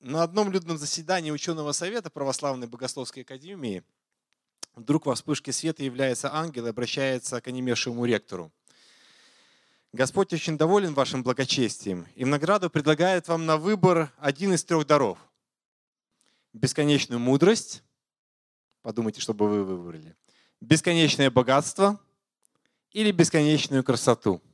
На одном людном заседании ученого совета Православной Богословской академии вдруг во вспышке света является ангел и обращается к онемевшему ректору. Господь очень доволен вашим благочестием и в награду предлагает вам на выбор один из 3 даров. Бесконечную мудрость, подумайте, что бы вы выбрали, бесконечное богатство или бесконечную красоту.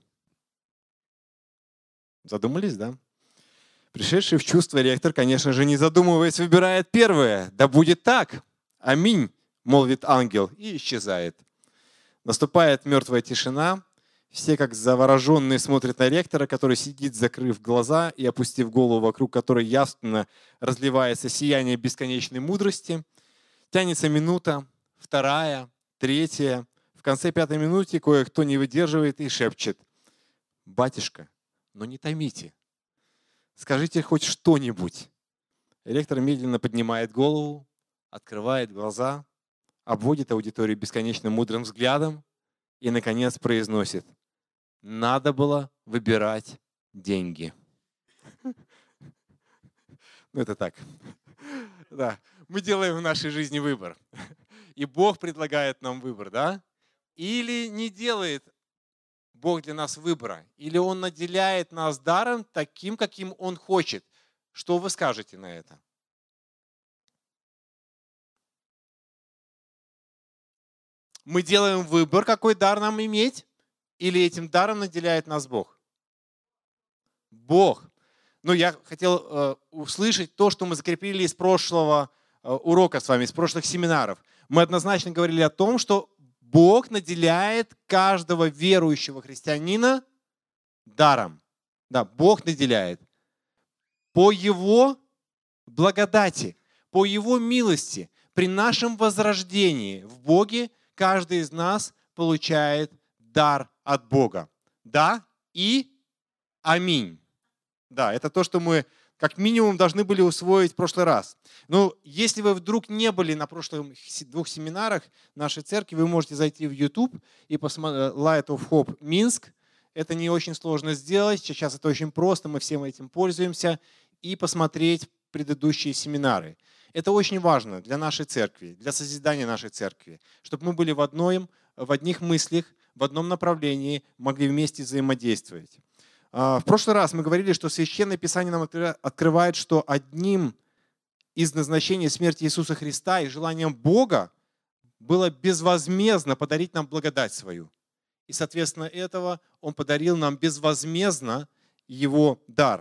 Задумались, да? Пришедший в чувство ректор, конечно же, не задумываясь, выбирает первое. Да будет так. Аминь, молвит ангел и исчезает. Наступает мертвая тишина. Все, как завороженные, смотрят на ректора, который сидит, закрыв глаза и опустив голову, вокруг которой явственно разливается сияние бесконечной мудрости. Тянется минута, 2, 3. В конце 5-й минуты кое-кто не выдерживает и шепчет: «Батюшка, но не томите. Скажите хоть что-нибудь». Ректор медленно поднимает голову, открывает глаза, обводит аудиторию бесконечно мудрым взглядом и, наконец, произносит: «Надо было выбирать деньги». Ну, это так. Да. Мы делаем в нашей жизни выбор. И Бог предлагает нам выбор, да? Или не делает Бог для нас выбора, или Он наделяет нас даром таким, каким Он хочет. Что вы скажете на это? Мы делаем выбор, какой дар нам иметь, или этим даром наделяет нас Бог? Бог. Ну, я хотел услышать то, что мы закрепили из прошлого урока с вами, из прошлых семинаров. Мы однозначно говорили о том, что Бог наделяет каждого верующего христианина даром. Да, Бог наделяет. По Его благодати, по Его милости, при нашем возрождении в Боге каждый из нас получает дар от Бога. Да и аминь. Да, это то, что мы как минимум должны были усвоить в прошлый раз. Но если вы вдруг не были на прошлых 2 семинарах нашей церкви, вы можете зайти в YouTube и посмотреть Light of Hope Минск. Это не очень сложно сделать. Сейчас это очень просто, мы всем этим пользуемся. И посмотреть предыдущие семинары. Это очень важно для нашей церкви, для созидания нашей церкви, чтобы мы были в одних мыслях, в одном направлении, могли вместе взаимодействовать. В прошлый раз мы говорили, что Священное Писание нам открывает, что одним из назначений смерти Иисуса Христа и желанием Бога было безвозмездно подарить нам благодать свою. И, соответственно, этого Он подарил нам безвозмездно Его дар.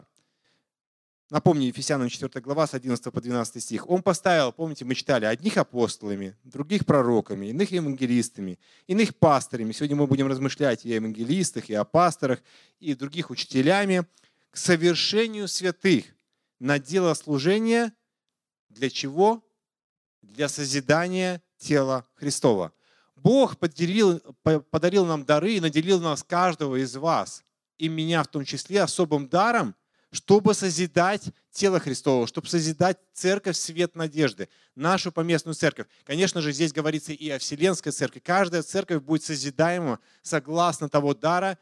Напомню, Ефесянам 4 глава с 11 по 12 стих. Он поставил, помните, мы читали, одних апостолами, других пророками, иных евангелистами, иных пасторами. Сегодня мы будем размышлять и о евангелистах, и о пасторах, и других учителями. К совершению святых на дело служения. Для чего? Для созидания тела Христова. Бог подарил нам дары и наделил нас, каждого из вас, и меня в том числе, особым даром, чтобы созидать тело Христово, чтобы созидать церковь «Свет надежды», нашу поместную церковь. Конечно же, здесь говорится и о Вселенской церкви. Каждая церковь будет созидаема согласно того дара,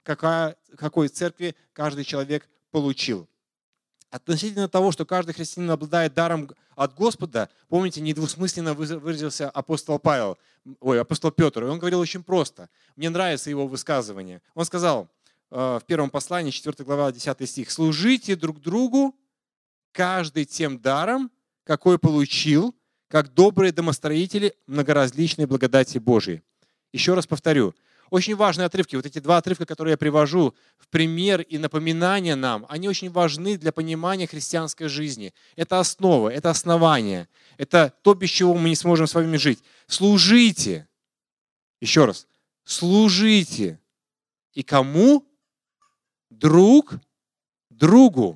какой церкви каждый человек получил. Относительно того, что каждый христианин обладает даром от Господа, помните, недвусмысленно выразился апостол Петр. И он говорил очень просто. Мне нравится его высказывание. Он сказал в первом послании, 4 глава, 10 стих: «Служите друг другу, каждый тем даром, какой получил, как добрые домостроители многоразличной благодати Божией». Еще раз повторю. Очень важные отрывки. Вот эти 2 отрывка, которые я привожу в пример и напоминание нам, они очень важны для понимания христианской жизни. Это основа, это основание. Это то, без чего мы не сможем с вами жить. Служите. Еще раз. Служите. И кому? Друг другу.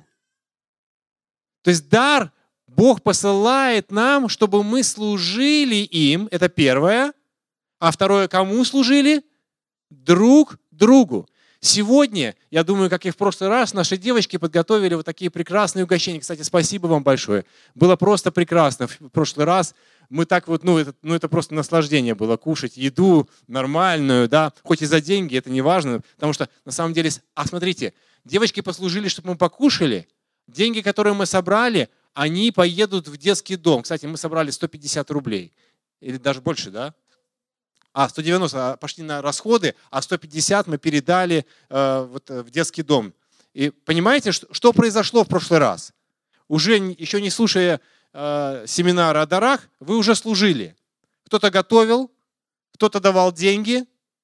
То есть дар Бог посылает нам, чтобы мы служили им. Это первое. А второе, кому служили? Друг другу. Сегодня, я думаю, как и в прошлый раз, наши девочки подготовили вот такие прекрасные угощения. Кстати, спасибо вам большое. Было просто прекрасно. В прошлый раз мы так вот, это просто наслаждение было кушать еду нормальную, да, хоть и за деньги, это не важно, потому что на самом деле, смотрите, девочки послужили, чтобы мы покушали, деньги, которые мы собрали, они поедут в детский дом. Кстати, мы собрали 150 рублей. Или даже больше, да? 190 пошли на расходы, а 150 мы передали в детский дом. И понимаете, что произошло в прошлый раз? Уже еще не слушая семинара о дарах, вы уже служили. Кто-то готовил, кто-то давал деньги,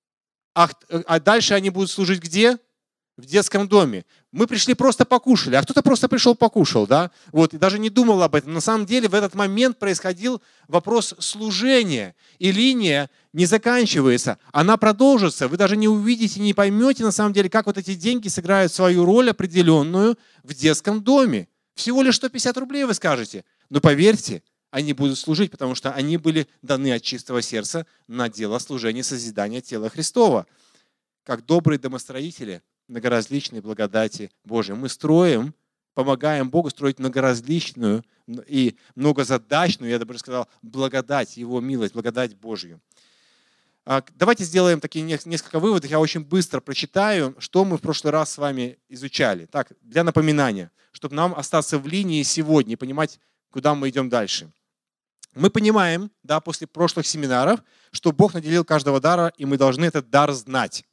а дальше они будут служить где? В детском доме. Мы пришли просто покушали, а кто-то просто пришел покушал, да? Вот, и даже не думал об этом. На самом деле в этот момент происходил вопрос служения, и линия не заканчивается, она продолжится. Вы даже не увидите, не поймете на самом деле, как вот эти деньги сыграют свою роль определенную в детском доме. Всего лишь 150 рублей вы скажете, но поверьте, они будут служить, потому что они были даны от чистого сердца на дело служения, созидания тела Христова. Как добрые домостроители многоразличной благодати Божией. Мы строим, помогаем Богу строить многоразличную и многозадачную, я бы даже сказал, благодать, Его милость, благодать Божью. Давайте сделаем такие несколько выводов. Я очень быстро прочитаю, что мы в прошлый раз с вами изучали. Так, для напоминания, чтобы нам остаться в линии сегодня и понимать, куда мы идем дальше. Мы понимаем, да, после прошлых семинаров, что Бог наделил каждого дара, и мы должны этот дар знать.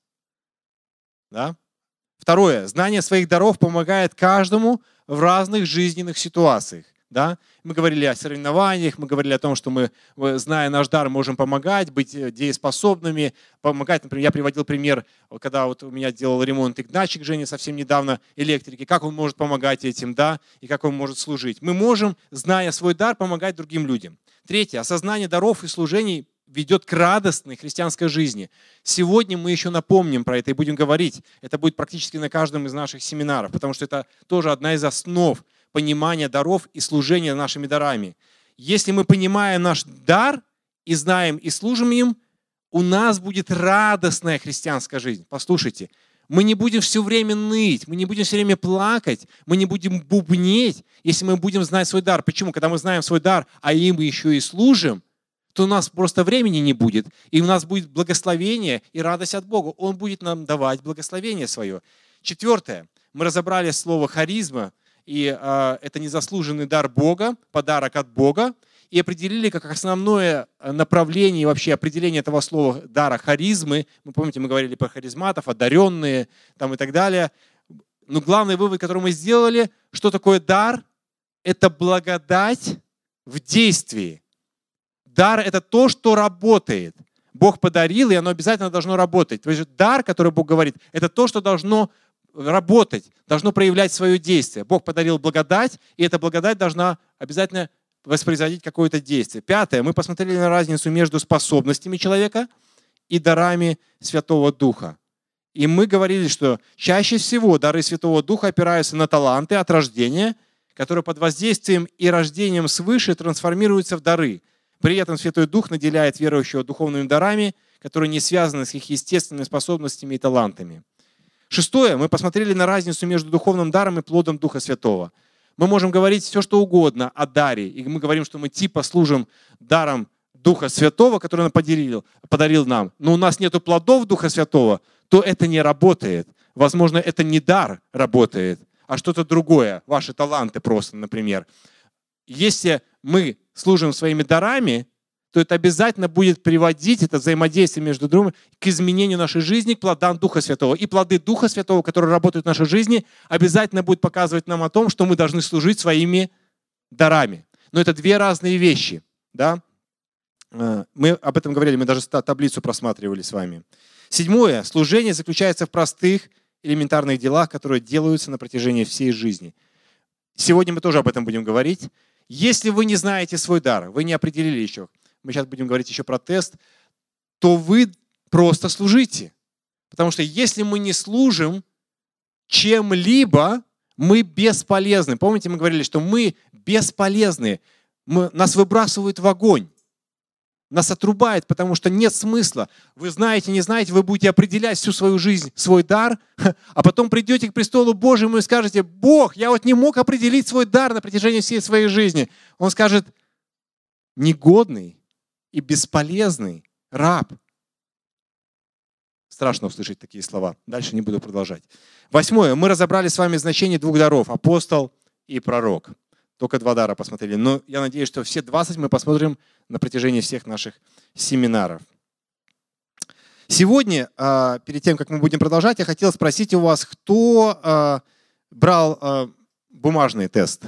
Да? Второе. Знание своих даров помогает каждому в разных жизненных ситуациях. Да? Мы говорили о соревнованиях, мы говорили о том, что мы, зная наш дар, можем помогать, быть дееспособными, помогать. Например, я приводил пример, когда вот у меня делал ремонт Игнатчик Женя совсем недавно, электрики, как он может помогать этим, да, и как он может служить. Мы можем, зная свой дар, помогать другим людям. Третье. Осознание даров и служений ведет к радостной христианской жизни. Сегодня мы еще напомним про это и будем говорить. Это будет практически на каждом из наших семинаров, потому что это тоже одна из основ понимания даров и служения нашими дарами. Если мы понимаем наш дар и знаем и служим им, у нас будет радостная христианская жизнь. Послушайте, мы не будем все время ныть, мы не будем все время плакать, мы не будем бубнеть, если мы будем знать свой дар. Почему? Когда мы знаем свой дар, а им еще и служим, то у нас просто времени не будет, и у нас будет благословение и радость от Бога. Он будет нам давать благословение свое. Четвертое. Мы разобрали слово харизма, и это незаслуженный дар Бога, подарок от Бога, и определили как основное направление, вообще определение этого слова дара харизмы. Вы помните, мы говорили про харизматов, одаренные там, и так далее. Но главный вывод, который мы сделали, что такое дар? Это благодать в действии. Дар – это то, что работает. Бог подарил, и оно обязательно должно работать. То есть дар, который Бог говорит, это то, что должно работать, должно проявлять свое действие. Бог подарил благодать, и эта благодать должна обязательно воспроизводить какое-то действие. Пятое. Мы посмотрели на разницу между способностями человека и дарами Святого Духа. И мы говорили, что чаще всего дары Святого Духа опираются на таланты от рождения, которые под воздействием и рождением свыше трансформируются в дары. При этом Святой Дух наделяет верующего духовными дарами, которые не связаны с их естественными способностями и талантами. Шестое. Мы посмотрели на разницу между духовным даром и плодом Духа Святого. Мы можем говорить все, что угодно о даре. И мы говорим, что мы типа служим даром Духа Святого, который Он подарил нам. Но у нас нет плодов Духа Святого, то это не работает. Возможно, это не дар работает, а что-то другое. Ваши таланты просто, например. Если мы служим своими дарами, то это обязательно будет приводить, это взаимодействие между другом, к изменению нашей жизни, к плодам Духа Святого. И плоды Духа Святого, которые работают в нашей жизни, обязательно будут показывать нам о том, что мы должны служить своими дарами. Но это две разные вещи. Да? Мы об этом говорили, мы даже таблицу просматривали с вами. Седьмое. Служение заключается в простых, элементарных делах, которые делаются на протяжении всей жизни. Сегодня мы тоже об этом будем говорить. Если вы не знаете свой дар, вы не определили еще, мы сейчас будем говорить еще про тест, то вы просто служите. Потому что если мы не служим чем-либо, мы бесполезны. Помните, мы говорили, что мы бесполезны. Нас выбрасывают в огонь. Нас отрубает, потому что нет смысла. Вы знаете, не знаете, вы будете определять всю свою жизнь, свой дар, а потом придете к престолу Божьему и скажете: Бог, я вот не мог определить свой дар на протяжении всей своей жизни. Он скажет: негодный и бесполезный раб. Страшно услышать такие слова. Дальше не буду продолжать. Восьмое. Мы разобрали с вами значение двух даров: апостол и пророк. только 2 дара посмотрели. Но я надеюсь, что все 20 мы посмотрим на протяжении всех наших семинаров. Сегодня, перед тем, как мы будем продолжать, я хотел спросить у вас, кто брал бумажный тест?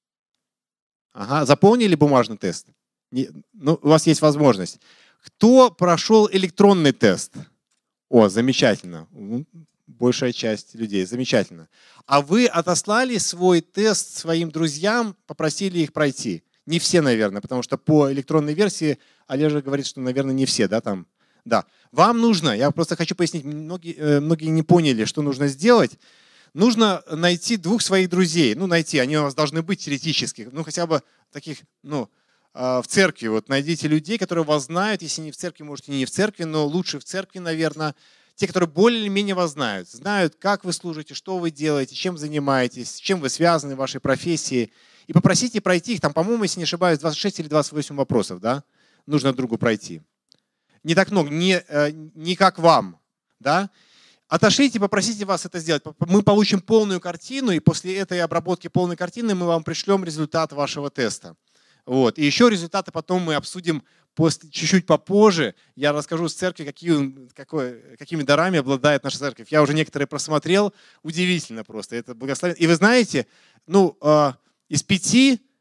Ага, заполнили бумажный тест? Ну, у вас есть возможность. Кто прошел электронный тест? О, замечательно. Большая часть людей. Замечательно. А вы отослали свой тест своим друзьям, попросили их пройти? Не все, наверное, потому что по электронной версии Олежа говорит, что, наверное, не все, да, там. Да. Вам нужно, я просто хочу пояснить, многие не поняли, что нужно сделать. Нужно найти 2 своих друзей. Ну, найти, они у вас должны быть теоретически. Ну, хотя бы таких, ну, в церкви. Вот найдите людей, которые вас знают. Если не в церкви, можете не в церкви, но лучше в церкви, наверное. Те, которые более-менее вас знают. Знают, как вы служите, что вы делаете, чем занимаетесь, чем вы связаны в вашей профессии. И попросите пройти их. Там, по-моему, если не ошибаюсь, 26 или 28 вопросов, да? Нужно другу пройти. Не так много, не как вам, да? Отошлите, попросите вас это сделать. Мы получим полную картину, и после этой обработки полной картины мы вам пришлем результат вашего теста. Вот. И еще результаты потом мы обсудим чуть-чуть попозже. Я расскажу с церкви, какими дарами обладает наша церковь. Я уже некоторые просмотрел. Удивительно просто. Это благословенно. И вы знаете, ну, из 5,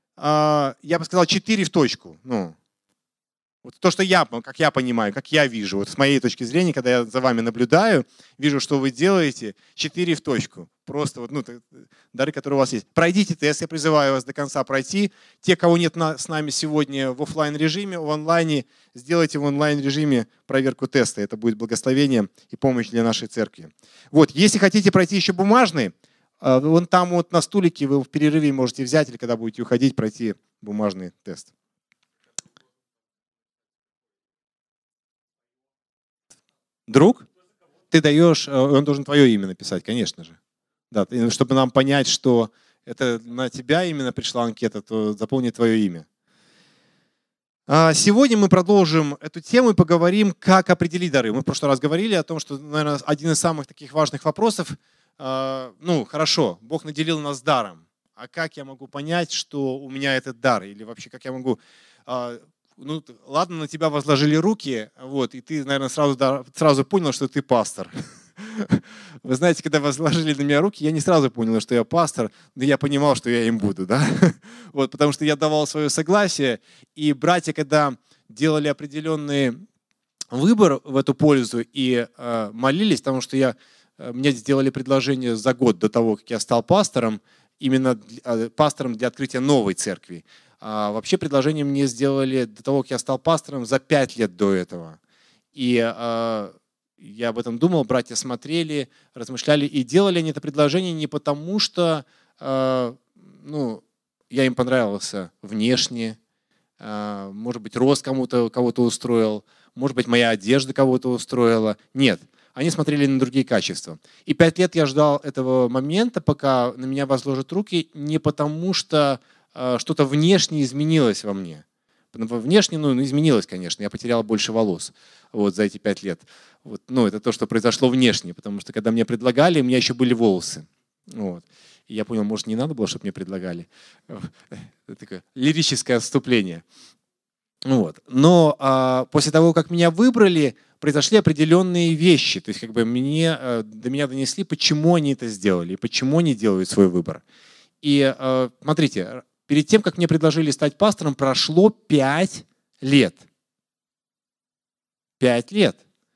я бы сказал, 4 в точку. Ну, вот то, что как я понимаю, как я вижу, вот с моей точки зрения, когда я за вами наблюдаю, вижу, что вы делаете, 4 в точку. Просто вот, ну, дары, которые у вас есть. Пройдите тест, я призываю вас до конца пройти. Те, кого нет с нами сегодня в офлайн режиме, в онлайне, сделайте в онлайн режиме проверку теста. Это будет благословение и помощь для нашей церкви. Вот, если хотите пройти еще бумажный, вон там вот на стулике вы в перерыве можете взять или когда будете уходить, пройти бумажный тест. Друг? Ты даешь, он должен твое имя написать, конечно же. Да, чтобы нам понять, что это на тебя именно пришла анкета, то заполни твое имя. Сегодня мы продолжим эту тему и поговорим, как определить дары. Мы в прошлый раз говорили о том, что, наверное, один из самых таких важных вопросов, ну, хорошо, Бог наделил нас даром, а как я могу понять, что у меня этот дар? Или вообще, как я могу... Ну, ладно, на тебя возложили руки, вот, и ты, наверное, сразу понял, что ты пастор. Вы знаете, когда возложили на меня руки, я не сразу понял, что я пастор, но я понимал, что я им буду, да? Вот, потому что я давал свое согласие, и братья, когда делали определенный выбор в эту пользу и молились, потому что мне сделали предложение за год до того, как я стал пастором, именно пастором для открытия новой церкви. Вообще предложение мне сделали до того, как я стал пастором, за 5 лет до этого. И я об этом думал, братья смотрели, размышляли, и делали они это предложение не потому, что ну, я им понравился внешне, может быть, рост кого-то устроил, может быть, моя одежда кого-то устроила. Нет, они смотрели на другие качества. И 5 лет я ждал этого момента, пока на меня возложат руки, не потому что что-то внешне изменилось во мне. Внешне, ну, изменилось, конечно. Я потерял больше волос вот, за эти 5 лет. Вот, ну, это то, что произошло внешне, потому что когда мне предлагали, у меня еще были волосы. Вот. И я понял, может, не надо было, чтобы мне предлагали. Это такое лирическое отступление. Вот. Но после того, как меня выбрали, произошли определенные вещи. То есть как бы до меня донесли, почему они это сделали, почему они делают свой выбор. И смотрите, перед тем, как мне предложили стать пастором, прошло 5 лет. 5 лет.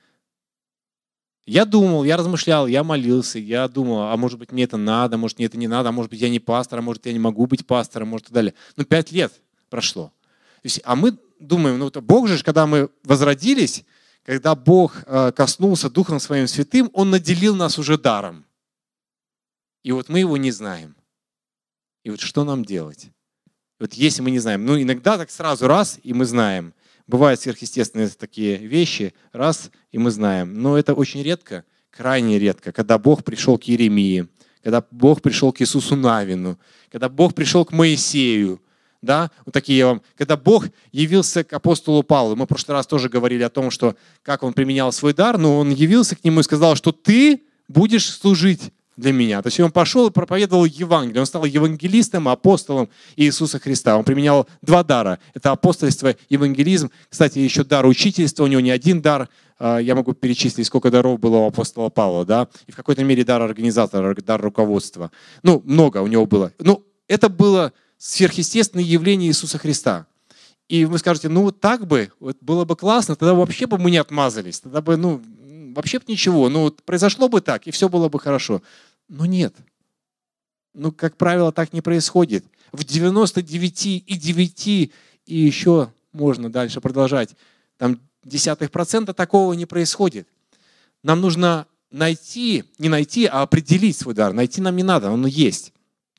Я думал, я размышлял, я молился, я думал, а может быть мне это надо, может мне это не надо, а может быть я не пастор, а может я не могу быть пастором, может и так далее. Но 5 лет прошло. А мы думаем, ну Бог же, когда мы возродились, когда Бог коснулся Духом Своим Святым, Он наделил нас уже даром. И вот мы его не знаем. И вот что нам делать? Вот если мы не знаем, ну иногда так сразу раз, и мы знаем. Бывают сверхъестественные такие вещи, раз, и мы знаем. Но это очень редко, крайне редко, когда Бог пришел к Иеремии, когда Бог пришел к Иисусу Навину, когда Бог пришел к Моисею. Да? Вот такие, когда Бог явился к апостолу Павлу. Мы в прошлый раз тоже говорили о том, что как он применял свой дар, но он явился к нему и сказал, что ты будешь служить для меня. То есть он пошел и проповедовал Евангелие. Он стал евангелистом, апостолом Иисуса Христа. Он применял два дара. Это апостольство, евангелизм. Кстати, еще дар учительства. У него не один дар. Я могу перечислить, сколько даров было у апостола Павла. Да? И в какой-то мере дар организатора, дар руководства. Ну, много у него было. Ну, это было сверхъестественное явление Иисуса Христа. И вы скажете, ну вот так бы, вот было бы классно, тогда вообще бы мы не отмазались, тогда бы, ну, вообще бы ничего, ну, вот произошло бы так, и все было бы хорошо. Но нет. Ну, как правило, так не происходит. В 99,9 и еще можно дальше продолжать, там 0,1% такого не происходит. Нам нужно найти, не найти, а определить свой дар. Найти нам не надо, он есть.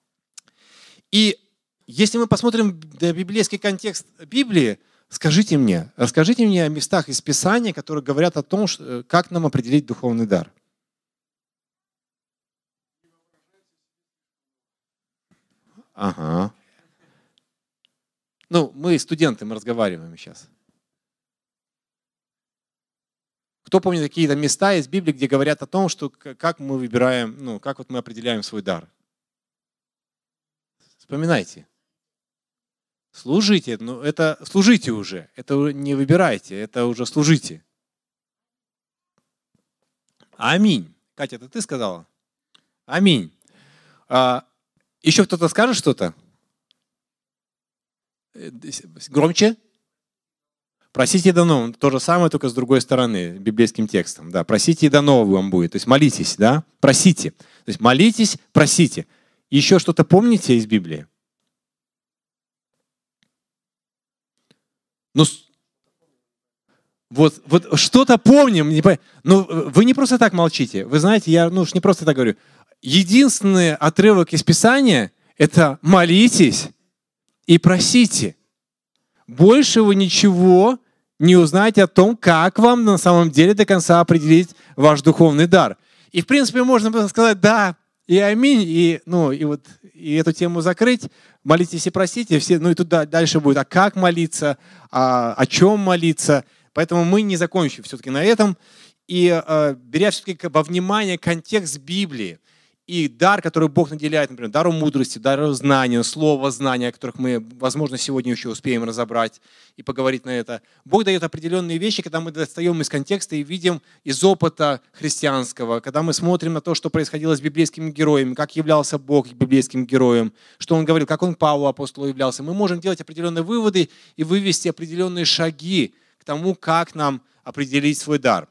И если мы посмотрим на библейский контекст Библии, расскажите мне о местах из Писания, которые говорят о том, как нам определить духовный дар. Ага. Ну, мы студенты, мы разговариваем сейчас. Кто помнит какие-то места из Библии, где говорят о том, что как мы выбираем, ну, как вот мы определяем свой дар? Вспоминайте. Служите, ну это служите уже, это не выбирайте, это уже служите. Аминь. Катя, это ты сказала? Аминь. Еще кто-то скажет что-то? Громче? Просите и дано. То же самое, только с другой стороны, библейским текстом. Да, просите и дано вам будет. То есть молитесь, да? Просите. То есть молитесь, просите. Еще что-то помните из Библии? Ну, вот что-то помним. Ну, вы не просто так молчите. Вы знаете, я не просто так говорю. Единственный отрывок из Писания – это молитесь и просите. Больше вы ничего не узнаете о том, как вам на самом деле до конца определить ваш духовный дар. И, в принципе, можно сказать «да» и «аминь», и эту тему закрыть. Молитесь и просите. Все, и тут дальше будет, а как молиться, о чем молиться. Поэтому мы не закончим все-таки на этом. И беря все-таки во внимание контекст Библии и дар, который Бог наделяет, например, дару мудрости, дару знания, слова знания, о которых мы, возможно, сегодня еще успеем разобрать и поговорить на это. Бог дает определенные вещи, когда мы достаем из контекста и видим из опыта христианского, когда мы смотрим на то, что происходило с библейскими героями, как являлся Бог библейским героем, что Он говорил, как Он Павлу апостолу являлся. Мы можем делать определенные выводы и вывести определенные шаги к тому, как нам определить свой дар.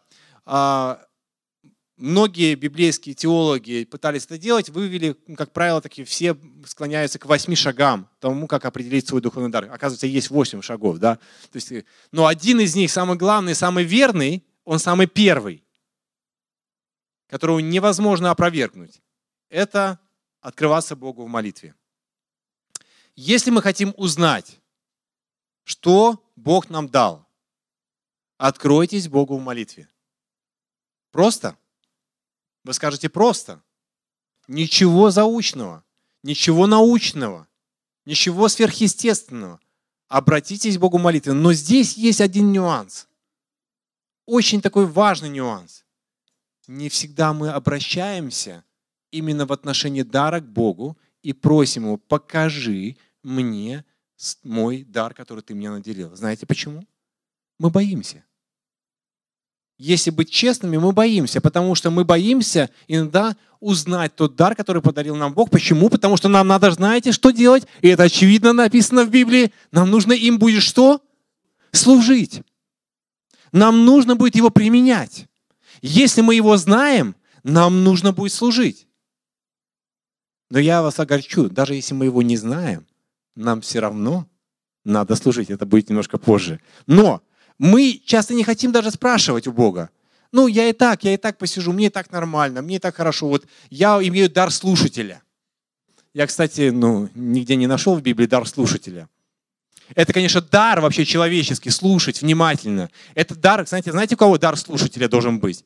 Многие библейские теологи пытались это делать, вывели, как правило, такие все склоняются к 8 шагам, тому, как определить свой духовный дар. Оказывается, есть 8 шагов. Да? То есть, но один из них, самый главный, самый верный, он самый первый, которого невозможно опровергнуть. Это открываться Богу в молитве. Если мы хотим узнать, что Бог нам дал, откройтесь Богу в молитве. Просто? Вы скажете просто. Ничего заучного, ничего научного, ничего сверхъестественного. Обратитесь к Богу в молитве. Но здесь есть один нюанс. Очень такой важный нюанс. Не всегда мы обращаемся именно в отношении дара к Богу и просим Его, покажи мне мой дар, который ты мне наделил. Знаете почему? Мы боимся. Если быть честными, мы боимся, потому что мы боимся иногда узнать тот дар, который подарил нам Бог. Почему? Потому что нам надо, знаете, что делать? И это очевидно написано в Библии. Нам нужно им будет что? Служить. Нам нужно будет его применять. Если мы его знаем, нам нужно будет служить. Но я вас огорчу, даже если мы его не знаем, нам все равно надо служить. Это будет немножко позже. Но мы часто не хотим даже спрашивать у Бога. Ну, я и так посижу, мне и так нормально, мне и так хорошо. Вот я имею дар слушателя. Я, кстати, нигде не нашел в Библии дар слушателя. Это, конечно, дар вообще человеческий, слушать внимательно. Это дар, знаете, у кого дар слушателя должен быть?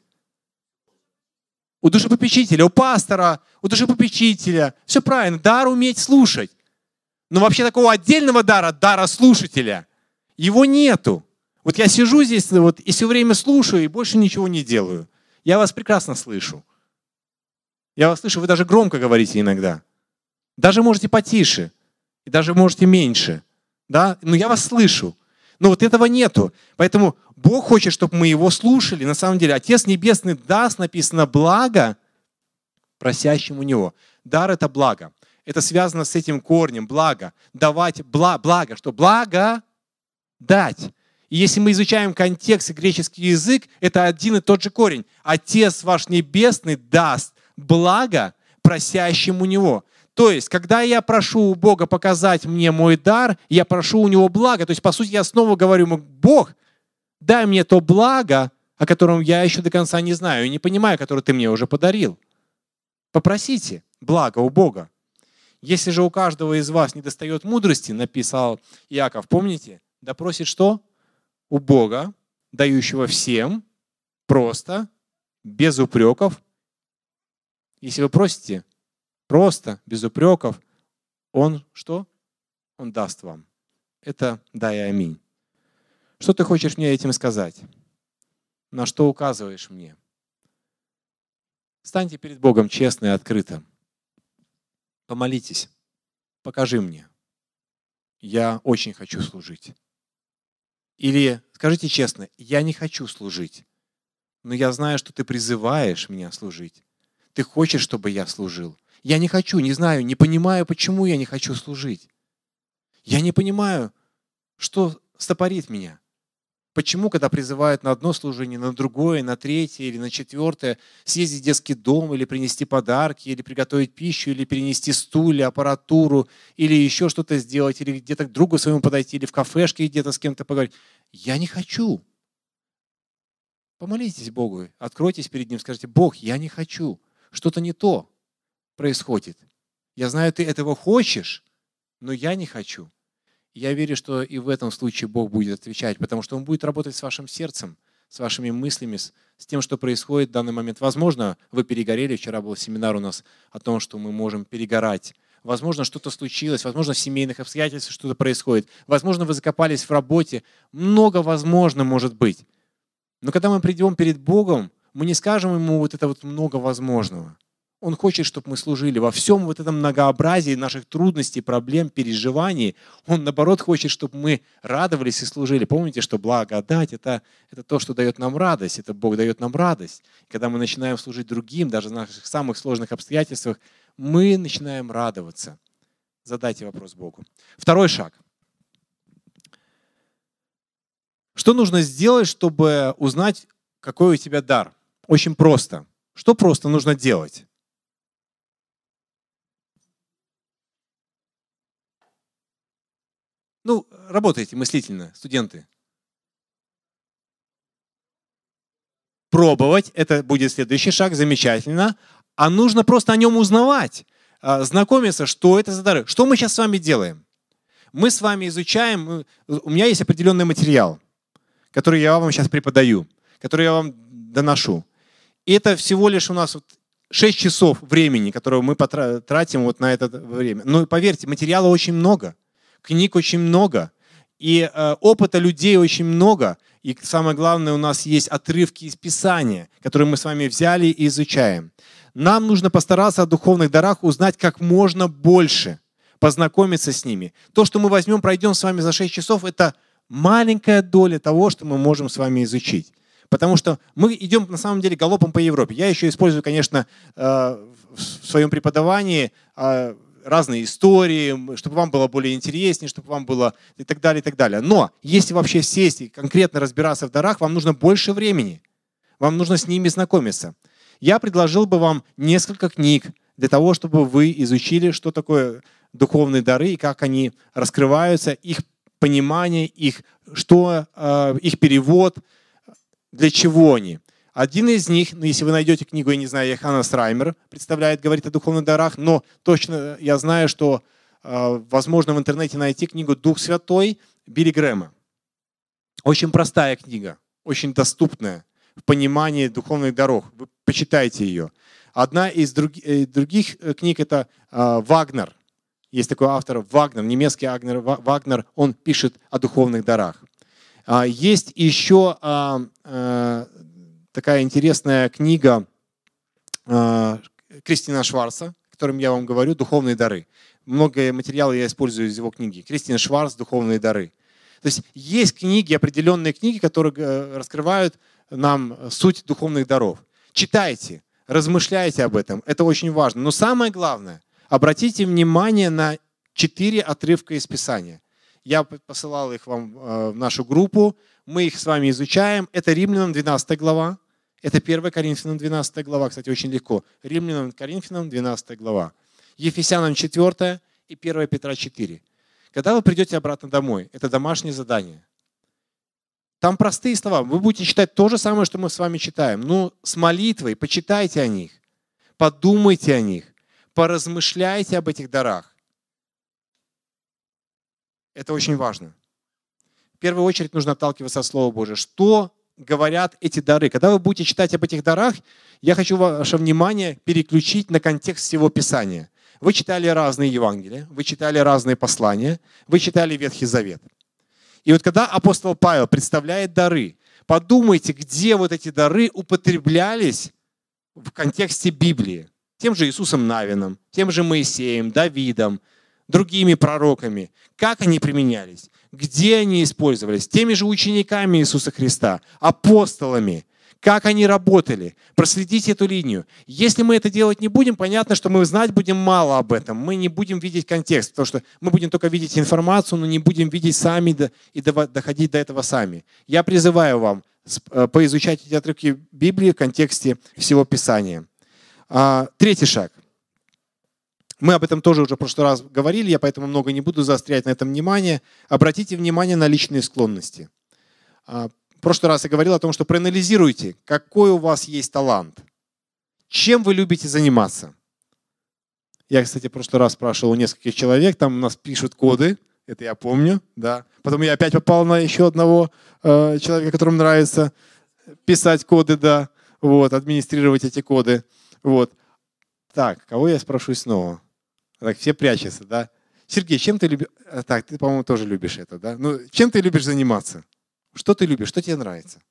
У душепопечителя, у пастора, у душепопечителя. Все правильно, дар уметь слушать. Но вообще такого отдельного дара слушателя, его нету. Вот я сижу здесь и все время слушаю, и больше ничего не делаю. Я вас прекрасно слышу. Я вас слышу, вы даже громко говорите иногда. Даже можете потише, и даже можете меньше. Да? Но я вас слышу. Но вот этого нету. Поэтому Бог хочет, чтобы мы Его слушали. На самом деле, Отец Небесный даст, написано, благо просящим у Него. Дар — это благо. Это связано с этим корнем, благо. Давать благо. Что? Благо дать. И если мы изучаем контекст и греческий язык, это один и тот же корень. Отец ваш Небесный даст благо просящим у Него. То есть, когда я прошу у Бога показать мне мой дар, я прошу у Него благо. То есть, по сути, я снова говорю ему: Бог, дай мне то благо, о котором я еще до конца не знаю и не понимаю, которое ты мне уже подарил. Попросите благо у Бога. Если же у каждого из вас недостает мудрости, написал Иаков, помните, да просит что? У Бога, дающего всем, просто, без упреков. Если вы просите просто, без упреков, Он что? Он даст вам. Это да и аминь. Что ты хочешь мне этим сказать? На что указываешь мне? Станьте перед Богом честно и открыто. Помолитесь. Покажи мне. Я очень хочу служить. Или скажите честно: я не хочу служить, но я знаю, что ты призываешь меня служить. Ты хочешь, чтобы я служил. Я не хочу, не знаю, не понимаю, почему я не хочу служить. Я не понимаю, что стопорит меня. Почему, когда призывают на одно служение, на другое, на третье или на четвертое, съездить в детский дом, или принести подарки, или приготовить пищу, или перенести стулья, аппаратуру, или еще что-то сделать, или где-то к другу своему подойти, или в кафешке где-то с кем-то поговорить. Я не хочу. Помолитесь Богу, откройтесь перед Ним, скажите: Бог, я не хочу. Что-то не то происходит. Я знаю, ты этого хочешь, но я не хочу. Я верю, что и в этом случае Бог будет отвечать, потому что Он будет работать с вашим сердцем, с вашими мыслями, с тем, что происходит в данный момент. Возможно, вы перегорели. Вчера был семинар у нас о том, что мы можем перегорать. Возможно, что-то случилось, возможно, в семейных обстоятельствах что-то происходит. Возможно, вы закопались в работе. Много возможно может быть. Но когда мы придем перед Богом, мы не скажем Ему вот это вот много возможного. Он хочет, чтобы мы служили во всем вот этом многообразии наших трудностей, проблем, переживаний. Он, наоборот, хочет, чтобы мы радовались и служили. Помните, что благодать — это то, что дает нам радость. Это Бог дает нам радость. Когда мы начинаем служить другим, даже в наших самых сложных обстоятельствах, мы начинаем радоваться. Задайте вопрос Богу. Второй шаг. Что нужно сделать, чтобы узнать, какой у тебя дар? Очень просто. Что просто нужно делать? Работайте мыслительно, студенты. Пробовать, это будет следующий шаг, замечательно. А нужно просто о нем узнавать, знакомиться, что это за дары. Что мы сейчас с вами делаем? Мы с вами изучаем, у меня есть определенный материал, который я вам сейчас преподаю, который я вам доношу. И это всего лишь у нас 6 часов времени, которое мы тратим вот на это время. Но поверьте, материала очень много. Книг очень много, и опыта людей очень много. И самое главное, у нас есть отрывки из Писания, которые мы с вами взяли и изучаем. Нам нужно постараться о духовных дарах узнать как можно больше, познакомиться с ними. То, что мы возьмем, пройдем с вами за 6 часов, это маленькая доля того, что мы можем с вами изучить. Потому что мы идем, на самом деле, галопом по Европе. Я еще использую, конечно, в своем преподавании разные истории, чтобы вам было более интереснее, чтобы вам было и так далее, и так далее. Но если вообще сесть и конкретно разбираться в дарах, вам нужно больше времени. Вам нужно с ними знакомиться. Я предложил бы вам несколько книг для того, чтобы вы изучили, что такое духовные дары и как они раскрываются, их понимание, их перевод, для чего они. Один из них, если вы найдете книгу, я не знаю, Йоханнес Раймер представляет, говорит о духовных дарах, но точно я знаю, что возможно в интернете найти книгу «Дух Святой» Билли Грэма. Очень простая книга, очень доступная в понимании духовных даров. Вы почитайте ее. Одна из других книг — это Вагнер. Есть такой автор Вагнер, немецкий Вагнер, он пишет о духовных дарах. Есть еще такая интересная книга Кристина Шварца, о котором я вам говорю, «Духовные дары». Много материала я использую из его книги. Кристина Шварц «Духовные дары». То есть книги, определенные книги, которые раскрывают нам суть духовных даров. Читайте, размышляйте об этом. Это очень важно. Но самое главное, обратите внимание на 4 отрывка из Писания. Я посылал их вам в нашу группу. Мы их с вами изучаем. Это Римлянам 12 глава. Это 1 Коринфянам 12 глава. Кстати, очень легко. Римлянам, Коринфянам 12 глава. Ефесянам 4 и 1 Петра 4. Когда вы придете обратно домой, это домашнее задание. Там простые слова. Вы будете читать то же самое, что мы с вами читаем. Но с молитвой почитайте о них. Подумайте о них. Поразмышляйте об этих дарах. Это очень важно. В первую очередь нужно отталкиваться от Слова Божия. Что говорят эти дары? Когда вы будете читать об этих дарах, я хочу ваше внимание переключить на контекст всего Писания. Вы читали разные Евангелия, вы читали разные послания, вы читали Ветхий Завет. И вот когда апостол Павел представляет дары, подумайте, где вот эти дары употреблялись в контексте Библии. Тем же Иисусом Навином, тем же Моисеем, Давидом, другими пророками. Как они применялись? Где они использовались? Теми же учениками Иисуса Христа, апостолами. Как они работали? Проследите эту линию. Если мы это делать не будем, понятно, что мы знать будем мало об этом. Мы не будем видеть контекст, потому что мы будем только видеть информацию, но не будем видеть сами и доходить до этого сами. Я призываю вам поизучать эти отрывки Библии в контексте всего Писания. Третий шаг. Мы об этом тоже уже в прошлый раз говорили, я поэтому много не буду заострять на этом внимание. Обратите внимание на личные склонности. В прошлый раз я говорил о том, что проанализируйте, какой у вас есть талант. Чем вы любите заниматься? Я, кстати, в прошлый раз спрашивал у нескольких человек, там у нас пишут коды, это я помню, да. Потом я опять попал на еще одного человека, которому нравится писать коды, да, вот, администрировать эти коды. Вот. Так, кого я спрошу снова? Так, все прячутся, да? Сергей, чем ты любишь? Так, ты, по-моему, тоже любишь это, да? Ну, чем ты любишь заниматься? Что ты любишь? Что тебе нравится?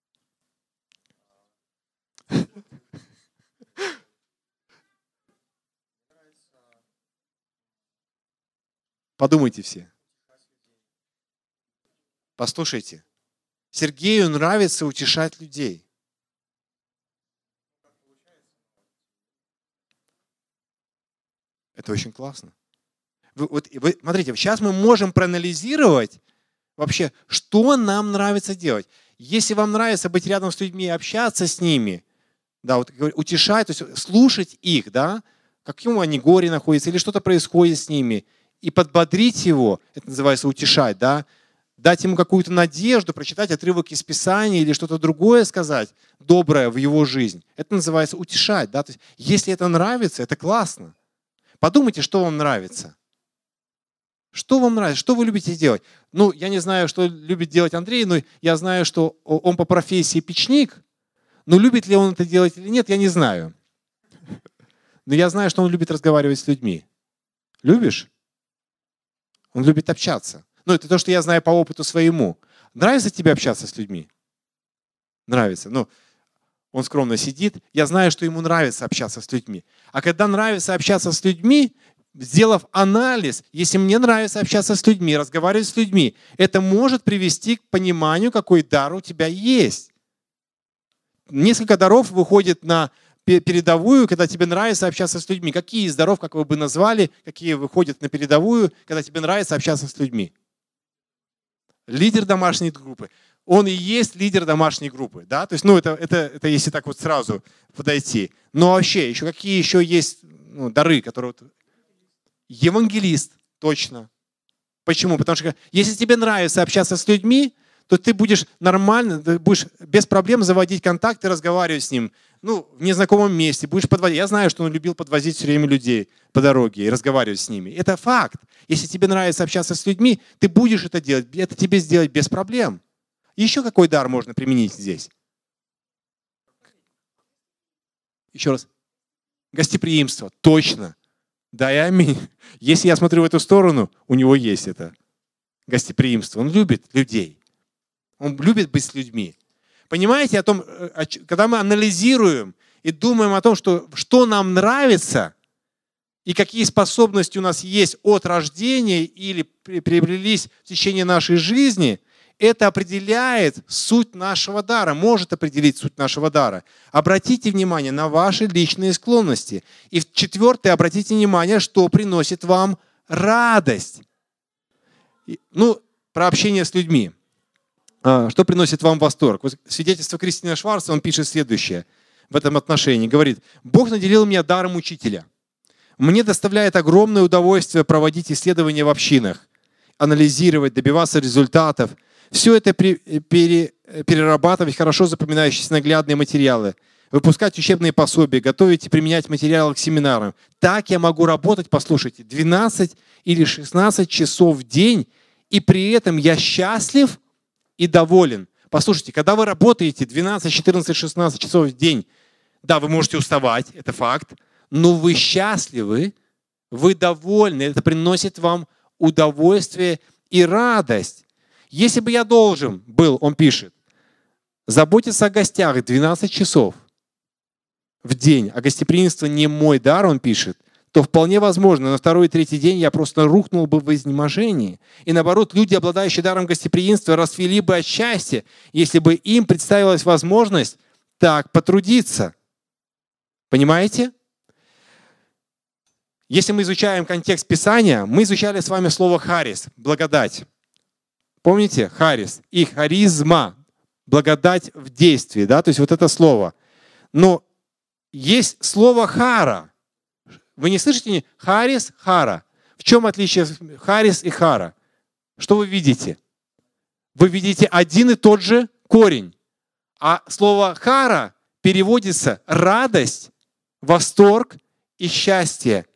Подумайте все. Послушайте. Сергею нравится утешать людей. Это очень классно. Вы смотрите, сейчас мы можем проанализировать вообще, что нам нравится делать. Если вам нравится быть рядом с людьми, общаться с ними, да, вот, утешать, то есть слушать их, да, в каком они горе находятся, или что-то происходит с ними, и подбодрить его, это называется утешать, да, дать ему какую-то надежду, прочитать отрывок из Писания или что-то другое сказать, доброе в его жизнь. Это называется утешать, да, то есть если это нравится, это классно. Подумайте, что вам нравится. Что вам нравится? Что вы любите делать? Ну, я не знаю, что любит делать Андрей, но я знаю, что он по профессии печник. Но любит ли он это делать или нет, я не знаю. Но я знаю, что он любит разговаривать с людьми. Любишь? Он любит общаться. Ну, это то, что я знаю по опыту своему. Нравится тебе общаться с людьми? Нравится. Ну, он скромно сидит. Я знаю, что ему нравится общаться с людьми. А когда нравится общаться с людьми, сделав анализ, если мне нравится общаться с людьми, разговаривать с людьми, это может привести к пониманию, какой дар у тебя есть. Несколько даров выходит на передовую, когда тебе нравится общаться с людьми. Какие из даров, как вы бы назвали, какие выходят на передовую, когда тебе нравится общаться с людьми? Лидер домашней группы. Он и есть лидер домашней группы. Да? То есть, ну, это если так вот сразу подойти. Но вообще, еще какие еще есть дары, которые... Евангелист, точно. Почему? Потому что если тебе нравится общаться с людьми, то ты будешь нормально, ты будешь без проблем заводить контакты, разговаривать с ним. Ну, в незнакомом месте, будешь подвозить. Я знаю, что он любил подвозить все время людей по дороге и разговаривать с ними. Это факт. Если тебе нравится общаться с людьми, ты будешь это делать. Это тебе сделать без проблем. Еще какой дар можно применить здесь? Еще раз. Гостеприимство. Точно. Да и аминь. Если я смотрю в эту сторону, у него есть это гостеприимство. Он любит людей. Он любит быть с людьми. Понимаете о том, когда мы анализируем и думаем о том, что нам нравится и какие способности у нас есть от рождения или приобрелись в течение нашей жизни, это определяет суть нашего дара, может определить суть нашего дара. Обратите внимание на ваши личные склонности. И четвертое, обратите внимание, что приносит вам радость. Про общение с людьми. Что приносит вам восторг? Вот свидетельство Кристины Шварца, он пишет следующее в этом отношении. Говорит: «Бог наделил меня даром учителя. Мне доставляет огромное удовольствие проводить исследования в общинах, анализировать, добиваться результатов. Все это перерабатывать хорошо запоминающиеся наглядные материалы, выпускать учебные пособия, готовить и применять материалы к семинарам. Так я могу работать, послушайте, 12 или 16 часов в день, и при этом я счастлив и доволен». Послушайте, когда вы работаете 12, 14, 16 часов в день, да, вы можете уставать, это факт, но вы счастливы, вы довольны, это приносит вам удовольствие и радость. Если бы я должен был, он пишет, заботиться о гостях 12 часов в день, а гостеприимство не мой дар, он пишет, то вполне возможно, на второй и третий день я просто рухнул бы в изнеможении. И наоборот, люди, обладающие даром гостеприимства, расцвели бы от счастья, если бы им представилась возможность так потрудиться. Понимаете? Если мы изучаем контекст Писания, мы изучали с вами слово «харис» – благодать. Помните? Харис. И харизма. Благодать в действии. Да? То есть вот это слово. Но есть слово «хара». Вы не слышите? Харис, хара. В чем отличие харис и хара? Что вы видите? Вы видите один и тот же корень. А слово хара переводится радость, восторг и счастье.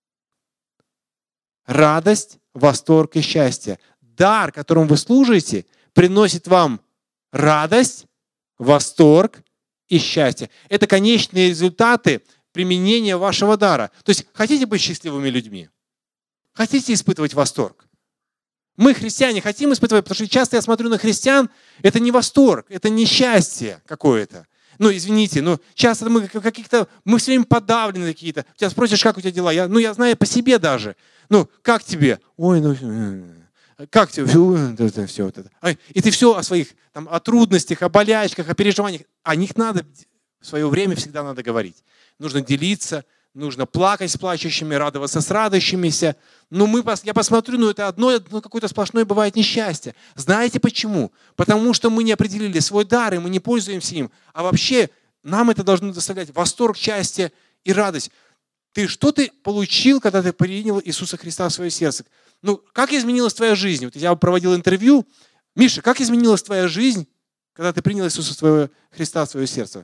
Радость, восторг и счастье. Дар, которым вы служите, приносит вам радость, восторг и счастье. Это конечные результаты применения вашего дара. То есть хотите быть счастливыми людьми? Хотите испытывать восторг? Мы, христиане, хотим испытывать, потому что часто я смотрю на христиан, это не восторг, это не счастье какое-то. Извините, часто мы все время подавлены какие-то. Тебя спросишь, как у тебя дела? Я знаю по себе даже. Как тебе? Ой, как тебе? Все вот это. И ты все о своих, о трудностях, о болячках, о переживаниях. О них надо в свое время всегда надо говорить. Нужно делиться, нужно плакать с плачущими, радоваться с радующимися. Я посмотрю, это одно какое-то сплошное бывает несчастье. Знаете почему? Потому что мы не определили свой дар, и мы не пользуемся им. А вообще нам это должно доставлять восторг, счастье и радость. Что ты получил, когда ты принял Иисуса Христа в свое сердце? Как изменилась твоя жизнь? Вот я проводил интервью. Миша, как изменилась твоя жизнь, когда ты принял Иисуса Христа в свое сердце?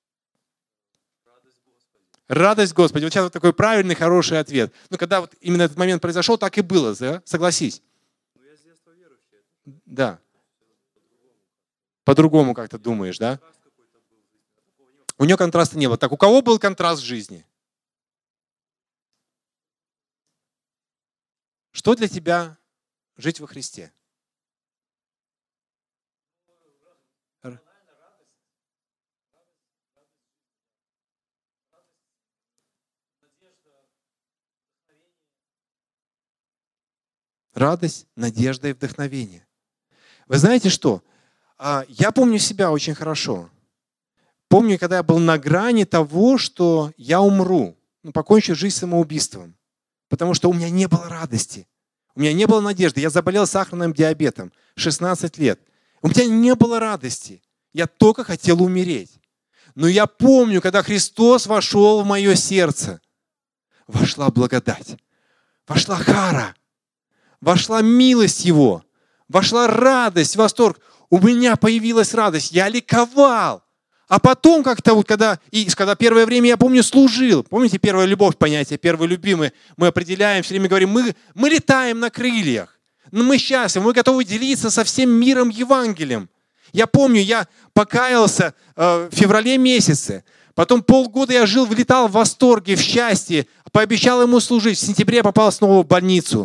Радость Господи. Вот сейчас вот такой правильный, хороший ответ. Когда вот именно этот момент произошел, так и было, да? Согласись. Я с детства верующий. Да. По-другому как-то думаешь, да? У него контраста не было. Так, у кого был контраст в жизни? Что для тебя жить во Христе? Радость, надежда и вдохновение. Вы знаете что? Я помню себя очень хорошо. Помню, когда я был на грани того, что я умру, покончу жизнь самоубийством. Потому что у меня не было радости. У меня не было надежды. Я заболел сахарным диабетом 16 лет. У меня не было радости. Я только хотел умереть. Но я помню, когда Христос вошел в мое сердце, вошла благодать, вошла хара, вошла милость Его, вошла радость, восторг. У меня появилась радость, я ликовал. А потом как-то когда первое время, я помню, служил. Помните, первая любовь, понятие, первый любимый, мы определяем, все время говорим, мы летаем на крыльях. Мы счастливы, мы готовы делиться со всем миром Евангелием. Я помню, я покаялся в феврале месяце. Потом полгода я летал в восторге, в счастье, пообещал Ему служить. В сентябре я попал снова в больницу.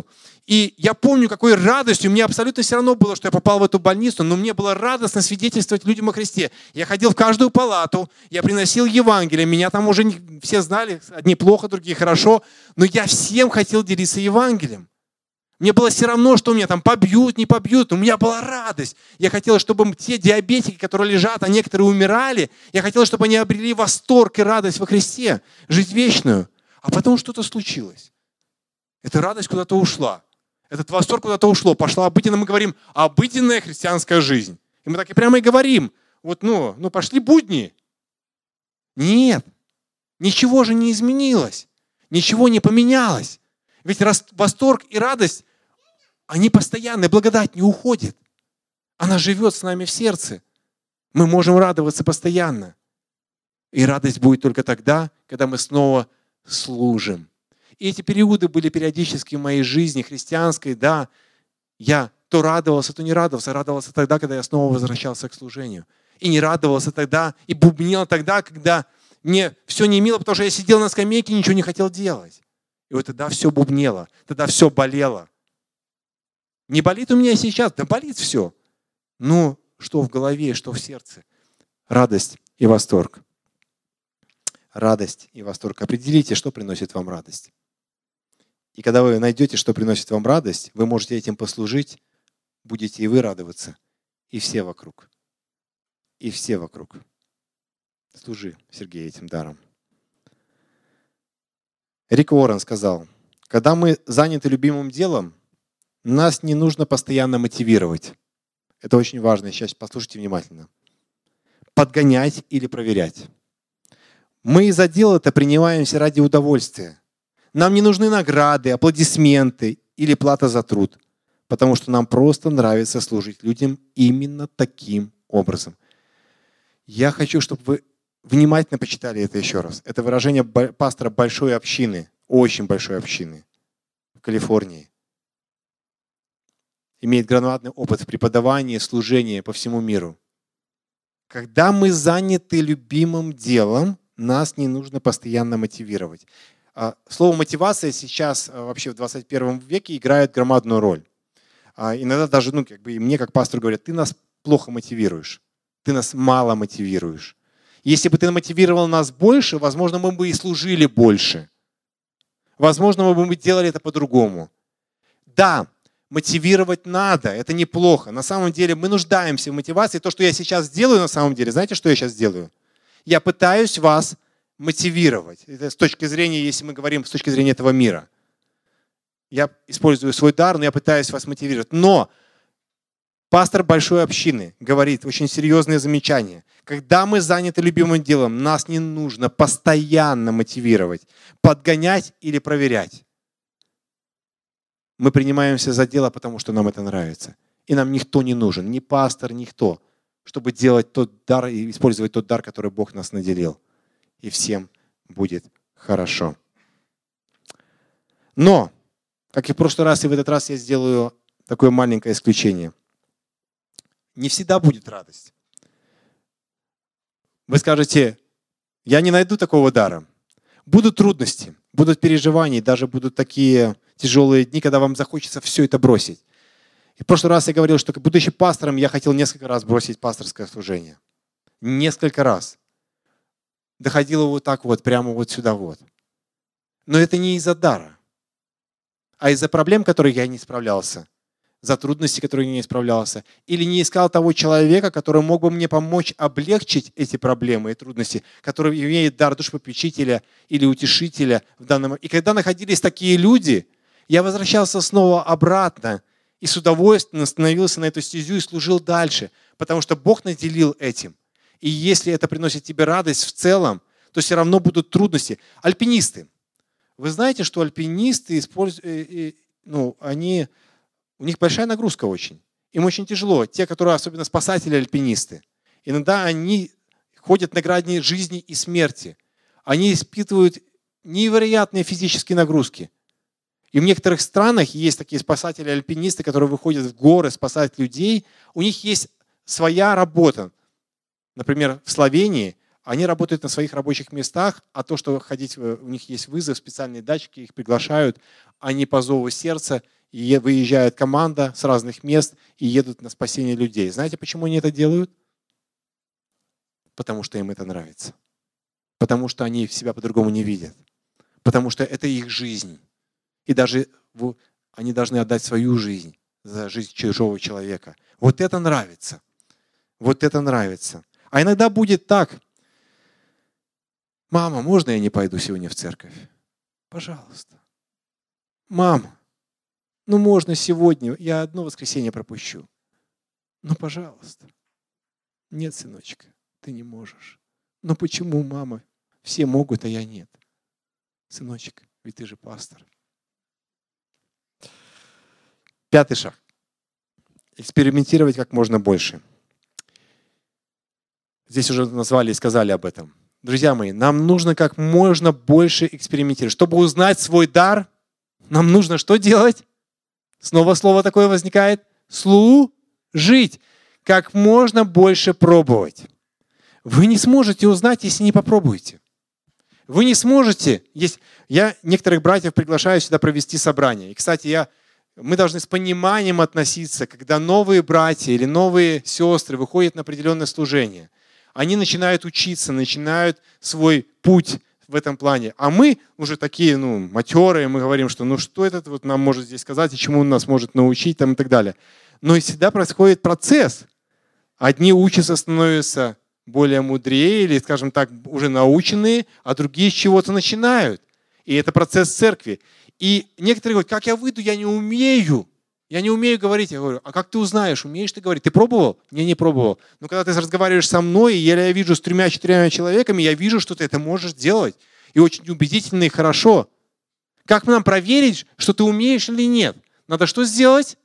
И я помню, какой радостью, мне абсолютно все равно было, что я попал в эту больницу, но мне было радостно свидетельствовать людям о Христе. Я ходил в каждую палату, я приносил Евангелие, меня там уже все знали, одни плохо, другие хорошо, но я всем хотел делиться Евангелием. Мне было все равно, что меня там побьют, не побьют, но у меня была радость. Я хотел, чтобы те диабетики, которые лежат, а некоторые умирали, я хотел, чтобы они обрели восторг и радость во Христе, жизнь вечную. А потом что-то случилось. Эта радость куда-то ушла. Этот восторг куда-то ушло. Пошла обыденно, мы говорим, обыденная христианская жизнь. И мы так и прямо и говорим, вот пошли будни. Нет, ничего же не изменилось. Ничего не поменялось. Ведь восторг и радость, они постоянные, благодать не уходит. Она живет с нами в сердце. Мы можем радоваться постоянно. И радость будет только тогда, когда мы снова служим. И эти периоды были периодически в моей жизни, христианской, да. Я то радовался, то не радовался. Радовался тогда, когда я снова возвращался к служению. И не радовался тогда, и бубнил тогда, когда мне все не мило, потому что я сидел на скамейке и ничего не хотел делать. И вот тогда все бубнело, тогда все болело. Не болит у меня сейчас, да болит все. Ну, что в голове, что в сердце. Радость и восторг. Радость и восторг. Определите, что приносит вам радость. И когда вы найдете, что приносит вам радость, вы можете этим послужить, будете и вы радоваться, и все вокруг. И все вокруг. Служи, Сергей, этим даром. Рик Уоррен сказал, когда мы заняты любимым делом, нас не нужно постоянно мотивировать. Это очень важно, сейчас послушайте внимательно. Подгонять или проверять. Мы за дело-то принимаемся ради удовольствия. Нам не нужны награды, аплодисменты или плата за труд, потому что нам просто нравится служить людям именно таким образом. Я хочу, чтобы вы внимательно почитали это еще раз. Это выражение пастора большой общины, очень большой общины в Калифорнии. Имеет громадный опыт в преподавании, служении по всему миру. Когда мы заняты любимым делом, нас не нужно постоянно мотивировать. Слово «мотивация» сейчас вообще в 21 веке играет громадную роль. Иногда даже и мне, как пастору, говорят, ты нас плохо мотивируешь, ты нас мало мотивируешь. Если бы ты мотивировал нас больше, возможно, мы бы и служили больше. Возможно, мы бы делали это по-другому. Да, мотивировать надо, это неплохо. На самом деле мы нуждаемся в мотивации. То, что я сейчас делаю на самом деле, знаете, что я сейчас делаю? Я пытаюсь вас мотивировать. Это с точки зрения, если мы говорим с точки зрения этого мира. Я использую свой дар, но я пытаюсь вас мотивировать. Но пастор большой общины говорит очень серьезное замечание. Когда мы заняты любимым делом, нас не нужно постоянно мотивировать, подгонять или проверять. Мы принимаемся за дело, потому что нам это нравится. И нам никто не нужен, ни пастор, никто, чтобы делать тот дар и использовать тот дар, который Бог нас наделил. И всем будет хорошо. Но, как и в прошлый раз, и в этот раз я сделаю такое маленькое исключение. Не всегда будет радость. Вы скажете, я не найду такого дара. Будут трудности, будут переживания, даже будут такие тяжелые дни, когда вам захочется все это бросить. И в прошлый раз я говорил, что будучи пастором, я хотел несколько раз бросить пасторское служение. Несколько раз. Доходило вот так вот, прямо вот сюда вот. Но это не из-за дара, а из-за проблем, которые я не справлялся, за трудности, которые я не справлялся, или не искал того человека, который мог бы мне помочь облегчить эти проблемы и трудности, который имеет дар душепопечителя или утешителя в данном момент. И когда находились такие люди, я возвращался снова обратно и с удовольствием становился на эту стезю и служил дальше, потому что Бог наделил этим. И если это приносит тебе радость в целом, то все равно будут трудности. Альпинисты. Вы знаете, что альпинисты используют, у них большая нагрузка очень. Им очень тяжело. Те, которые особенно спасатели-альпинисты. Иногда они ходят на грани жизни и смерти. Они испытывают невероятные физические нагрузки. И в некоторых странах есть такие спасатели-альпинисты, которые выходят в горы спасать людей. У них есть своя работа. Например, в Словении Они работают на своих рабочих местах, а то, что ходить, у них есть вызов, специальные датчики, их приглашают, они по зову сердца, и выезжает команда с разных мест и едут на спасение людей. Знаете, почему они это делают? Потому что им это нравится. Потому что они себя по-другому не видят. Потому что это их жизнь. И даже они должны отдать свою жизнь за жизнь чужого человека. Вот это нравится. Вот это нравится. А иногда будет так. Мама, можно я не пойду сегодня в церковь? Пожалуйста. Мама, ну можно сегодня, я одно воскресенье пропущу. Ну, пожалуйста. Нет, сыночка, ты не можешь. Ну почему, мама? Все могут, а я нет. Сыночек, ведь ты же пастор. 5-й шаг. Экспериментировать как можно больше. Здесь уже назвали и сказали об этом. Друзья мои, нам нужно как можно больше экспериментировать. Чтобы узнать свой дар, нам нужно что делать? Снова слово такое возникает. Служить. Как можно больше пробовать. Вы не сможете узнать, если не попробуете. Вы не сможете. Я некоторых братьев приглашаю сюда провести собрание. И, кстати, мы должны с пониманием относиться, когда новые братья или новые сестры выходят на определенное служение. Они начинают учиться, начинают свой путь в этом плане. А мы уже такие, матерые, мы говорим, что что этот вот нам может здесь сказать, и чему он нас может научить там, и так далее. Но и всегда происходит процесс. Одни учатся, становятся более мудрее или, скажем так, уже наученные, а другие с чего-то начинают. И это процесс церкви. И некоторые говорят, как я выйду, я не умею. Я не умею говорить. Я говорю, а как ты узнаешь, умеешь ты говорить? Ты пробовал? Не пробовал. Но когда ты разговариваешь со мной, и я вижу с 3-4 человеками, я вижу, что ты это можешь делать. И очень убедительно и хорошо. Как нам проверить, что ты умеешь или нет? Надо что сделать?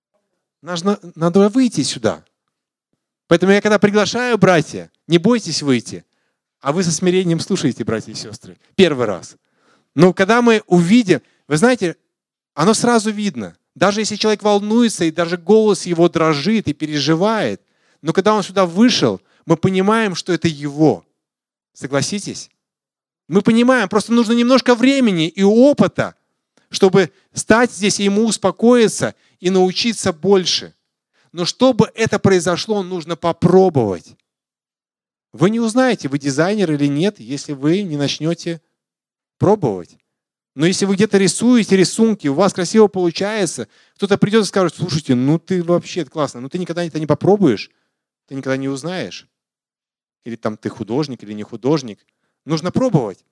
Надо выйти сюда. Поэтому я когда приглашаю, братья, не бойтесь выйти. А вы со смирением слушаете, братья и сестры. Первый раз. Но когда мы увидим, вы знаете, оно сразу видно. Даже если человек волнуется, и даже голос его дрожит и переживает, но когда он сюда вышел, мы понимаем, что это его. Согласитесь? Мы понимаем, просто нужно немножко времени и опыта, чтобы стать здесь и ему успокоиться и научиться больше. Но чтобы это произошло, нужно попробовать. Вы не узнаете, вы дизайнер или нет, если вы не начнете пробовать. Но если вы где-то рисуете рисунки, у вас красиво получается, кто-то придет и скажет, слушайте, ты вообще классно, ты никогда это не попробуешь, ты никогда не узнаешь. Или там ты художник или не художник. Нужно пробовать.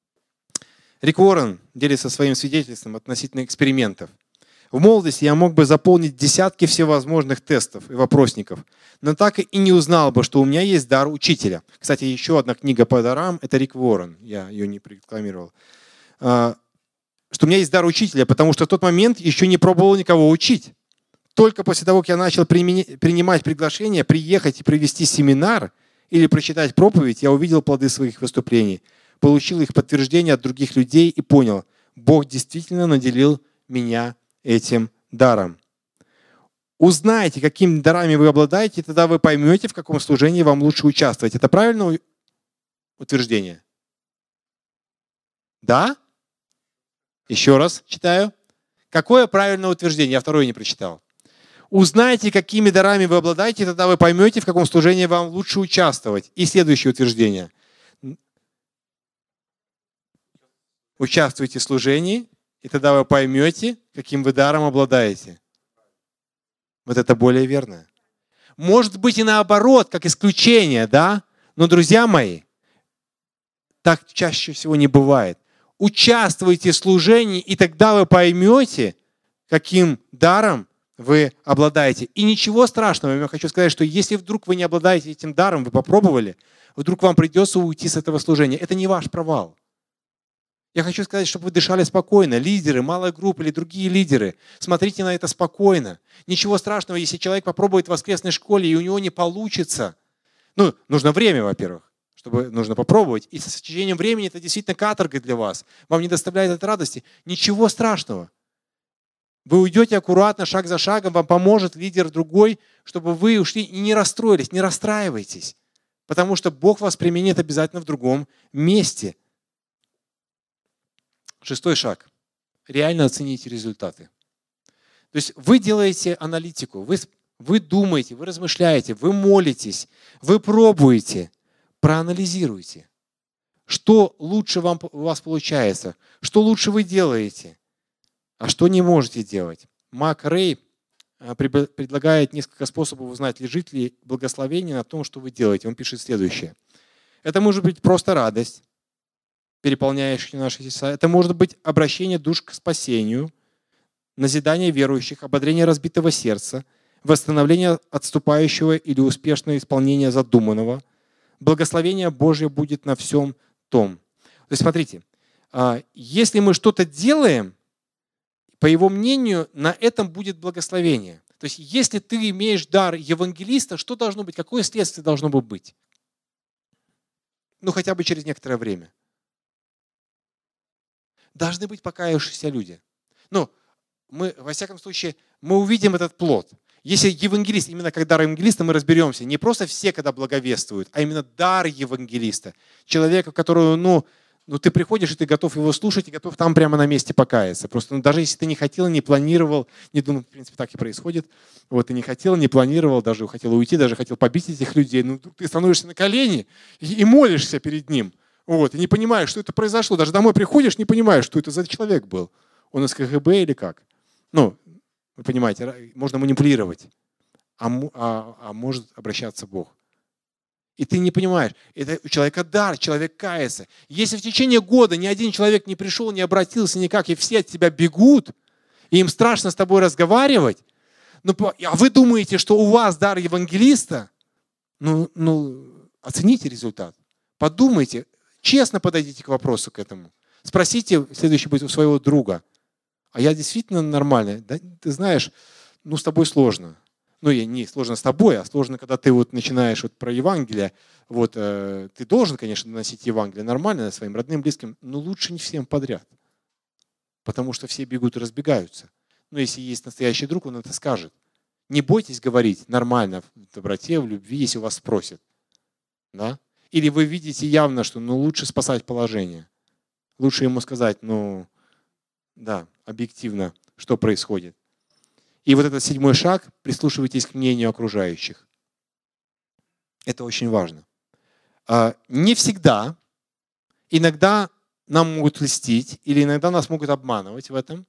Рик Уоррен делится своим свидетельством относительно экспериментов. В молодости я мог бы заполнить десятки всевозможных тестов и вопросников, но так и не узнал бы, что у меня есть дар учителя. Кстати, еще одна книга по дарам – это Рик Уоррен, я ее не рекламировал. Что у меня есть дар учителя, потому что в тот момент еще не пробовал никого учить. Только после того, как я начал принимать приглашение, приехать и провести семинар или прочитать проповедь, я увидел плоды своих выступлений, получил их подтверждение от других людей и понял, Бог действительно наделил меня этим даром. Узнайте, какими дарами вы обладаете, и тогда вы поймете, в каком служении вам лучше участвовать. Это правильное утверждение? Да? Еще раз читаю. Какое правильное утверждение? Я второе не прочитал. Узнайте, какими дарами вы обладаете, и тогда вы поймете, в каком служении вам лучше участвовать. И следующее утверждение. Участвуйте в служении, и тогда вы поймете, каким вы даром обладаете. Вот это более верно. Может быть и наоборот, как исключение, да? Но, друзья мои, так чаще всего не бывает. Участвуйте в служении, и тогда вы поймете, каким даром вы обладаете. И ничего страшного, я хочу сказать, что если вдруг вы не обладаете этим даром, вы попробовали, вдруг вам придется уйти с этого служения. Это не ваш провал. Я хочу сказать, чтобы вы дышали спокойно. Лидеры, малая группа или другие лидеры, смотрите на это спокойно. Ничего страшного, если человек попробует в воскресной школе, и у него не получится. Нужно время, во-первых, нужно попробовать. И с течением времени это действительно каторга для вас. Вам не доставляет это радости. Ничего страшного. Вы уйдете аккуратно, шаг за шагом, вам поможет лидер другой, чтобы вы ушли и не расстроились, не расстраивайтесь. Потому что Бог вас применит обязательно в другом месте. 6 шаг. Реально оцените результаты. То есть вы делаете аналитику, вы думаете, вы размышляете, вы молитесь, вы пробуете, проанализируйте. Что лучше у вас получается, что лучше вы делаете, а что не можете делать. Мак Рэй предлагает несколько способов узнать, лежит ли благословение на том, что вы делаете. Он пишет следующее. Это может быть просто радость, переполняющая наши сердца. Это может быть обращение душ к спасению, назидание верующих, ободрение разбитого сердца, восстановление отступающего или успешное исполнение задуманного. Благословение Божье будет на всем том. То есть смотрите, если мы что-то делаем, по его мнению, на этом будет благословение. То есть если ты имеешь дар евангелиста, что должно быть? Какое следствие должно быть? Ну, хотя бы через некоторое время. Должны быть покаявшиеся люди. Ну, мы, во всяком случае, мы увидим этот плод. Если евангелист, именно как дар евангелиста, мы разберемся. Не просто все, когда благовествуют, а именно дар евангелиста. Человека, которого, ну, ты приходишь, и ты готов его слушать, и готов там прямо на месте покаяться. Просто даже если ты не хотел, не планировал, не думал, в принципе, так и происходит. Вот, ты не хотел, не планировал, даже хотел уйти, даже хотел побить этих людей. Ну, ты становишься на колени и молишься перед ним. Вот, и не понимаешь, что это произошло. Даже домой приходишь, не понимаешь, что это за человек был. Он из КГБ или как? Ну, вы понимаете, можно манипулировать, а может обращаться Бог. И ты не понимаешь, это у человека дар, человек кается. Если в течение года ни один человек не пришел, не обратился никак, и все от тебя бегут, и им страшно с тобой разговаривать, а вы думаете, что у вас дар евангелиста, оцените результат, подумайте, честно подойдите к вопросу к этому. Спросите, следующий будет у своего друга, а я действительно нормальный? Да, ты знаешь, с тобой сложно. Не сложно с тобой, а сложно, когда ты вот начинаешь вот про Евангелие. Вот, ты должен, конечно, носить Евангелие нормально своим родным, близким, но лучше не всем подряд. Потому что все бегут и разбегаются. Но если есть настоящий друг, он это скажет. Не бойтесь говорить нормально, в доброте, в любви, если вас спросят. Да? Или вы видите явно, что лучше спасать положение. Лучше ему сказать, объективно, что происходит. И вот этот 7 шаг, прислушивайтесь к мнению окружающих. Это очень важно. Не всегда, иногда нам могут льстить, или иногда нас могут обманывать в этом.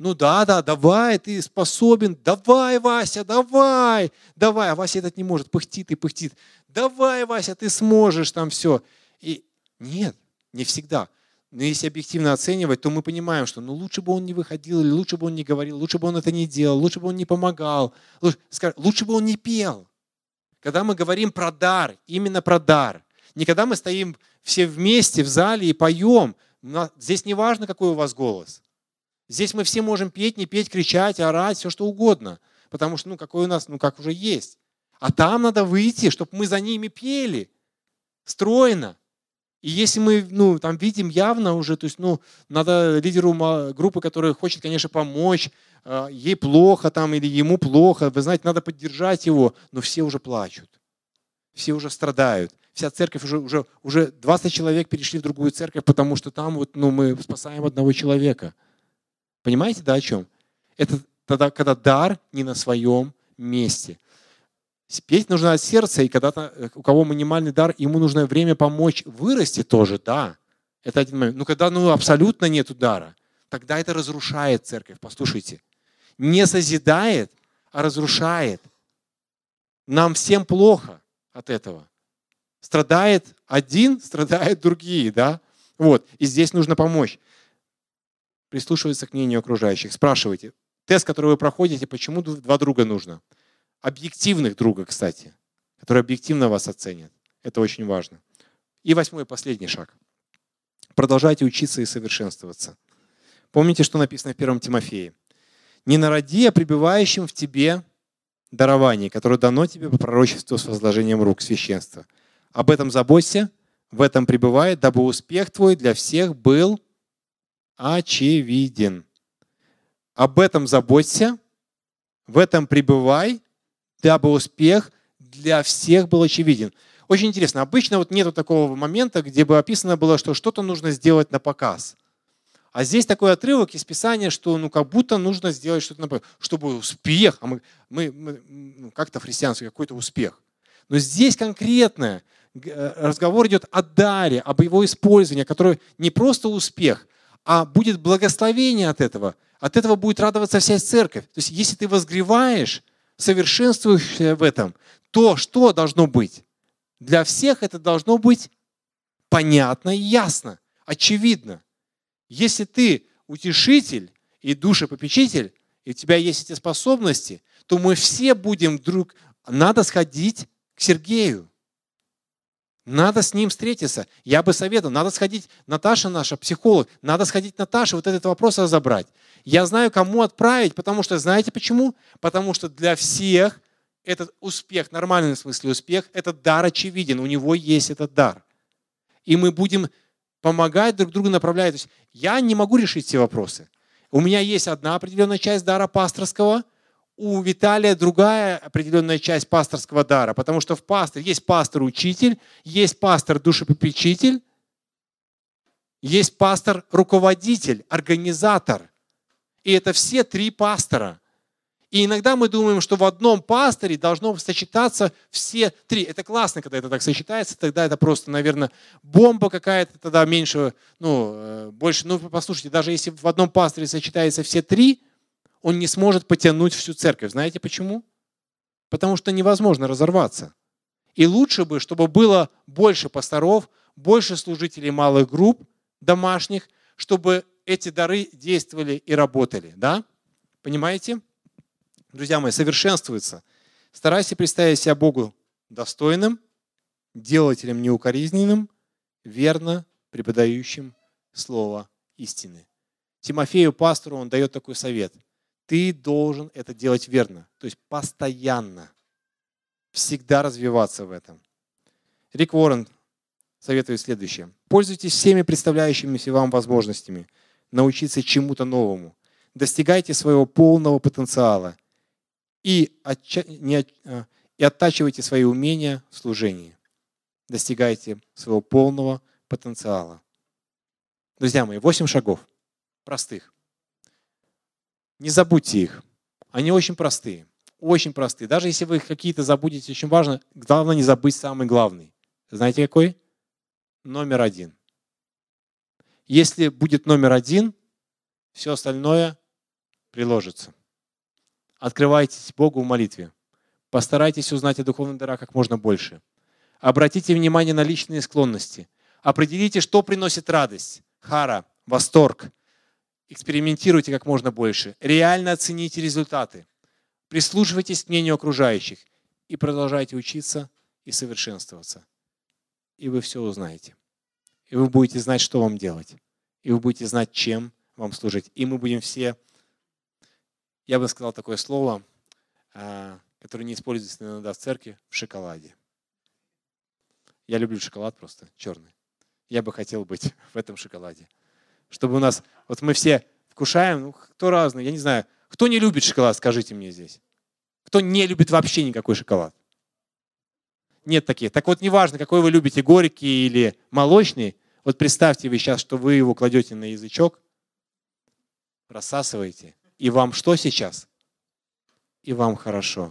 Давай, ты способен, давай, Вася, давай. А Вася этот не может, пыхтит и пыхтит. Давай, Вася, ты сможешь там все. И нет, не всегда. Но если объективно оценивать, то мы понимаем, что лучше бы он не выходил, или лучше бы он не говорил, лучше бы он это не делал, лучше бы он не помогал, лучше бы он не пел. Когда мы говорим про дар, именно про дар, не когда мы стоим все вместе в зале и поем, здесь не важно, какой у вас голос. Здесь мы все можем петь, не петь, кричать, орать, все что угодно, потому что какой у нас, как уже есть. А там надо выйти, чтобы мы за ними пели, стройно. И если мы там видим явно уже, то есть надо лидеру группы, который хочет, конечно, помочь, ей плохо там или ему плохо, вы знаете, надо поддержать его, но все уже плачут, все уже страдают. Вся церковь уже 20 человек перешли в другую церковь, потому что там мы спасаем одного человека. Понимаете, о чем? Это тогда, когда дар не на своем месте. Петь нужно от сердца, и когда-то, у кого минимальный дар, ему нужно время помочь вырасти тоже, да. Это один момент. Но когда абсолютно нет дара, тогда это разрушает церковь. Послушайте. Не созидает, а разрушает. Нам всем плохо от этого. Страдает один, страдают другие, да. Вот. И здесь нужно помочь. Прислушиваться к мнению окружающих. Спрашивайте. Тест, который вы проходите, почему 2 друга нужно? Объективных друга, кстати, которые объективно вас оценят. Это очень важно. И 8, последний шаг. Продолжайте учиться и совершенствоваться. Помните, что написано в 1 Тимофее? «Не народи о пребывающем в тебе даровании, которое дано тебе по пророчеству с возложением рук священства. Об этом заботься, в этом пребывай, дабы успех твой для всех был очевиден». Об этом заботься, в этом пребывай, дабы успех для всех был очевиден. Очень интересно. Обычно вот нету такого момента, где бы описано было, что что-то нужно сделать на показ. А здесь такой отрывок из Писания, что ну как будто нужно сделать что-то на показ, чтобы успех, а мы как-то в христианстве какой-то успех. Но здесь конкретно разговор идет о даре, об его использовании, который не просто успех, а будет благословение от этого. От этого будет радоваться вся церковь. То есть если ты возгреваешь, совершенствуешься в этом, то что должно быть? Для всех это должно быть понятно и ясно, очевидно. Если ты утешитель и душепопечитель, и у тебя есть эти способности, то мы все будем вдруг... Надо сходить к Сергею. Надо с ним встретиться. Я бы советовал, надо сходить, Наташа наша, психолог, надо сходить Наташе, вот этот вопрос разобрать. Я знаю, кому отправить, потому что, знаете почему? Потому что для всех этот успех, нормальный в смысле успех, этот дар очевиден, у него есть этот дар. И мы будем помогать друг другу, направлять. То есть я не могу решить все вопросы. У меня есть одна определенная часть дара пасторского, у Виталия другая определенная часть пасторского дара, потому что в пасторе есть пастор-учитель, есть пастор-душепопечитель, есть пастор-руководитель, организатор. И это все три пастора. И иногда мы думаем, что в одном пасторе должно сочетаться все три. Это классно, когда это так сочетается, тогда это просто, наверное, бомба какая-то, тогда меньше, больше. Ну, послушайте, даже если в одном пасторе сочетаются все три, он не сможет потянуть всю церковь. Знаете почему? Потому что невозможно разорваться. И лучше бы, чтобы было больше пасторов, больше служителей малых групп домашних, чтобы эти дары действовали и работали. Да? Понимаете? Друзья мои, совершенствуется. Старайся представить себя Богу достойным, делателем неукоризненным, верно преподающим слово истины. Тимофею, пастору, он дает такой совет. Ты должен это делать верно, то есть постоянно, всегда развиваться в этом. Рик Уоррен советует следующее. Пользуйтесь всеми представляющимися вам возможностями научиться чему-то новому. Достигайте своего полного потенциала и оттачивайте свои умения в служении. Достигайте своего полного потенциала. Друзья мои, 8 шагов простых. Не забудьте их. Они очень простые. Очень простые. Даже если вы какие-то забудете, очень важно, главное не забыть самый главный. Знаете какой? Номер 1. Если будет номер 1, все остальное приложится. Открывайтесь Богу в молитве. Постарайтесь узнать о духовных дарах как можно больше. Обратите внимание на личные склонности. Определите, что приносит радость, хара, восторг. Экспериментируйте как можно больше. Реально оцените результаты. Прислушивайтесь к мнению окружающих. И продолжайте учиться и совершенствоваться. И вы все узнаете. И вы будете знать, что вам делать. И вы будете знать, чем вам служить. И мы будем все, я бы сказал такое слово, которое не используется иногда в церкви, в шоколаде. Я люблю шоколад просто, черный. Я бы хотел быть в этом шоколаде. Чтобы у нас, вот мы все вкушаем, кто разный, я не знаю. Кто не любит шоколад, скажите мне здесь. Кто не любит вообще никакой шоколад? Нет таких. Так вот, неважно, какой вы любите, горький или молочный, вот представьте вы сейчас, что вы его кладете на язычок, рассасываете, и вам что сейчас? И вам хорошо.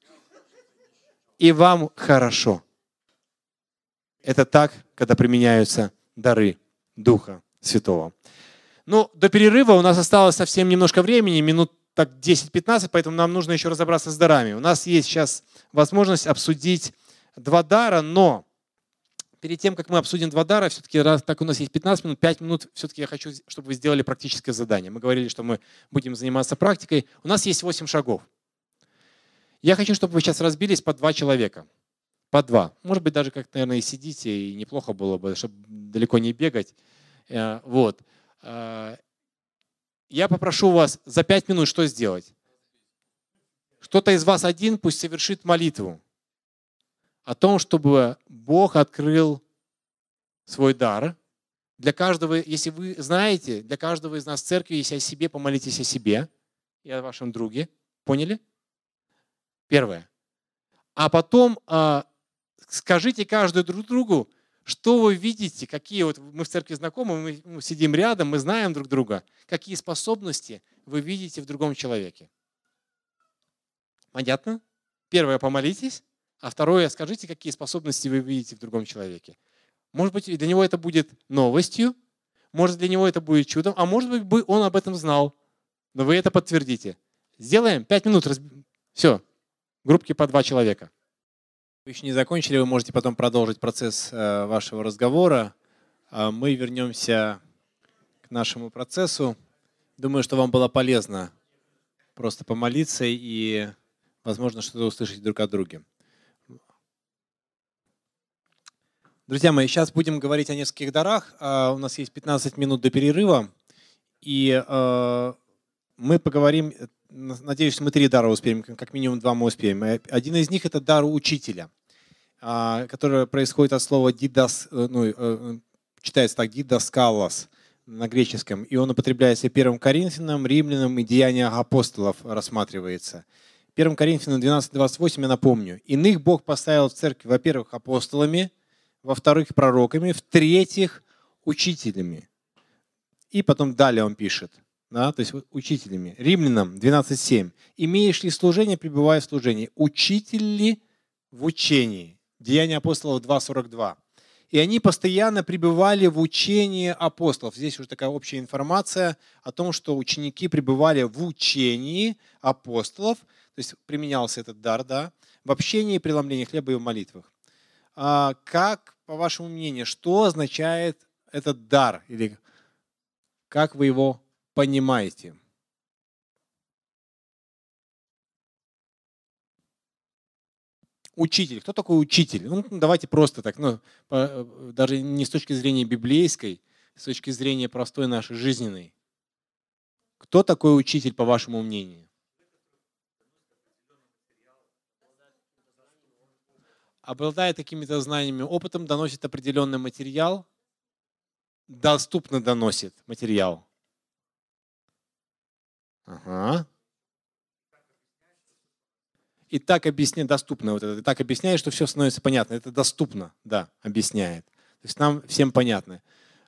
И вам хорошо. Это так, когда применяются дары Духа Святого. Ну, до перерыва у нас осталось совсем немножко времени, минут так 10-15, поэтому нам нужно еще разобраться с дарами. У нас есть сейчас возможность обсудить 2 дара, но перед тем, как мы обсудим 2 дара, все-таки, раз так у нас есть 15 минут, 5 минут, все-таки я хочу, чтобы вы сделали практическое задание. Мы говорили, что мы будем заниматься практикой. У нас есть 8 шагов. Я хочу, чтобы вы сейчас разбились по 2 человека. По 2. Может быть, даже как-то, наверное, и сидите, и неплохо было бы, чтобы далеко не бегать. Вот. Я попрошу вас за 5 минут что сделать? Кто-то из вас один пусть совершит молитву о том, чтобы Бог открыл свой дар. Для каждого, если вы знаете, для каждого из нас в церкви, если о себе, помолитесь о себе и о вашем друге. Поняли? Первое. А потом скажите каждый друг другу, что вы видите, какие вот мы в церкви знакомы, мы сидим рядом, мы знаем друг друга, какие способности вы видите в другом человеке. Понятно? Первое, помолитесь, а второе, скажите, какие способности вы видите в другом человеке. Может быть, для него это будет новостью, может, для него это будет чудом, а может быть, он об этом знал, но вы это подтвердите. Сделаем 5 минут. Все. Группки по 2 человека. Вы еще не закончили, вы можете потом продолжить процесс вашего разговора. Мы вернемся к нашему процессу. Думаю, что вам было полезно просто помолиться и, возможно, что-то услышать друг от друга. Друзья мои, сейчас будем говорить о нескольких дарах. У нас есть 15 минут до перерыва. И мы поговорим, надеюсь, мы 3 дара успеем, как минимум 2 мы успеем. Один из них – это дар учителя, который происходит от слова «дидас», читается так «дидаскалос» на греческом. И он употребляется 1 Коринфянам, Римлянам и Деяниях апостолов рассматривается. 1 Коринфянам 12:28 я напомню. «Иных Бог поставил в церкви, во-первых, апостолами, во-вторых, пророками, в-третьих, учителями». И потом далее он пишет, да, то есть учителями. Римлянам 12:7. «Имеешь ли служение, пребывай в служении. Учитель ли в учении?» Деяния апостолов 2:42. «И они постоянно пребывали в учении апостолов». Здесь уже такая общая информация о том, что ученики пребывали в учении апостолов, то есть применялся этот дар, да, в общении, преломлении хлеба и в молитвах. Как, по вашему мнению, что означает этот дар? Или как вы его понимаете? Учитель. Кто такой учитель? Ну, давайте просто так, даже не с точки зрения библейской, с точки зрения простой нашей жизненной. Кто такой учитель, по вашему мнению? Обладает какими-то знаниями, опытом, доносит определенный материал, доступно доносит материал. Ага. И так объясняет, доступно вот это, и так объясняет, что все становится понятно. Это доступно, да, объясняет. То есть нам всем понятно.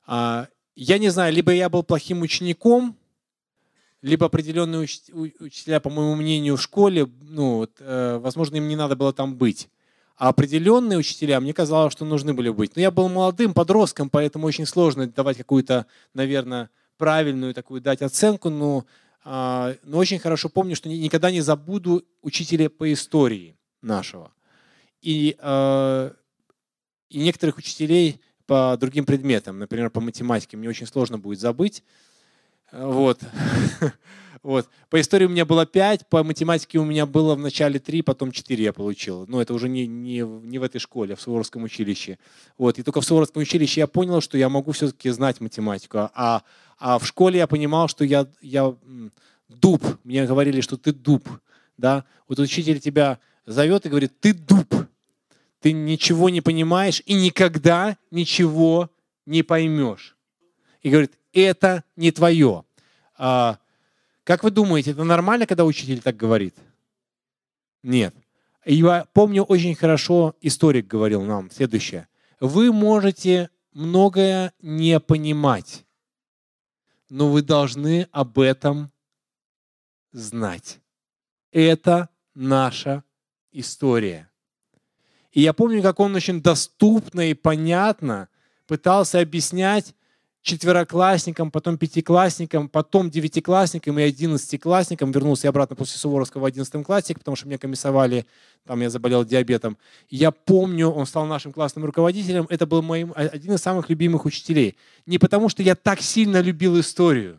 Я не знаю, либо я был плохим учеником, либо определенные учителя, по моему мнению, в школе, возможно, им не надо было там быть. А определенные учителя, мне казалось, что нужны были быть. Но я был молодым подростком, поэтому очень сложно давать какую-то, наверное, правильную такую дать оценку, но очень хорошо помню, что никогда не забуду учителя по истории нашего. И некоторых учителей по другим предметам, например, по математике, мне очень сложно будет забыть. Вот. Вот. По истории у меня было 5, по математике у меня было вначале 3, потом 4 я получил. Но это уже не в этой школе, а в Суворовском училище. Вот. И только в Суворовском училище я понял, что я могу все-таки знать математику. А в школе я понимал, что я дуб. Мне говорили, что ты дуб. Да? Вот учитель тебя зовет и говорит, ты дуб. Ты ничего не понимаешь и никогда ничего не поймешь. И говорит, это не твое. Как вы думаете, это нормально, когда учитель так говорит? Нет. И я помню очень хорошо, историк говорил нам следующее. Вы можете многое не понимать, но вы должны об этом знать. Это наша история. И я помню, как он очень доступно и понятно пытался объяснять четвероклассникам, потом пятиклассникам, потом девятиклассникам и 11-классникам. Вернулся я обратно после Суворовского в 11 классе, потому что меня комиссовали, там я заболел диабетом. И я помню, он стал нашим классным руководителем. Это был один из самых любимых учителей. Не потому, что я так сильно любил историю,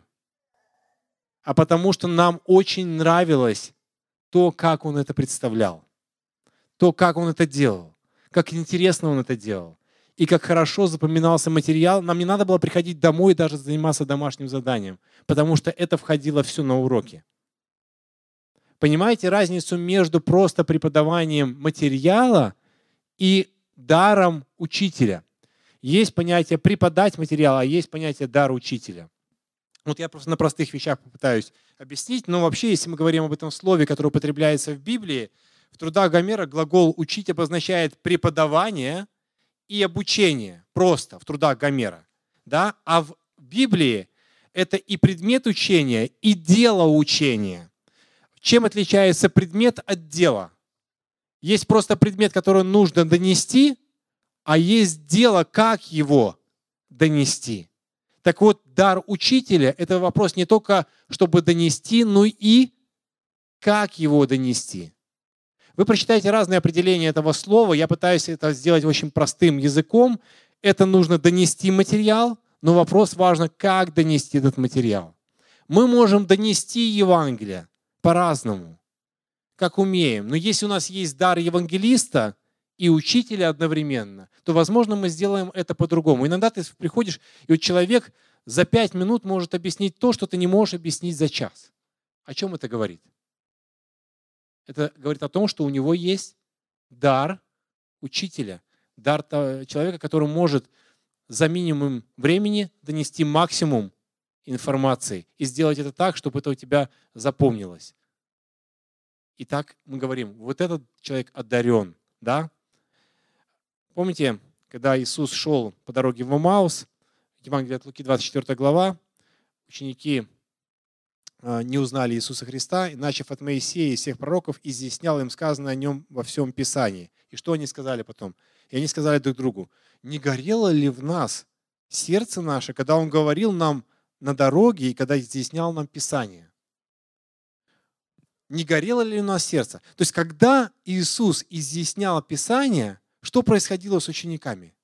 а потому, что нам очень нравилось то, как он это представлял, то, как он это делал, как интересно он это делал. И как хорошо запоминался материал. Нам не надо было приходить домой и даже заниматься домашним заданием, потому что это входило все на уроки. Понимаете разницу между просто преподаванием материала и даром учителя? Есть понятие преподать материал, а есть понятие дар учителя. Вот я просто на простых вещах попытаюсь объяснить. Но вообще, если мы говорим об этом слове, которое употребляется в Библии, В трудах Гомера глагол «учить» обозначает преподавание и обучение. Просто в трудах Гомера. Да? А в Библии это и предмет учения, и дело учения. Чем отличается предмет от дела? Есть просто предмет, который нужно донести, а есть дело, как его донести. Так вот, дар учителя – это вопрос не только, чтобы донести, но и как его донести. Вы прочитаете разные определения этого слова. Я пытаюсь это сделать очень простым языком. Это нужно донести материал, но вопрос важно, как донести этот материал. Мы можем донести Евангелие по-разному, как умеем. Но если у нас есть дар евангелиста и учителя одновременно, то, возможно, мы сделаем это по-другому. Иногда ты приходишь, и вот человек за 5 минут может объяснить то, что ты не можешь объяснить за час. О чем это говорит? Это говорит о том, что у него есть дар учителя, дар человека, который может за минимум времени донести максимум информации и сделать это так, чтобы это у тебя запомнилось. Итак, мы говорим, вот этот человек одарен, да? Помните, когда Иисус шел по дороге в Эмаус, Евангелие от Луки, 24 глава, ученики не узнали Иисуса Христа, и, начав от Моисея и всех пророков, изъяснял им сказанное о нем во всем Писании. И что они сказали потом? И они сказали друг другу, не горело ли в нас сердце наше, когда Он говорил нам на дороге и когда изъяснял нам Писание? Не горело ли у нас сердце? То есть, когда Иисус изъяснял Писание, что происходило с учениками?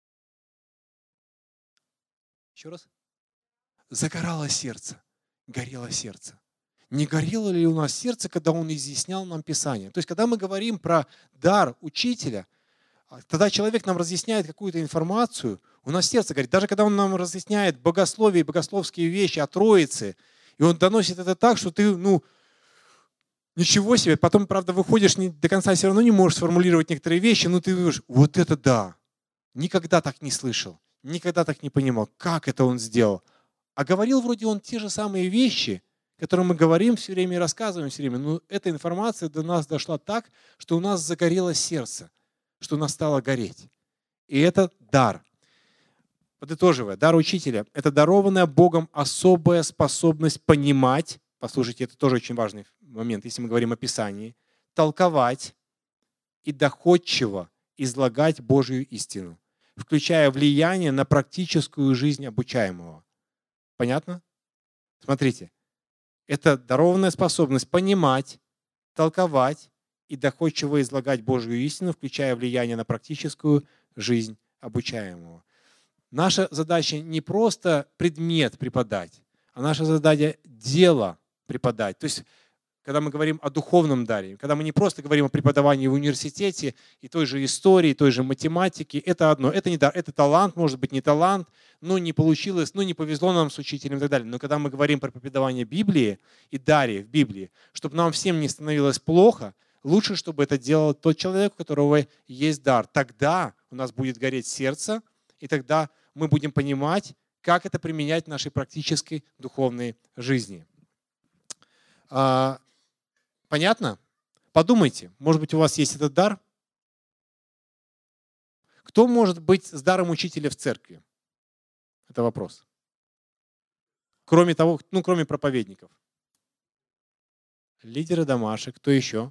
Еще раз. Загорало сердце, горело сердце. Не горело ли у нас сердце, когда Он изъяснял нам Писание? То есть, когда мы говорим про дар учителя, тогда человек нам разъясняет какую-то информацию, у нас сердце горит. Даже когда Он нам разъясняет богословие и богословские вещи о Троице, и Он доносит это так, что ты, ничего себе. Потом, правда, выходишь до конца, все равно не можешь сформулировать некоторые вещи, но ты говоришь, вот это да. Никогда так не слышал, никогда так не понимал, как это Он сделал. А говорил вроде Он те же самые вещи, которые мы говорим все время и рассказываем все время. Но эта информация до нас дошла так, что у нас загорелось сердце, что у нас стало гореть. И это дар. Подытоживая, дар учителя – это дарованная Богом особая способность понимать, послушайте, это тоже очень важный момент, если мы говорим о Писании, толковать и доходчиво излагать Божью истину, включая влияние на практическую жизнь обучаемого. Понятно? Смотрите, это дарованная способность понимать, толковать и доходчиво излагать Божью истину, включая влияние на практическую жизнь обучаемого. Наша задача не просто предмет преподать, а наша задача дело преподать. То есть, когда мы говорим о духовном даре, когда мы не просто говорим о преподавании в университете и той же истории, той же математике, это одно. Это не дар, это талант, может быть, не талант, не получилось, не повезло нам с учителем и так далее. Но когда мы говорим про преподавание Библии и даре в Библии, чтобы нам всем не становилось плохо, лучше, чтобы это делал тот человек, у которого есть дар. Тогда у нас будет гореть сердце, и тогда мы будем понимать, как это применять в нашей практической духовной жизни. Понятно? Подумайте, может быть, у вас есть этот дар? Кто может быть с даром учителя в церкви? Это вопрос. Кроме того, кроме проповедников. Лидеры домашек, кто еще?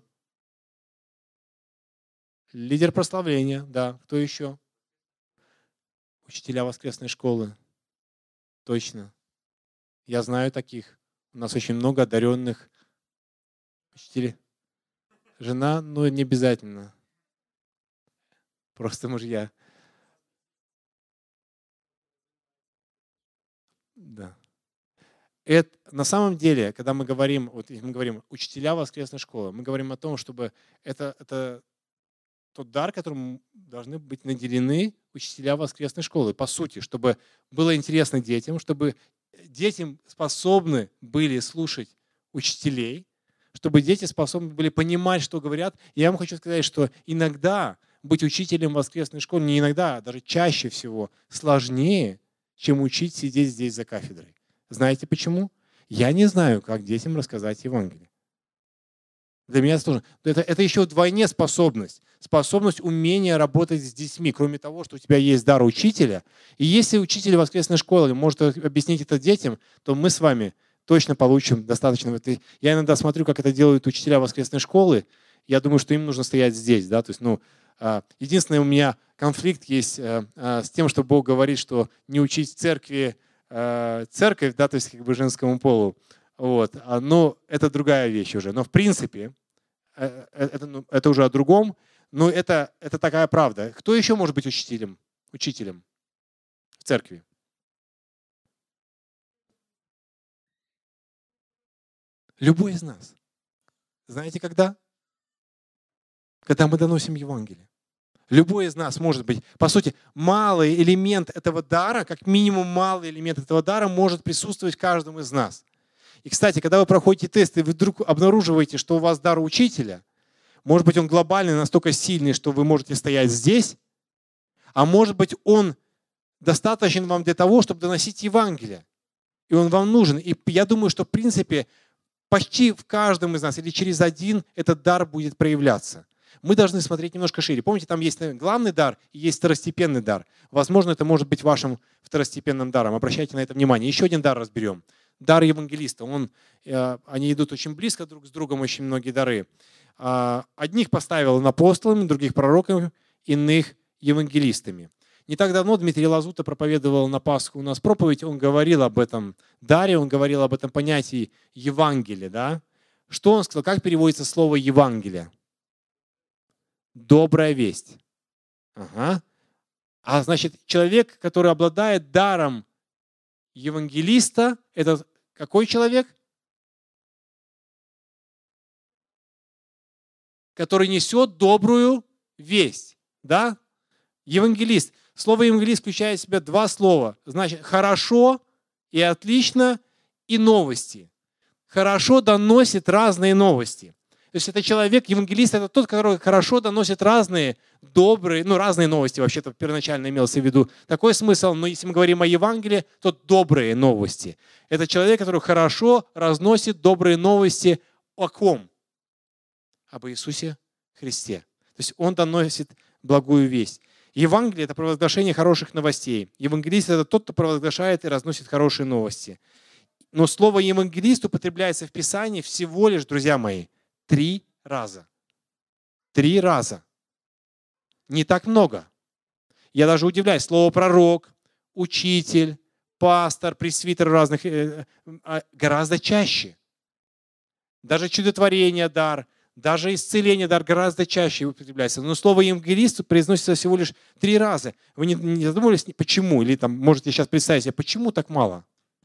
Лидер прославления, да, кто еще? Учителя воскресной школы. Точно. Я знаю таких. У нас очень много одаренных учителей. Жена, не обязательно. Просто мужья. Да. Это, на самом деле, когда мы говорим учителя воскресной школы, мы говорим о том, чтобы это тот дар, которым должны быть наделены учителя воскресной школы. По сути, чтобы было интересно детям, чтобы детям способны были слушать учителей, чтобы дети способны были понимать, что говорят. И я вам хочу сказать, что иногда быть учителем в воскресной школе, не иногда, а даже чаще всего сложнее, чем учить сидеть здесь за кафедрой. Знаете почему? Я не знаю, как детям рассказать Евангелие. Для меня это тоже. Это еще вдвойне способность. Способность, умение работать с детьми. Кроме того, что у тебя есть дар учителя. И если учитель воскресной школы может объяснить это детям, то мы с вами точно получим достаточно. Я иногда смотрю, как это делают учителя воскресной школы. Я думаю, что им нужно стоять здесь. Да? То есть, единственный у меня конфликт есть с тем, что Бог говорит, что не учить в церкви церковь, да, то есть как бы женскому полу. Вот. Но это другая вещь уже. Но в принципе, это уже о другом. Но это такая правда. Кто еще может быть учителем в церкви? Любой из нас. Знаете, когда? Когда мы доносим Евангелие. Любой из нас может быть, по сути, малый элемент этого дара, как минимум малый элемент этого дара может присутствовать в каждом из нас. И, кстати, когда вы проходите тест, и вы вдруг обнаруживаете, что у вас дар учителя, может быть, он глобальный, настолько сильный, что вы можете стоять здесь, а может быть, он достаточен вам для того, чтобы доносить Евангелие. И он вам нужен. И я думаю, что, в принципе, почти в каждом из нас или через один этот дар будет проявляться. Мы должны смотреть немножко шире. Помните, там есть главный дар и есть второстепенный дар. Возможно, это может быть вашим второстепенным даром. Обращайте на это внимание. Еще один дар разберем. Дар евангелиста. Они идут очень близко друг с другом, очень многие дары. Одних поставил апостолами, других пророками, иных евангелистами. Не так давно Дмитрий Лазута проповедовал на Пасху у нас проповедь. Он говорил об этом даре, он говорил об этом понятии Евангелия. Да? Что он сказал? Как переводится слово Евангелие? Добрая весть. Ага. А значит, человек, который обладает даром евангелиста, это какой человек? Который несет добрую весть. Да? Евангелист. Слово евангелист включает в себя два слова. Значит, хорошо и отлично и новости. Хорошо доносит разные новости. То есть это человек, евангелист, это тот, который хорошо доносит разные добрые, разные новости, вообще-то первоначально имелся в виду такой смысл, но если мы говорим о Евангелии, то добрые новости. Это человек, который хорошо разносит добрые новости о ком? Об Иисусе Христе. То есть он доносит благую весть. Евангелие – это провозглашение хороших новостей. Евангелист – это тот, кто провозглашает и разносит хорошие новости. Но слово «евангелист» употребляется в Писании всего лишь, друзья мои, 3 раза. 3 раза. Не так много. Я даже удивляюсь. Слово «пророк», «учитель», «пастор», «пресвитер» разных гораздо чаще. Даже чудотворение, дар, даже исцеление, дар гораздо чаще употребляется. Но слово «евангелист» произносится всего лишь 3 раза. Вы не задумывались, почему? Или там можете сейчас представить себе, почему так мало?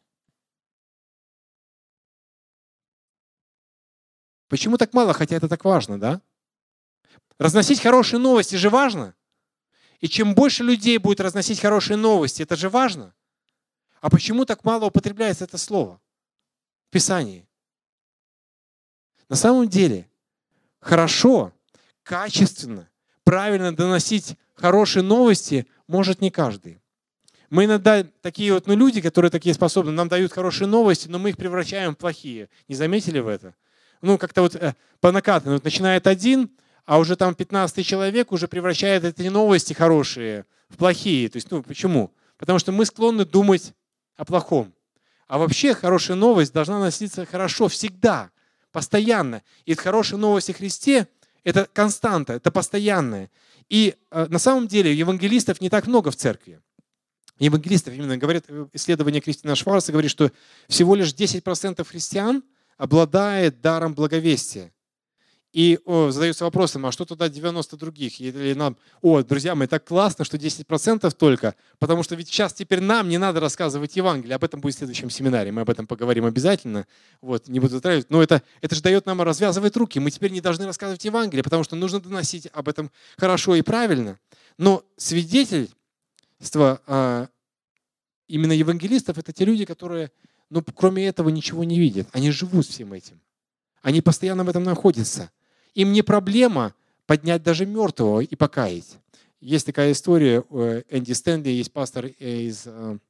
Почему так мало, хотя это так важно, да? Разносить хорошие новости же важно. И чем больше людей будет разносить хорошие новости, это же важно. А почему так мало употребляется это слово в Писании? На самом деле, хорошо, качественно, правильно доносить хорошие новости может не каждый. Мы иногда такие люди, которые такие способны, нам дают хорошие новости, но мы их превращаем в плохие. Не заметили вы это? Как-то по накатанной. Начинает один, а уже там 15-й человек уже превращает эти новости хорошие в плохие. То есть, почему? Потому что мы склонны думать о плохом. А вообще хорошая новость должна носиться хорошо всегда, постоянно. И хорошая новость о Христе – это константа, это постоянное. И на самом деле евангелистов не так много в церкви. Евангелистов, именно говорят, исследование Кристина Шварца говорит, что всего лишь 10% христиан обладает даром благовестия. И задаются вопросом, а что тогда 90 других? Или нам, друзья мои, так классно, что 10% только, потому что ведь сейчас теперь нам не надо рассказывать Евангелие. Об этом будет в следующем семинаре, мы об этом поговорим обязательно. Не буду затравливать. Но это же дает нам развязывать руки. Мы теперь не должны рассказывать Евангелие, потому что нужно доносить об этом хорошо и правильно. Но свидетельство именно евангелистов – это те люди, которые, кроме этого ничего не видят. Они живут всем этим. Они постоянно в этом находятся. Им не проблема поднять даже мертвого и покаять. Есть такая история, Энди Стэнли, есть пастор из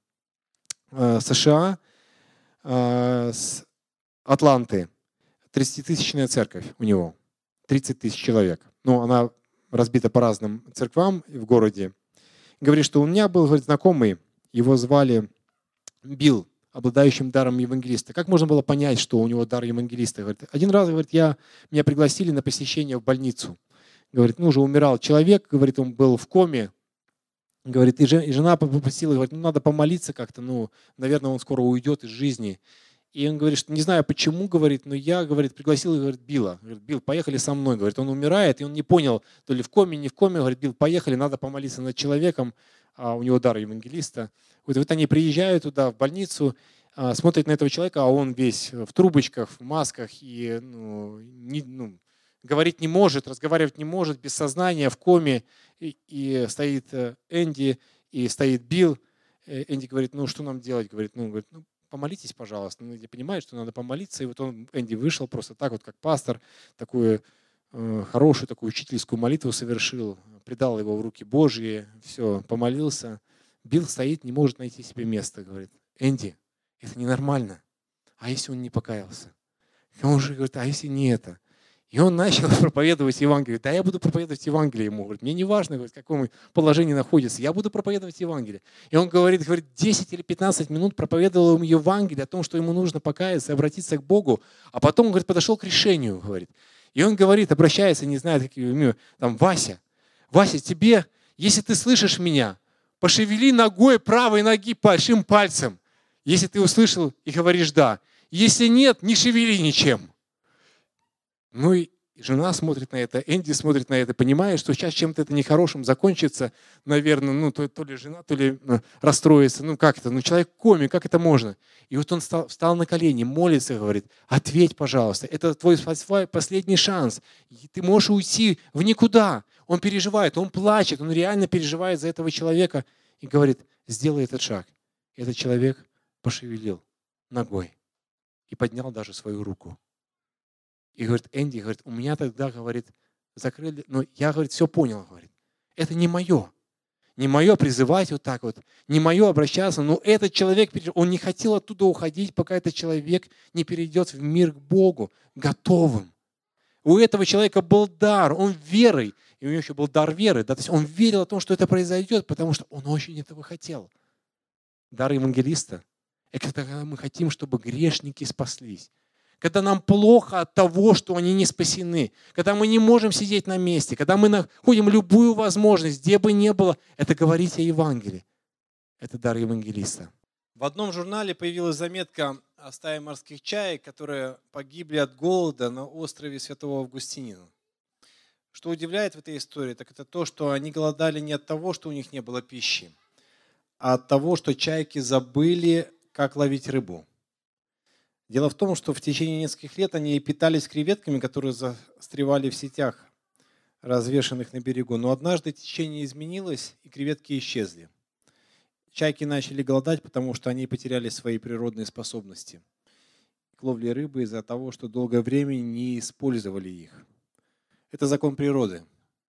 США, с Атланты, 30-тысячная церковь у него. 30 тысяч человек. Ну, она разбита по разным церквам в городе. Говорит, что у меня был, говорит, знакомый, его звали Билл, обладающим даром евангелиста. Как можно было понять, что у него дар евангелиста? Говорит, один раз, говорит, меня пригласили на посещение в больницу. Говорит, уже умирал человек, говорит, он был в коме. Говорит, и жена попросила, говорит, надо помолиться как-то, наверное, он скоро уйдет из жизни. И он говорит, что не знаю почему, говорит, но я, говорит, пригласил, говорит, Билла. Говорит, Билл, поехали со мной. Говорит, он умирает, и он не понял, то ли в коме, не в коме. Говорит, Билл, поехали, надо помолиться над человеком, у него дар евангелиста. Вот они приезжают туда, в больницу, смотрят на этого человека, а он весь в трубочках, в масках, и говорить не может, разговаривать не может, без сознания, в коме. И стоит Энди, и стоит Билл. Энди говорит, что нам делать? Говорит, помолитесь, пожалуйста. Я понимаю, что надо помолиться. И вот Энди вышел просто так вот, как пастор, такую хорошую, такую учительскую молитву совершил, предал его в руки Божьи, все, помолился. Билл стоит, не может найти себе места. Говорит, Энди, это ненормально. А если он не покаялся? И он же говорит, а если не это? И он начал проповедовать Евангелие. Да, я буду проповедовать Евангелие ему. Говорит, мне не важно, в каком положении находится. Я буду проповедовать Евангелие. И он говорит, 10 или 15 минут проповедовал ему Евангелие о том, что ему нужно покаяться, обратиться к Богу. А потом, говорит, подошел к решению. Говорит. И он говорит, обращается, не знаю, какие, Вася, тебе, если ты слышишь меня, пошевели ногой правой ноги большим пальцем. Если ты услышал и говоришь «да». Если нет, не шевели ничем. И жена смотрит на это, Энди смотрит на это, понимая, что сейчас чем-то это нехорошим закончится, наверное, то ли жена, то ли расстроится, как это, человек в коме, как это можно? И вот он встал на колени, молится, говорит, ответь, пожалуйста, это твой последний шанс, ты можешь уйти в никуда. Он переживает, он плачет, он реально переживает за этого человека и говорит, сделай этот шаг. И этот человек пошевелил ногой и поднял даже свою руку. И говорит, Энди, говорит, у меня тогда, говорит, закрыли, но я, говорит, все понял, говорит. Это не мое. Не мое призывать вот так вот, не мое обращаться, но этот человек, он не хотел оттуда уходить, пока этот человек не перейдет в мир к Богу, готовым. У этого человека был дар, он верой, и у него еще был дар веры, да, то есть он верил о том, что это произойдет, потому что он очень этого хотел. Дар евангелиста – это когда мы хотим, чтобы грешники спаслись. Когда нам плохо от того, что они не спасены, когда мы не можем сидеть на месте, когда мы находим любую возможность, где бы ни было, это говорить о Евангелии. Это дар евангелиста. В одном журнале появилась заметка о стае морских чаек, которые погибли от голода на острове Святого Августинина. Что удивляет в этой истории, так это то, что они голодали не от того, что у них не было пищи, а от того, что чайки забыли, как ловить рыбу. Дело в том, что в течение нескольких лет они питались креветками, которые застревали в сетях, развешанных на берегу. Но однажды течение изменилось, и креветки исчезли. Чайки начали голодать, потому что они потеряли свои природные способности к ловле рыбы из-за того, что долгое время не использовали их. Это закон природы.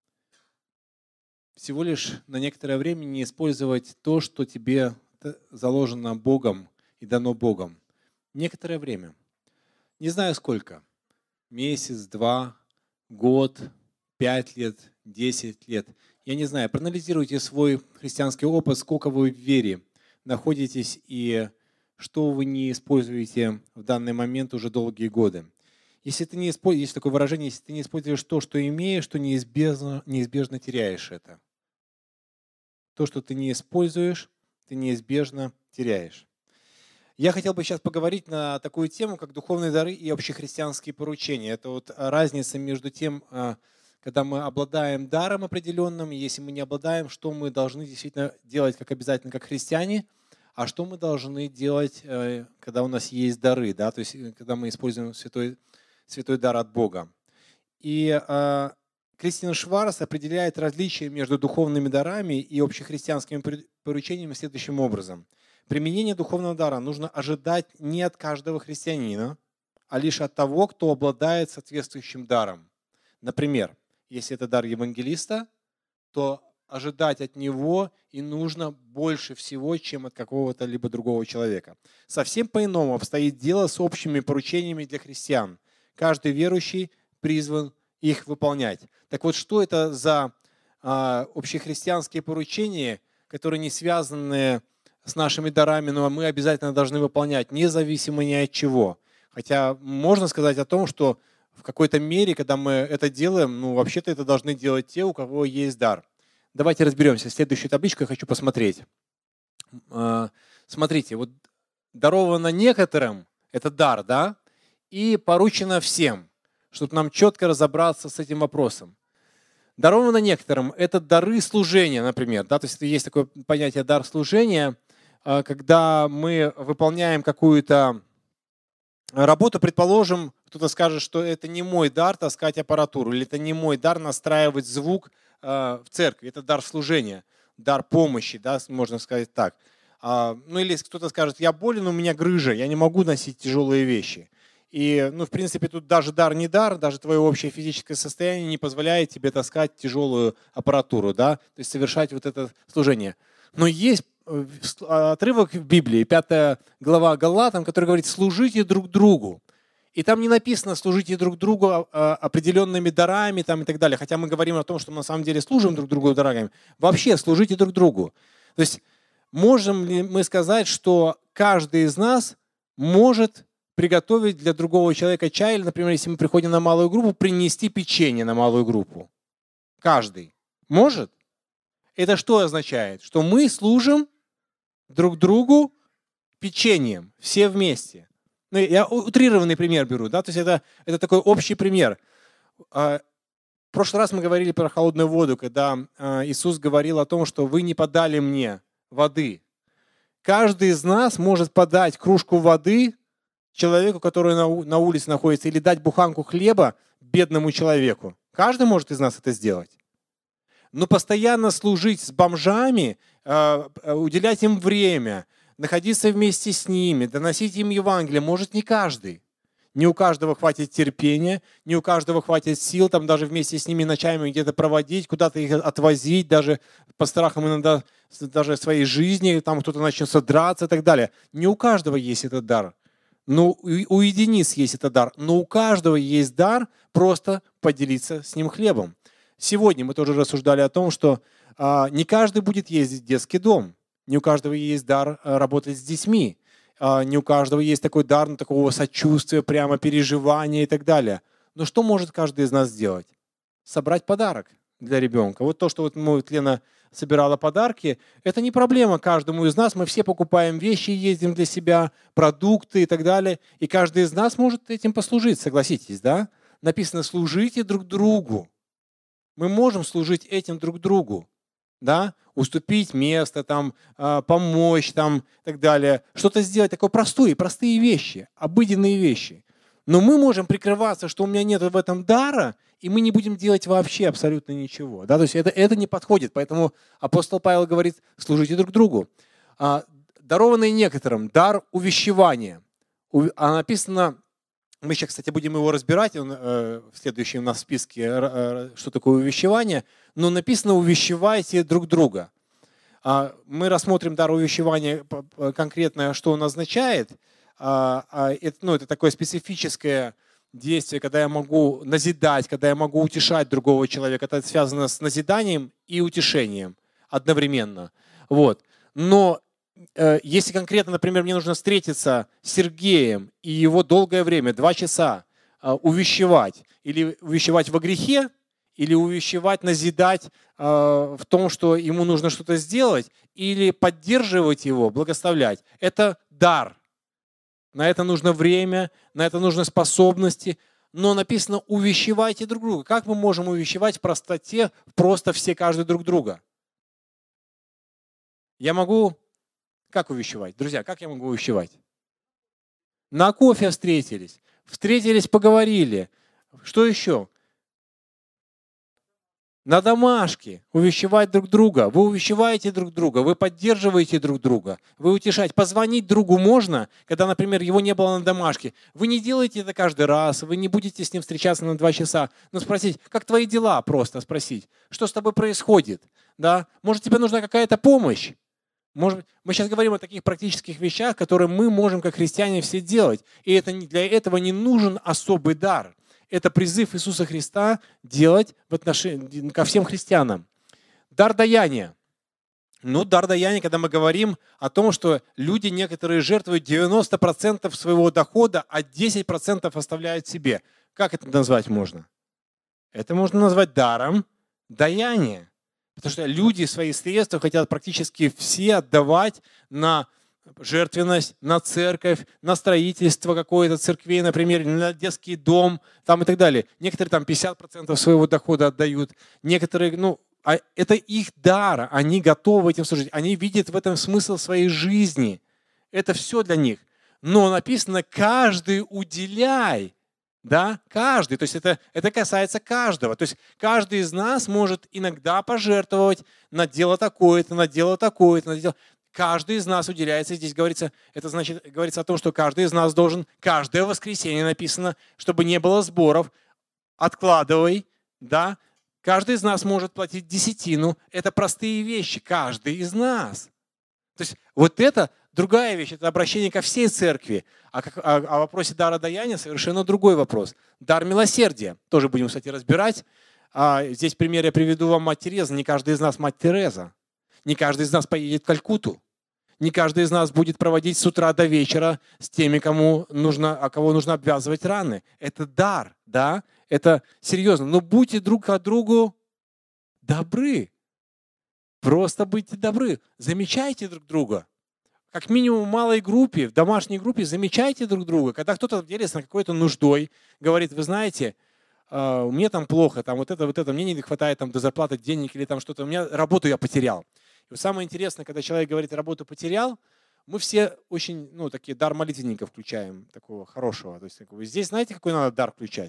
Всего лишь на некоторое время не использовать то, что тебе заложено Богом и дано Богом. Некоторое время. Не знаю сколько. Месяц, 2, год, 5 лет, 10 лет. Я не знаю. Проанализируйте свой христианский опыт, сколько вы в вере находитесь и что вы не используете в данный момент уже долгие годы. Если ты не используешь, есть такое выражение, если ты не используешь то, что имеешь, то неизбежно теряешь это. То, что ты не используешь, ты неизбежно теряешь. Я хотел бы сейчас поговорить на такую тему, как духовные дары и общехристианские поручения. Это вот разница между тем, когда мы обладаем даром определенным, и если мы не обладаем, что мы должны действительно делать как обязательно как христиане, а что мы должны делать, когда у нас есть дары, да? То есть когда мы используем святой дар от Бога. И Кристин Шварц определяет различия между духовными дарами и общехристианскими поручениями следующим образом. Применение духовного дара нужно ожидать не от каждого христианина, а лишь от того, кто обладает соответствующим даром. Например, если это дар евангелиста, то ожидать от него и нужно больше всего, чем от какого-то либо другого человека. Совсем по-иному обстоит дело с общими поручениями для христиан. Каждый верующий призван их выполнять. Так вот, что это за общехристианские поручения, которые не связаны с нашими дарами, но мы обязательно должны выполнять, независимо ни от чего. Хотя можно сказать о том, что в какой-то мере, когда мы это делаем, вообще-то это должны делать те, у кого есть дар. Давайте разберемся. Следующую табличку я хочу посмотреть. Смотрите, вот даровано некоторым, это дар, да, и поручено всем, чтобы нам четко разобраться с этим вопросом. Даровано некоторым – это дары служения, например. Да? То есть есть такое понятие дар служения, когда мы выполняем какую-то работу, предположим, кто-то скажет, что это не мой дар таскать аппаратуру, или это не мой дар настраивать звук в церкви, это дар служения, дар помощи, да, можно сказать так. Или кто-то скажет, я болен, у меня грыжа, я не могу носить тяжелые вещи. И, в принципе, тут даже дар не дар, даже твое общее физическое состояние не позволяет тебе таскать тяжелую аппаратуру, да, то есть совершать вот это служение. Но есть отрывок в Библии, 5 глава Галатам, который говорит, служите друг другу. И там не написано, служите друг другу определенными дарами там, и так далее. Хотя мы говорим о том, что мы на самом деле служим друг другу дарами. Вообще, служите друг другу. То есть можем ли мы сказать, что каждый из нас может приготовить для другого человека чай, или, например, если мы приходим на малую группу, принести печенье на малую группу? Каждый. Может? Это что означает? Что мы служим друг другу печеньем, все вместе. Я утрированный пример беру, да, то есть это такой общий пример. В прошлый раз мы говорили про холодную воду, когда Иисус говорил о том, что вы не подали мне воды. Каждый из нас может подать кружку воды человеку, который на улице находится, или дать буханку хлеба бедному человеку. Каждый может из нас это сделать. Но постоянно служить с бомжами, уделять им время, находиться вместе с ними, доносить им Евангелие может не каждый. Не у каждого хватит терпения, не у каждого хватит сил там даже вместе с ними ночами где-то проводить, куда-то их отвозить, даже по страхам иногда даже своей жизни, там кто-то начнется драться и так далее. Не у каждого есть этот дар. У единиц есть этот дар, но у каждого есть дар просто поделиться с ним хлебом. Сегодня мы тоже рассуждали о том, что не каждый будет ездить в детский дом, не у каждого есть дар работать с детьми, не у каждого есть такой дар такого сочувствия, прямо переживания и так далее. Но что может каждый из нас сделать? Собрать подарок для ребенка. Вот то, что Лена собирала подарки, это не проблема каждому из нас. Мы все покупаем вещи, ездим для себя, продукты и так далее. И каждый из нас может этим послужить, согласитесь, да? Написано, служите друг другу. Мы можем служить этим друг другу, да? Уступить место, там, помочь там, и так далее. Что-то сделать такое простые вещи, обыденные вещи. Но мы можем прикрываться, что у меня нет в этом дара, и мы не будем делать вообще абсолютно ничего. Да? То есть это не подходит. Поэтому апостол Павел говорит, служите друг другу. Дарованный некоторым дар увещевания. Написано, мы сейчас, кстати, будем его разбирать, в следующем у нас в списке, что такое увещевание, но написано «увещевайте друг друга». Мы рассмотрим дар увещевания конкретно, что он означает. Это такое специфическое действие, когда я могу назидать, когда я могу утешать другого человека. Это связано с назиданием и утешением одновременно. Вот. Но если конкретно, например, мне нужно встретиться с Сергеем и его долгое время, 2 часа, увещевать, или увещевать во грехе, или увещевать, назидать в том, что ему нужно что-то сделать, или поддерживать его, благословлять, это дар. На это нужно время, на это нужны способности, но написано «увещевайте друг друга». Как мы можем увещевать в простоте, просто все, каждый друг друга? Я могу... Как увещевать? Друзья, как я могу увещевать? На кофе встретились. Встретились, поговорили. Что еще? На домашке увещевать друг друга. Вы увещеваете друг друга, вы поддерживаете друг друга, вы утешаете. Позвонить другу можно, когда, например, его не было на домашке. Вы не делаете это каждый раз, вы не будете с ним встречаться на 2 часа. Но спросить, как твои дела, просто спросить. Что с тобой происходит? Да? Может, тебе нужна какая-то помощь? Может, мы сейчас говорим о таких практических вещах, которые мы можем, как христиане, все делать. И для этого не нужен особый дар. Это призыв Иисуса Христа делать в отношении, ко всем христианам. Дар даяния. Ну, дар даяния, когда мы говорим о том, что люди некоторые жертвуют 90% своего дохода, а 10% оставляют себе. Как это назвать можно? Это можно назвать даром даяния. Потому что люди свои средства хотят практически все отдавать на жертвенность, на церковь, на строительство какой-то церкви, например, или на детский дом там и так далее. Некоторые там 50% своего дохода отдают, некоторые, а это их дар, они готовы этим служить, они видят в этом смысл своей жизни. Это все для них. Но написано «каждый уделяй». Да, каждый. То есть это касается каждого. То есть каждый из нас может иногда пожертвовать на дело такое-то, на дело такое-то, на дело... Каждый из нас уделяется. Здесь говорится, это значит, говорится о том, что каждый из нас должен, каждое воскресенье написано, чтобы не было сборов, откладывай, да. Каждый из нас может платить десятину. Это простые вещи. Каждый из нас. То есть вот это другая вещь. Это обращение ко всей церкви. О вопросе дара даяния совершенно другой вопрос. Дар милосердия. Тоже будем, кстати, разбирать. Здесь пример я приведу вам Мать Тереза. Не каждый из нас Мать Тереза. Не каждый из нас поедет в Калькутту. Не каждый из нас будет проводить с утра до вечера с теми, кого нужно обвязывать раны. Это дар, да? Это серьезно. Но будьте друг к другу добры. Просто будьте добры. Замечайте друг друга. Как минимум в малой группе, в домашней группе замечайте друг друга. Когда кто-то делится какой-то нуждой, говорит, вы знаете, мне там плохо, там вот это, мне не хватает там до зарплаты денег или там что-то, у меня работу я потерял. И вот самое интересное, когда человек говорит, работу потерял, мы все очень, такие дар молитвенника включаем, такого хорошего. То есть, здесь знаете, какой надо дар включать?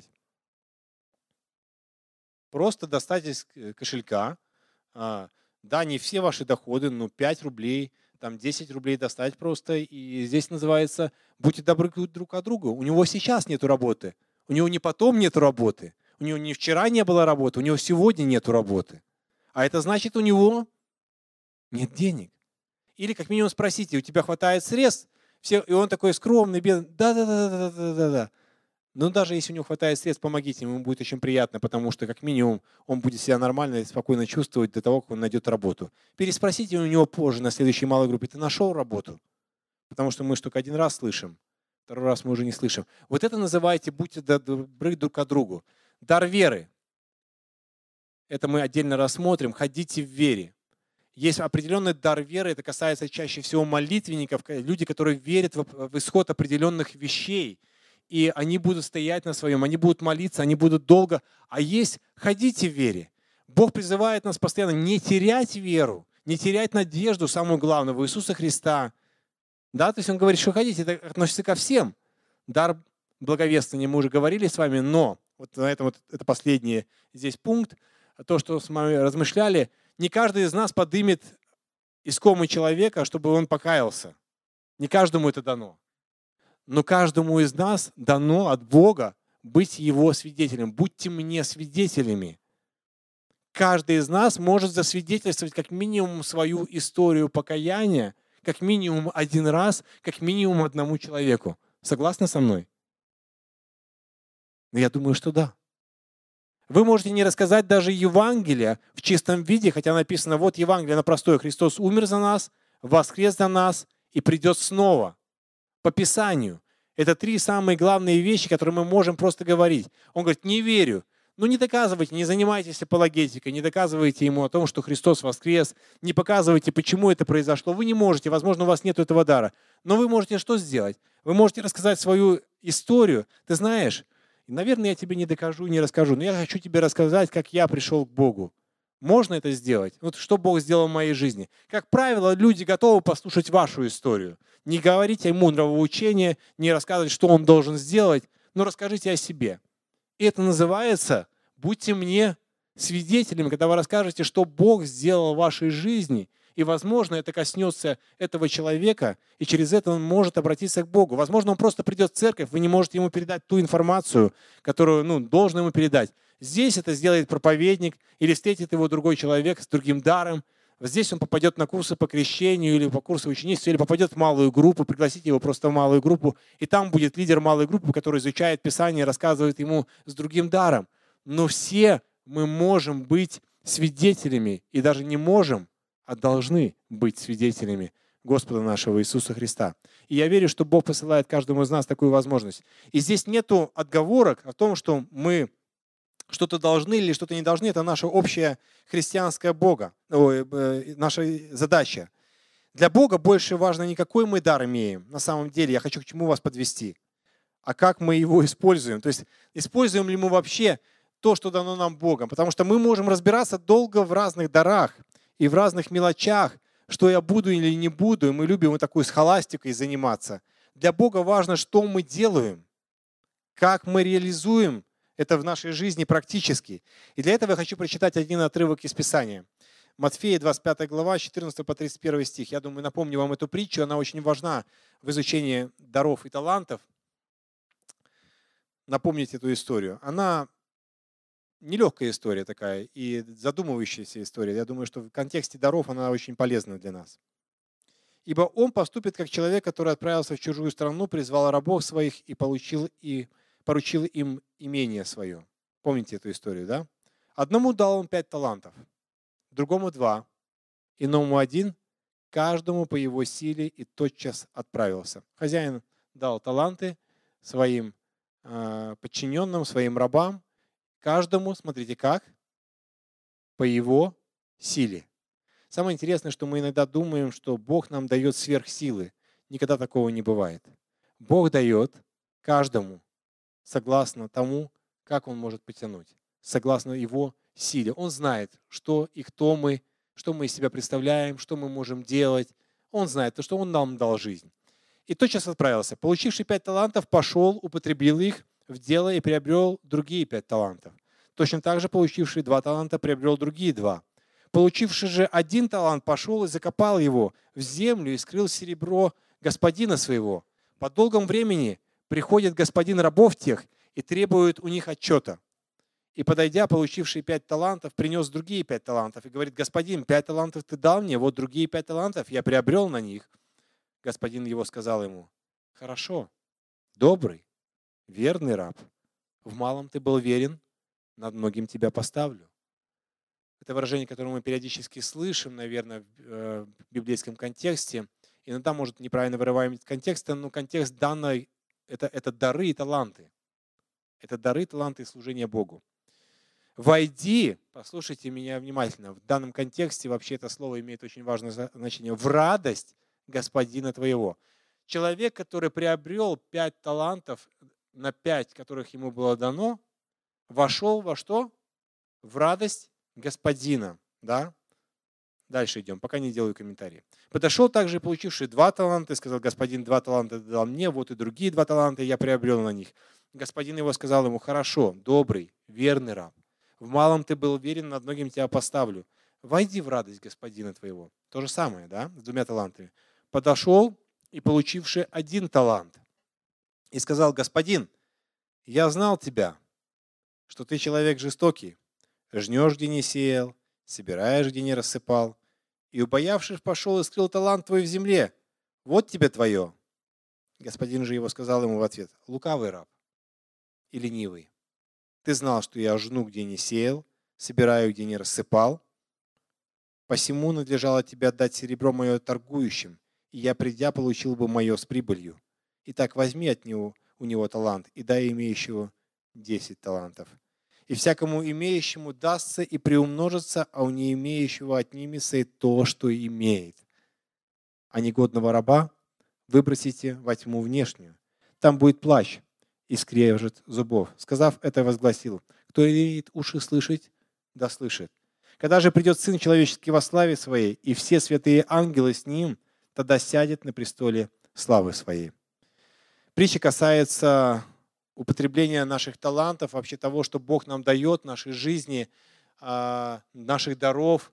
Просто достать из кошелька, да, не все ваши доходы, но 5 рублей, там 10 рублей достать просто. И здесь называется «будьте добры друг к другу». У него сейчас нету работы, у него не потом нету работы, у него не вчера не было работы, у него сегодня нету работы. А это значит, у него нет денег. Или как минимум спросите, у тебя хватает средств? И он такой скромный, бедный, да. Но даже если у него хватает средств, помогите ему будет очень приятно, потому что как минимум он будет себя нормально и спокойно чувствовать до того, как он найдет работу. Переспросите у него позже на следующей малой группе, ты нашел работу? Потому что мы же только один раз слышим, второй раз мы уже не слышим. Вот это называйте «будьте добры друг к другу». Дар веры. Это мы отдельно рассмотрим. Ходите в вере. Есть определенный дар веры, это касается чаще всего молитвенников, люди, которые верят в исход определенных вещей. И они будут стоять на своем, они будут молиться, они будут долго. А есть «ходите в вере». Бог призывает нас постоянно не терять веру, не терять надежду, самое главное, в Иисуса Христа. Да? То есть Он говорит, что ходите, это относится ко всем. Дар благовествования мы уже говорили с вами, но вот на этом это последний здесь пункт, то, что с вами размышляли, не каждый из нас подымет искомый человека, чтобы он покаялся. Не каждому это дано. Но каждому из нас дано от Бога быть Его свидетелем. Будьте мне свидетелями. Каждый из нас может засвидетельствовать как минимум свою историю покаяния, как минимум один раз, как минимум одному человеку. Согласны со мной? Я думаю, что да. Вы можете не рассказать даже Евангелие в чистом виде, хотя написано, вот Евангелие на простое, Христос умер за нас, воскрес за нас и придет снова. По Писанию. Это 3 самые главные вещи, которые мы можем просто говорить. Он говорит, не верю. Ну не доказывайте, не занимайтесь апологетикой, не доказывайте ему о том, что Христос воскрес, не показывайте, почему это произошло. Вы не можете, возможно, у вас нет этого дара. Но вы можете что сделать? Вы можете рассказать свою историю. Ты знаешь, наверное, я тебе не докажу, не расскажу, но я хочу тебе рассказать, как я пришел к Богу. Можно это сделать? Вот что Бог сделал в моей жизни. Как правило, люди готовы послушать вашу историю. Не говорите ему нравоучения, не рассказывать, что он должен сделать, но расскажите о себе. И это называется «будьте мне свидетелями», когда вы расскажете, что Бог сделал в вашей жизни. И, возможно, это коснется этого человека, и через это он может обратиться к Богу. Возможно, он просто придет в церковь, вы не можете ему передать ту информацию, которую должен ему передать. Здесь это сделает проповедник или встретит его другой человек с другим даром. Вот здесь он попадет на курсы по крещению или по курсу ученичества, или попадет в малую группу, пригласите его просто в малую группу, и там будет лидер малой группы, который изучает Писание и рассказывает ему с другим даром. Но все мы можем быть свидетелями, и даже не можем, а должны быть свидетелями Господа нашего Иисуса Христа. И я верю, что Бог посылает каждому из нас такую возможность. И здесь нету отговорок о том, что мы что-то должны или что-то не должны. Это наша общая христианская наша задача. Для Бога больше важно не какой мы дар имеем. На самом деле, я хочу к чему вас подвести, а как мы его используем. То есть используем ли мы вообще то, что дано нам Богом. Потому что мы можем разбираться долго в разных дарах и в разных мелочах, что я буду или не буду. И мы любим вот такой схоластикой заниматься. Для Бога важно, что мы делаем, как мы реализуем это в нашей жизни практически. И для этого я хочу прочитать один отрывок из Писания. Матфея, 25 глава, 14 по 31 стих. Я думаю, напомню вам эту притчу. Она очень важна в изучении даров и талантов. Напомните эту историю. Она нелегкая история такая и задумывающаяся история. Я думаю, что в контексте даров она очень полезна для нас. «Ибо он поступит, как человек, который отправился в чужую страну, призвал рабов своих и поручил им имение свое». Помните эту историю, да? Одному дал он 5 талантов, другому 2, иному 1, каждому по его силе, и тотчас отправился. Хозяин дал таланты своим подчиненным, своим рабам, каждому, смотрите как, по его силе. Самое интересное, что мы иногда думаем, что Бог нам дает сверхсилы. Никогда такого не бывает. Бог дает каждому согласно тому, как он может потянуть, согласно его силе. Он знает, что и кто мы, что мы из себя представляем, что мы можем делать. Он знает то, что он нам дал жизнь. И тотчас отправился. Получивший 5 талантов, пошел, употребил их в дело и приобрел другие 5 талантов. Точно так же получивший 2 таланта приобрел другие 2. Получивший же 1 талант пошел и закопал его в землю и скрыл серебро господина своего. По долгом времени приходит господин рабов тех и требует у них отчета. И, подойдя, получивший 5 талантов, принес другие 5 талантов и говорит: господин, 5 талантов ты дал мне, вот другие 5 талантов я приобрел на них. Господин его сказал ему: хорошо, добрый, верный раб, в малом ты был верен, над многим тебя поставлю. Это выражение, которое мы периодически слышим, наверное, в библейском контексте. Иногда, может, неправильно вырываем из контекста, но контекст данный – это дары и таланты. Это дары, таланты и служение Богу. «Войди», послушайте меня внимательно, в данном контексте вообще это слово имеет очень важное значение, «в радость господина твоего». Человек, который приобрел 5 талантов на 5, которых ему было дано, вошел во что? В радость господина. Да? Дальше идем, пока не делаю комментарии. Подошел также получивший 2 таланта и сказал: господин, 2 таланта дал мне, вот и другие 2 таланта, я приобрел на них. Господин его сказал ему: хорошо, добрый, верный раб. В малом ты был верен, над многим тебя поставлю. Войди в радость господина твоего. То же самое, да, с 2 талантами. Подошел и получивший 1 талант. И сказал: господин, я знал тебя, что ты человек жестокий. Жнешь, где не сеял, собираешь, где не рассыпал. И, убоявшись, пошел и скрыл талант твой в земле. Вот тебе твое. Господин же его сказал ему в ответ: лукавый раб и ленивый. Ты знал, что я жну, где не сеял, собираю, где не рассыпал. Посему надлежало тебе отдать серебро мое торгующим, и я, придя, получил бы мое с прибылью. Итак, возьми от него у него талант и дай имеющему 10 талантов. И всякому имеющему дастся и приумножится, а у не имеющего отнимется и то, что имеет. А негодного раба выбросите во тьму внешнюю. Там будет плач и скрежет зубов. Сказав это, возгласил: кто имеет уши слышать, да слышит. Когда же придет Сын Человеческий во славе Своей, и все святые ангелы с Ним, тогда сядет на престоле славы Своей. Притча касается употребления наших талантов, вообще того, что Бог нам дает, нашей жизни, наших даров,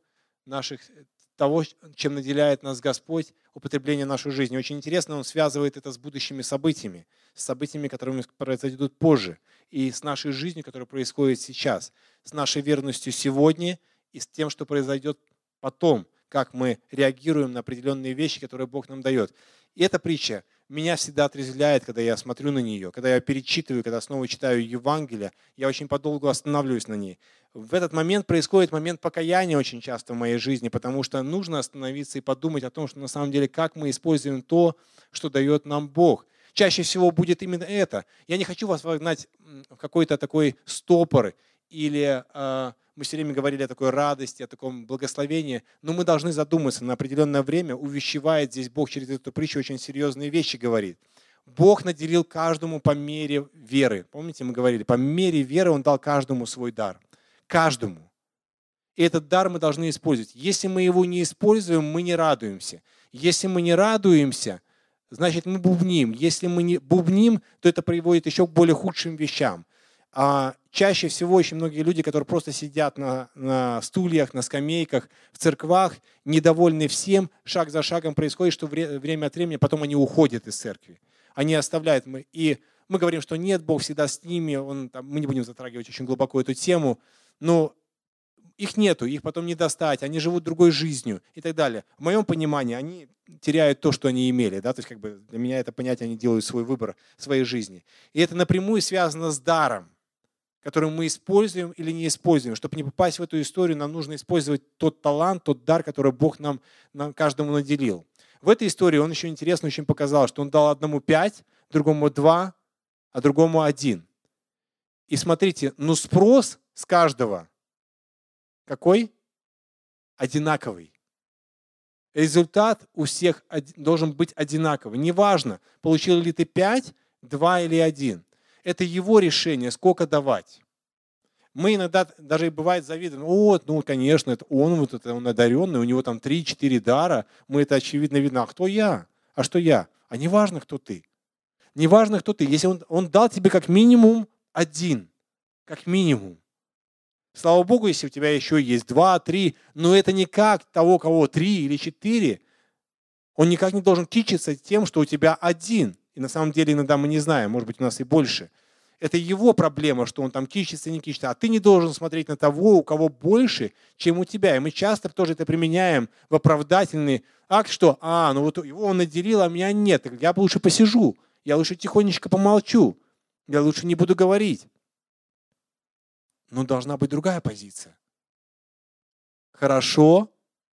того, чем наделяет нас Господь, употребление нашей жизни. Очень интересно, Он связывает это с будущими событиями, с событиями, которые произойдут позже, и с нашей жизнью, которая происходит сейчас, с нашей верностью сегодня и с тем, что произойдет потом, как мы реагируем на определенные вещи, которые Бог нам дает. И эта притча меня всегда отрезвляет, когда я смотрю на нее, когда я перечитываю, когда снова читаю Евангелие, я очень подолгу останавливаюсь на ней. В этот момент происходит момент покаяния очень часто в моей жизни, потому что нужно остановиться и подумать о том, что на самом деле как мы используем то, что дает нам Бог. Чаще всего будет именно это. Я не хочу вас вогнать в какой-то такой стопор, или мы все время говорили о такой радости, о таком благословении, но мы должны задуматься на определенное время, увещевает здесь Бог через эту притчу, очень серьезные вещи говорит. Бог наделил каждому по мере веры. Помните, мы говорили, по мере веры Он дал каждому свой дар. Каждому. И этот дар мы должны использовать. Если мы его не используем, мы не радуемся. Если мы не радуемся, значит, мы бубним. Если мы не бубним, то это приводит еще к более худшим вещам. А чаще всего очень многие люди, которые просто сидят на стульях, на скамейках, в церквах, недовольны всем, шаг за шагом происходит, что время от времени потом они уходят из церкви. Они оставляют. И мы говорим, что нет, Бог всегда с ними, мы не будем затрагивать очень глубоко эту тему, но их нету, их потом не достать, они живут другой жизнью и так далее. В моем понимании они теряют то, что они имели. Да? То есть для меня это понятие, они делают свой выбор в своей жизни. И это напрямую связано с даром, который мы используем или не используем. Чтобы не попасть в эту историю, нам нужно использовать тот талант, тот дар, который Бог нам каждому наделил. В этой истории он еще интересно очень показал, что он дал одному 5, другому 2, а другому 1. И смотрите, спрос с каждого какой? Одинаковый. Результат у всех должен быть одинаковый. Неважно, получил ли ты 5, 2 или 1. Это его решение, сколько давать. Мы иногда даже бывает завидуем. Конечно, это он одаренный, у него там 3-4 дара. Мы это очевидно видно. А кто я? А что я? А не важно, кто ты. Не важно, кто ты. Если он дал тебе как минимум 1. Как минимум. Слава Богу, если у тебя еще есть 2, 3. Но это не как того, кого 3 или 4. Он никак не должен кичиться тем, что у тебя 1. И на самом деле иногда мы не знаем, может быть, у нас и больше. Это его проблема, что он там кичится, не кичится. А ты не должен смотреть на того, у кого больше, чем у тебя. И мы часто тоже это применяем в оправдательный акт, что его он наделил, а меня нет. Я бы лучше посижу, я лучше тихонечко помолчу, я лучше не буду говорить. Но должна быть другая позиция. Хорошо,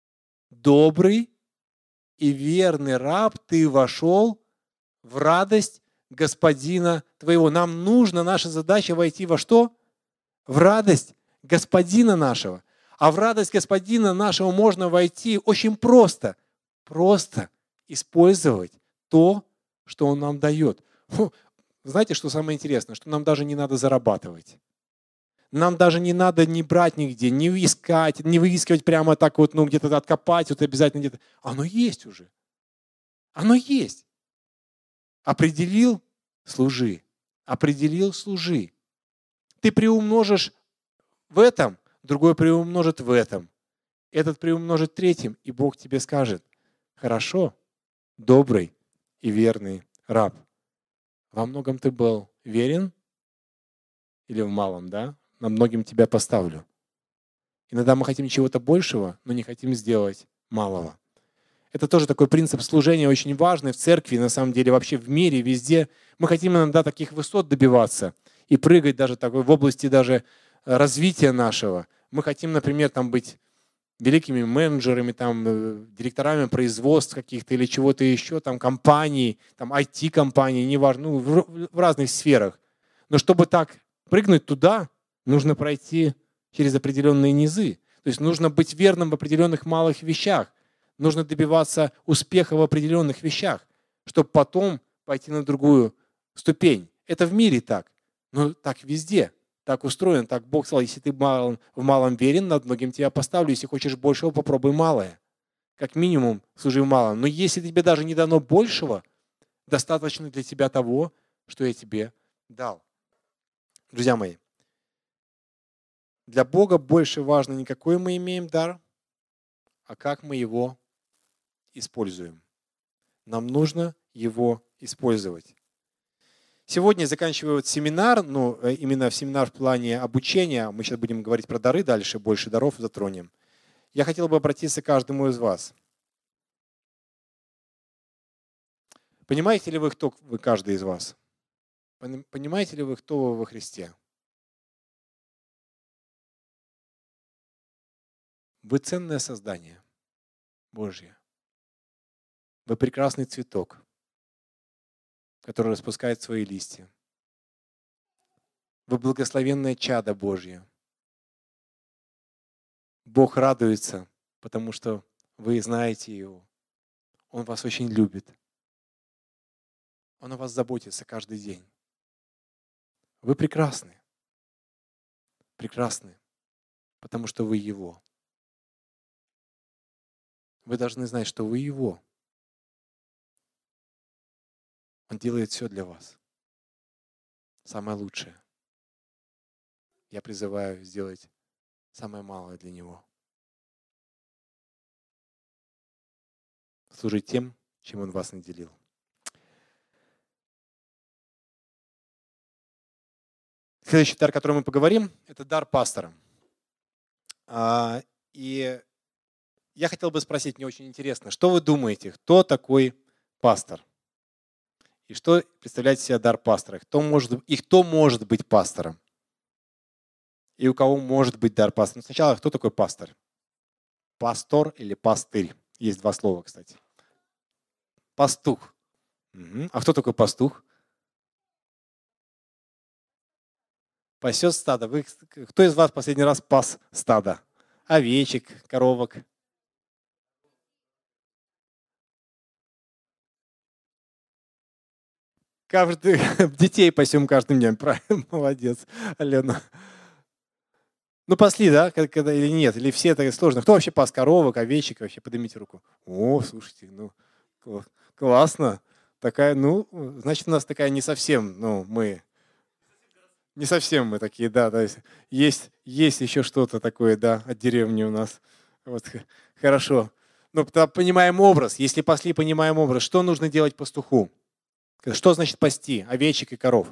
добрый и верный раб, ты вошел в радость Господина твоего. Нам нужно, наша задача войти во что? В радость Господина нашего. А в радость Господина нашего можно войти очень просто. Просто использовать то, что Он нам дает. Знаете, что самое интересное? Что нам даже не надо зарабатывать. Нам даже не надо ни брать нигде, не искать, не выискивать прямо так где-то откопать, обязательно где-то. Оно есть уже. Оно есть. Определил – служи. Определил – служи. Ты приумножишь в этом, другой приумножит в этом. Этот приумножит третьим, и Бог тебе скажет: хорошо, добрый и верный раб. Во многом ты был верен или в малом, да? На многим тебя поставлю. Иногда мы хотим чего-то большего, но не хотим сделать малого. Это тоже такой принцип служения очень важный в церкви, на самом деле вообще в мире, везде. Мы хотим иногда таких высот добиваться и прыгать даже такой в области даже развития нашего. Мы хотим, например, быть великими менеджерами, директорами производств каких-то или чего-то еще, компаний, IT-компаний, неважно, в разных сферах. Но чтобы так прыгнуть туда, нужно пройти через определенные низы. То есть нужно быть верным в определенных малых вещах. Нужно добиваться успеха в определенных вещах, чтобы потом пойти на другую ступень. Это в мире так. Но так везде. Так устроено. Так Бог сказал: если ты в малом верен, над многим тебя поставлю. Если хочешь большего, попробуй малое. Как минимум служи в малом. Но если тебе даже не дано большего, достаточно для тебя того, что я тебе дал. Друзья мои, для Бога больше важно не какой мы имеем дар, а как мы его используем. Нам нужно его использовать. Сегодня заканчиваю семинар, именно семинар в плане обучения. Мы сейчас будем говорить про дары дальше, больше даров затронем. Я хотел бы обратиться к каждому из вас. Понимаете ли вы, кто вы, каждый из вас? Понимаете ли вы, кто вы во Христе? Вы ценное создание Божье. Вы прекрасный цветок, который распускает свои листья. Вы благословенное чадо Божье. Бог радуется, потому что вы знаете Его. Он вас очень любит. Он о вас заботится каждый день. Вы прекрасны. Прекрасны, потому что вы Его. Вы должны знать, что вы Его. Он делает все для вас. Самое лучшее. Я призываю сделать самое малое для Него. Служить тем, чем Он вас наделил. Следующий дар, о котором мы поговорим, это дар пастора. И я хотел бы спросить, мне очень интересно, что вы думаете, кто такой пастор? И что представляет себя дар пастора? Кто может быть пастором? И у кого может быть дар пастора? Сначала, кто такой пастор? Пастор или пастырь? Есть два слова, кстати. Пастух. Угу. А кто такой пастух? Пасет стадо. Кто из вас последний раз пас стадо? Овечек, коровок? Детей пасем каждым днем. Правильно, молодец, Алена. Ну, пасли, да, или нет? Или все это сложно? Кто вообще пас коровок, овечек? Вообще, поднимите руку. О, слушайте, ну, классно. Такая, ну, значит, у нас такая не совсем, не совсем мы такие, да, то есть еще что-то такое, да, от деревни у нас. Вот, хорошо. Ну, понимаем образ. Если пасли, понимаем образ. Что нужно делать пастуху? Что значит пасти овечек и коров?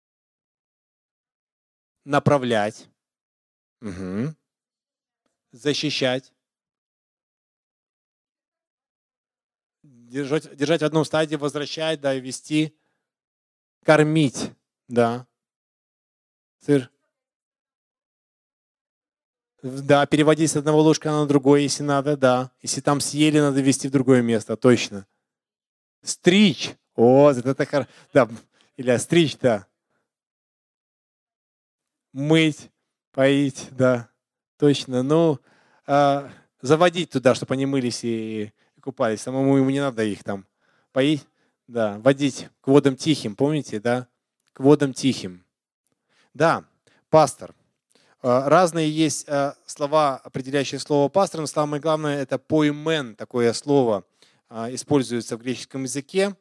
Направлять. Угу. Защищать. Держать в одном стадии, возвращать, да, вести. Кормить, да. Да, переводить с одного ложка на другое, если надо, да. Если там съели, надо везти в другое место, точно. Стричь. О, это хорошо. Да. Или стричь, да. Мыть, поить, да. Точно. Ну, заводить туда, чтобы они мылись и купались. Самому ему не надо их там поить. Да, водить к водам тихим, помните, да? К водам тихим. Да, пастор. Разные есть слова, определяющие слово пастор, но самое главное это поимен, такое слово используется в греческом языке,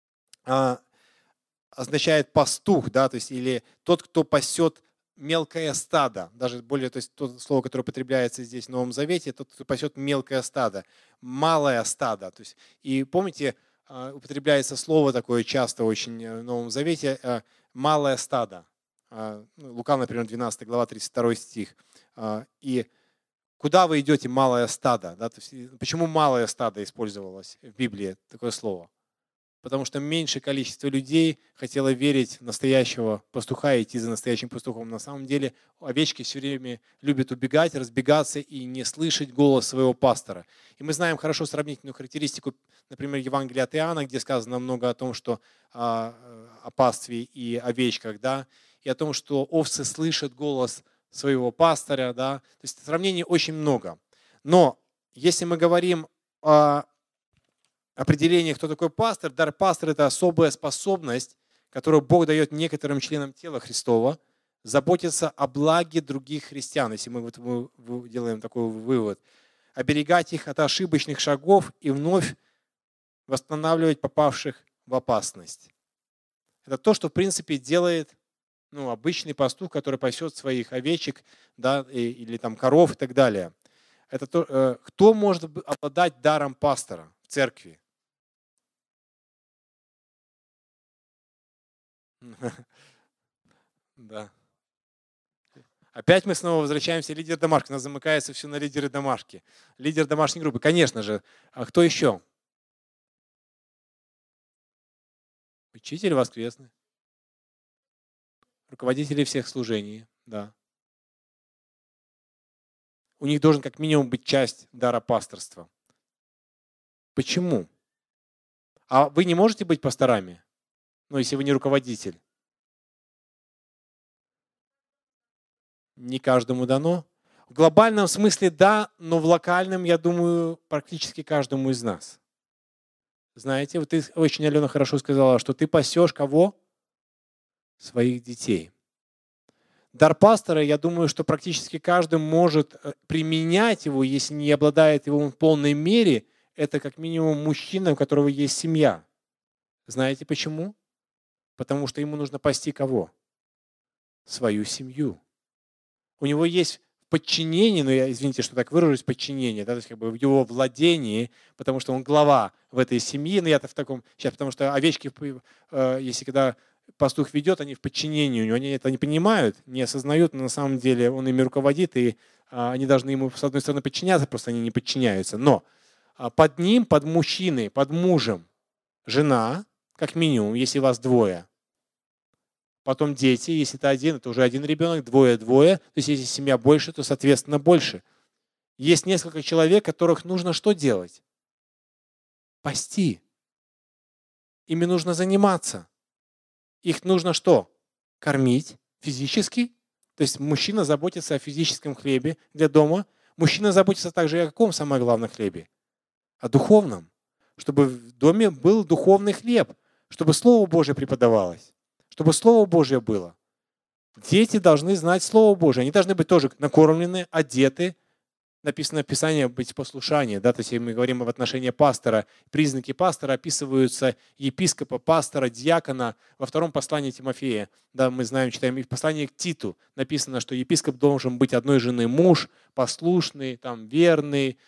означает пастух, да, то есть или тот, кто пасет мелкое стадо, даже более, то есть то слово, которое употребляется здесь в Новом Завете, тот, кто пасет мелкое стадо, малое стадо. То есть, и помните, употребляется слово такое часто очень в Новом Завете, малое стадо. Лука, например, 12 глава, 32 стих. И куда вы идете, малое стадо? Да? То есть, почему малое стадо использовалось в Библии, такое слово? Потому что меньшее количество людей хотело верить в настоящего пастуха и идти за настоящим пастухом. На самом деле овечки все время любят убегать, разбегаться и не слышать голос своего пастора. И мы знаем хорошо сравнительную характеристику, например, Евангелия от Иоанна, где сказано много о том, что о пастве и овечках, да, и о том, что овцы слышат голос своего пастыря. Да. То есть сравнений очень много. Но если мы говорим о определение, кто такой пастор. Дар пастора – это особая способность, которую Бог дает некоторым членам тела Христова, заботиться о благе других христиан, если мы делаем такой вывод, оберегать их от ошибочных шагов и вновь восстанавливать попавших в опасность. Это то, что в принципе делает обычный пастух, который пасет своих овечек, да, или там коров и так далее. Это то, кто может обладать даром пастора в церкви? Да. Опять мы снова возвращаемся лидер домашки. У нас замыкается все на лидеры домашки. Лидер домашней группы, конечно же. А кто еще? Учитель воскресный. Руководители всех служений, да. У них должен как минимум быть часть дара пасторства. Почему? А вы не можете быть пасторами? Ну, если вы не руководитель. Не каждому дано. В глобальном смысле да, но в локальном, я думаю, практически каждому из нас. Знаете, вот ты очень, Алена, хорошо сказала, что ты пасешь кого? Своих детей. Дар пастора, я думаю, что практически каждый может применять его, если не обладает его в полной мере. Это как минимум мужчина, у которого есть семья. Знаете почему? Потому что ему нужно пасти кого? Свою семью. У него есть подчинение, ну я, извините, что так выражусь, подчинение, да, то есть как бы в его владении, потому что он глава в этой семье, но я-то в таком, сейчас, потому что овечки, если когда пастух ведет, они в подчинении у него, они это не понимают, не осознают, но на самом деле он ими руководит, и они должны ему, с одной стороны, подчиняться, просто они не подчиняются, но под ним, под мужчиной, под мужем жена, как минимум, если вас двое. Потом дети, если это один, это уже один ребенок, двое. То есть если семья больше, то, соответственно, больше. Есть несколько человек, которых нужно что делать? Пасти. Ими нужно заниматься. Их нужно что? Кормить физически. То есть мужчина заботится о физическом хлебе для дома. Мужчина заботится также и о каком самое главное хлебе? О духовном. Чтобы в доме был духовный хлеб. Чтобы Слово Божие преподавалось. Чтобы Слово Божие было. Дети должны знать Слово Божие. Они должны быть тоже накормлены, одеты. Написано в Писании быть послушание. Да? То есть, если мы говорим об отношении пастора, признаки пастора описываются епископа, пастора, диакона во втором послании Тимофея. Да, мы знаем, читаем и в послании к Титу написано, что епископ должен быть одной жены муж, послушный, там, верный,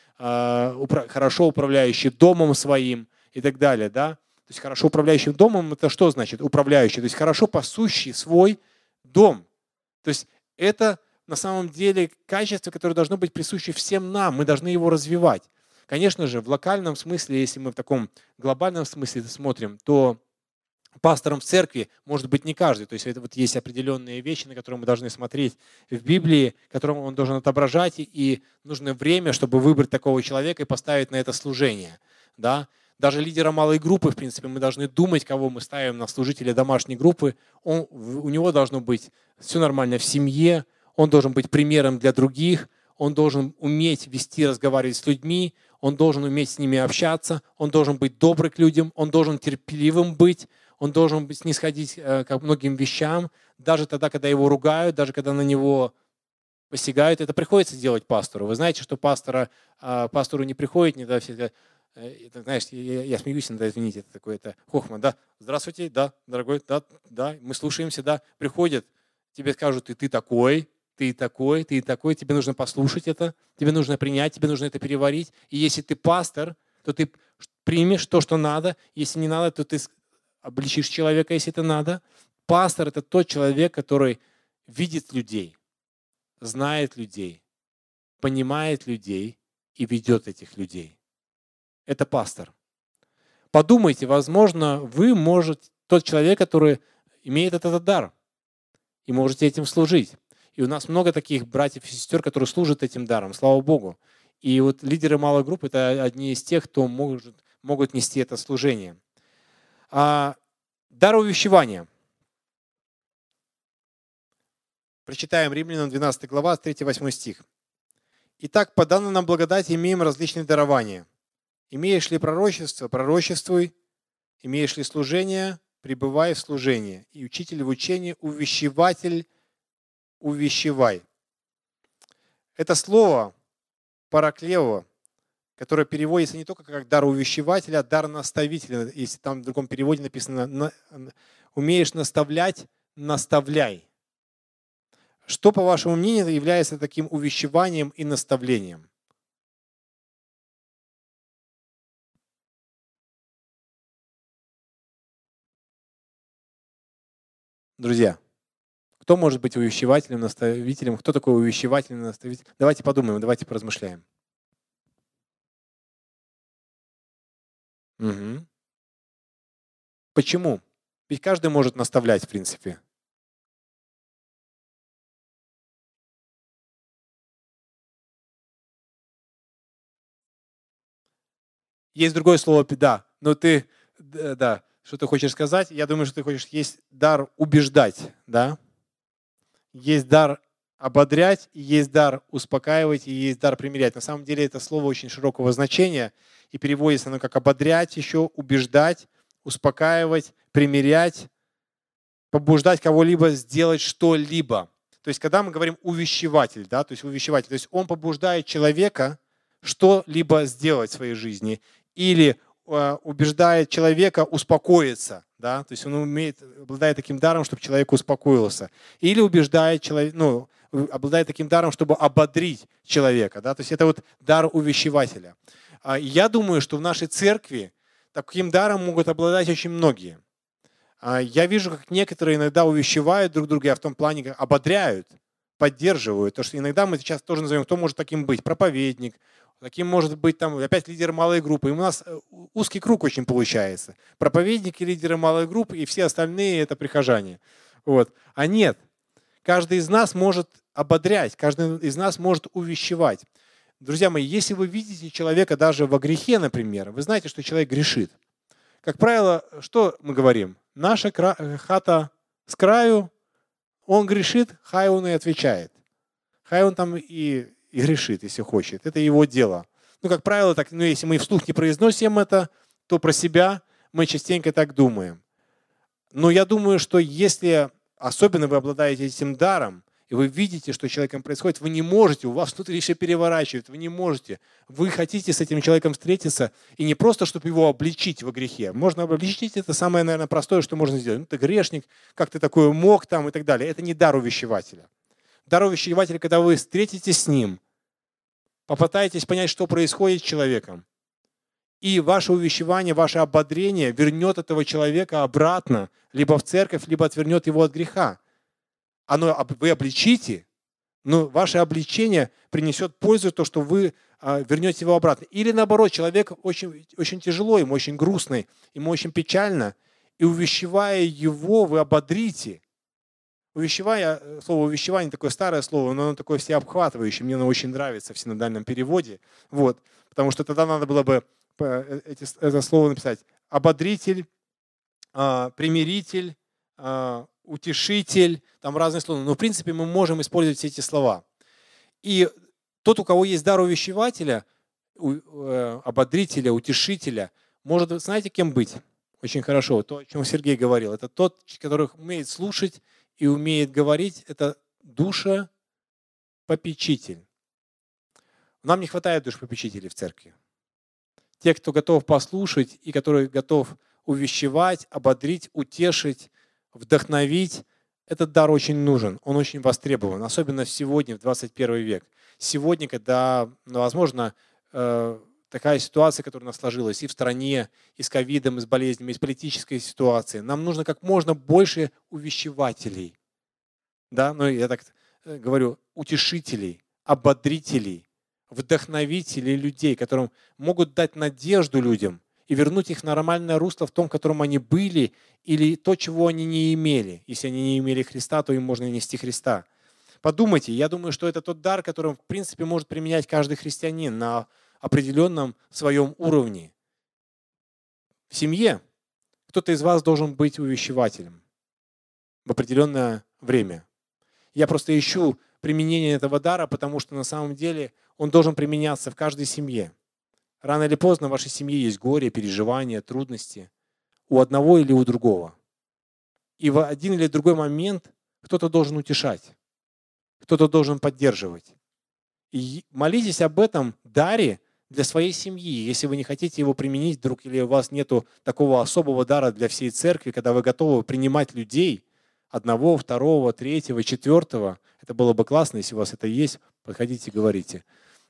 хорошо управляющий домом своим и так далее. Да? То есть хорошо управляющим домом, это что значит? Управляющий, то есть хорошо пасущий свой дом. То есть это на самом деле качество, которое должно быть присуще всем нам. Мы должны его развивать. Конечно же, в локальном смысле, если мы в таком глобальном смысле смотрим, то пастором в церкви может быть не каждый. То есть это вот есть определенные вещи, на которые мы должны смотреть в Библии, которым он должен отображать, и нужно время, чтобы выбрать такого человека и поставить на это служение. Да? Даже лидера малой группы, в принципе, мы должны думать, кого мы ставим на служителя домашней группы. У него должно быть все нормально в семье, он должен быть примером для других, он должен уметь вести, разговаривать с людьми, он должен уметь с ними общаться, он должен быть добрым к людям, он должен терпеливым быть, он должен снисходить к многим вещам, даже тогда, когда его ругают, даже когда на него посягают. Это приходится делать пастору. Вы знаете, что пастору не приходит, не да, все это, знаешь, я смеюсь иногда, извините, это такое, это хохма, да, здравствуйте, да, дорогой, да, мы слушаемся, да, приходят, тебе скажут, и ты такой, ты такой, ты такой, тебе нужно послушать это, тебе нужно принять, тебе нужно это переварить. И если ты пастор, то ты примешь то, что надо. Если не надо, то ты обличишь человека, если это надо. Пастор – это тот человек, который видит людей, знает людей, понимает людей и ведет этих людей. Это пастор. Подумайте, возможно, вы можете, тот человек, который имеет этот дар, и можете этим служить. И у нас много таких братьев и сестер, которые служат этим даром, слава Богу. И вот лидеры малой группы – это одни из тех, кто могут нести это служение. Дар увещевания. Прочитаем Римлянам 12 глава, 3-8 стих. «Итак, по данной нам благодати имеем различные дарования. Имеешь ли пророчество – пророчествуй. Имеешь ли служение – пребывай в служении. И учитель в учении, увещеватель – увещевай». Это слово параклео, которое переводится не только как дар увещевателя, а дар наставителя. Если там в другом переводе написано «умеешь наставлять – наставляй». Что, по вашему мнению, является таким увещеванием и наставлением? Друзья, Кто может быть увещевателем, наставителем? Кто такой увещеватель, наставитель? Давайте подумаем, давайте поразмышляем. Мгм. Почему? Ведь каждый может наставлять, в принципе. Есть другое слово «да», но ты, да, что ты хочешь сказать? Я думаю, что ты хочешь, есть дар убеждать, да? Есть дар ободрять, и есть дар успокаивать, и есть дар примирять. На самом деле это слово очень широкого значения, и переводится оно как ободрять еще, убеждать, успокаивать, примирять, побуждать кого-либо сделать что-либо. То есть, когда мы говорим увещеватель, да, то есть увещеватель, то есть он побуждает человека что-либо сделать в своей жизни или убеждает человека успокоиться, да, то есть он обладает таким даром, чтобы человек успокоился, или убеждает человека, обладает таким даром, чтобы ободрить человека, да, то есть это вот дар увещевателя. Я думаю, что в нашей церкви таким даром могут обладать очень многие. Я вижу, как некоторые иногда увещевают друг друга, в том плане, как ободряют, поддерживают. То, что иногда мы сейчас тоже назовем, кто может таким быть. Проповедник, таким может быть там опять лидер малой группы. И у нас узкий круг очень получается. Проповедники, лидеры малой группы, и все остальные это прихожане. Вот. А нет. Каждый из нас может ободрять, каждый из нас может увещевать. Друзья мои, если вы видите человека даже во грехе, например, вы знаете, что человек грешит. Как правило, что мы говорим? Наша хата с краю, он грешит, хай он и отвечает. Хай он там и грешит, если хочет. Это его дело. Как правило, так, если мы вслух не произносим это, то про себя мы частенько так думаем. Но я думаю, что если особенно вы обладаете этим даром, и вы видите, что с человеком происходит, вы не можете, у вас внутри все переворачивает, вы не можете. Вы хотите с этим человеком встретиться, и не просто, чтобы его обличить во грехе. Можно обличить, это самое, наверное, простое, что можно сделать. Ты грешник, как ты такое мог там и так далее. Это не дар увещевателя. Дар увещевателя, когда вы встретитесь с ним, попытаетесь понять, что происходит с человеком, и ваше увещевание, ваше ободрение вернет этого человека обратно, либо в церковь, либо отвернет его от греха. Вы обличите, но ваше обличение принесет пользу, то, что вы вернете его обратно. Или наоборот, человек очень, очень тяжело, ему очень грустно, ему очень печально, и увещевая его, вы ободрите. Слово увещевание такое старое слово, но оно такое всеобхватывающее, мне оно очень нравится в синодальном переводе, потому что тогда надо было бы это слово написать. Ободритель, примиритель, утешитель, там разные слова. Но в принципе мы можем использовать все эти слова. И тот, у кого есть дар увещевателя, ободрителя, утешителя, может, знаете, кем быть? Очень хорошо. То, о чем Сергей говорил. Это тот, который умеет слушать и умеет говорить. Это душепопечитель. Нам не хватает душепопечителей в церкви. Те, кто готов послушать и который готов увещевать, ободрить, утешить, вдохновить, этот дар очень нужен, он очень востребован, особенно сегодня, в 21 век. Сегодня, когда, возможно, такая ситуация, которая у нас сложилась и в стране, и с ковидом, и с болезнями, и с политической ситуацией, нам нужно как можно больше увещевателей. Да? Я так говорю, утешителей, ободрителей, вдохновителей людей, которым могут дать надежду людям, и вернуть их в нормальное русло в том, в котором они были, или то, чего они не имели. Если они не имели Христа, то им можно нести Христа. Подумайте, я думаю, что это тот дар, который, в принципе, может применять каждый христианин на определенном своем уровне. В семье кто-то из вас должен быть увещевателем в определенное время. Я просто ищу применение этого дара, потому что на самом деле он должен применяться в каждой семье. Рано или поздно в вашей семье есть горе, переживания, трудности у одного или у другого. И в один или другой момент кто-то должен утешать, кто-то должен поддерживать. И молитесь об этом даре для своей семьи. Если вы не хотите его применить вдруг, или у вас нет такого особого дара для всей церкви, когда вы готовы принимать людей, одного, второго, третьего, четвертого, это было бы классно, если у вас это есть, подходите, говорите.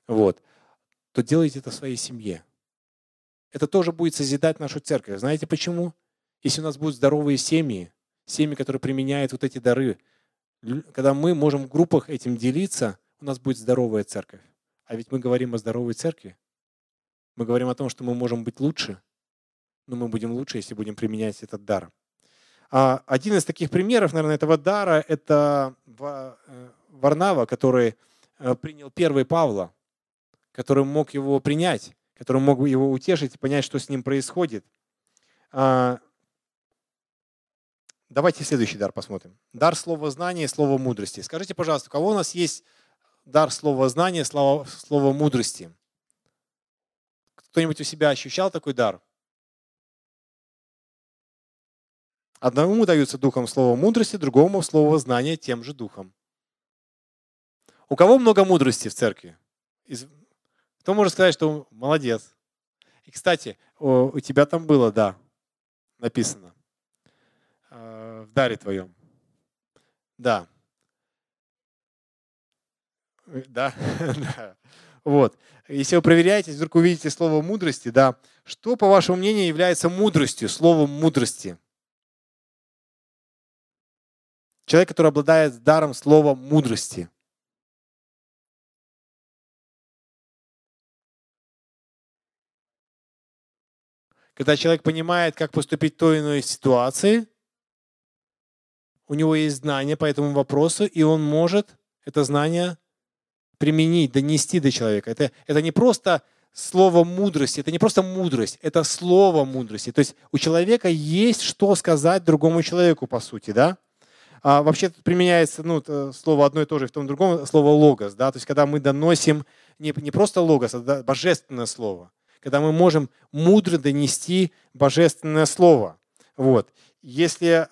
То делайте это в своей семье. Это тоже будет созидать нашу церковь. Знаете почему? Если у нас будут здоровые семьи, которые применяют эти дары Когда мы можем в группах этим делиться, у нас будет здоровая церковь. А ведь мы говорим о здоровой церкви. Мы говорим о том, что мы можем быть лучше, но мы будем лучше, если будем применять этот дар. Один из таких примеров, наверное, этого дара – это Варнава, который принял первый Павла, который мог его принять, который мог его утешить и понять, что с ним происходит. Давайте следующий дар посмотрим. Дар слова знания и слова мудрости. Скажите, пожалуйста, у кого у нас есть дар слова знания, слова мудрости? Кто-нибудь у себя ощущал такой дар? Одному даются духом слово мудрости, другому слово знания тем же духом. У кого много мудрости в церкви? Кто может сказать, что молодец? И, кстати, у тебя там было, да, написано в даре твоем. Да. Да. Вот. Если вы проверяете, вдруг увидите слово мудрости, да, что, по вашему мнению, является мудростью, словом мудрости? Человек, который обладает даром слова мудрости. Когда человек понимает, как поступить в той или иной ситуации, у него есть знания по этому вопросу, и он может это знание применить, донести до человека. Это не просто слово мудрости, это не просто мудрость, это слово мудрости. То есть у человека есть что сказать другому человеку, по сути, да? Вообще тут применяется слово одно и то же, в том другом слово логос, да? То есть когда мы доносим не просто логос, а божественное слово. Когда мы можем мудро донести божественное слово. Вот. Если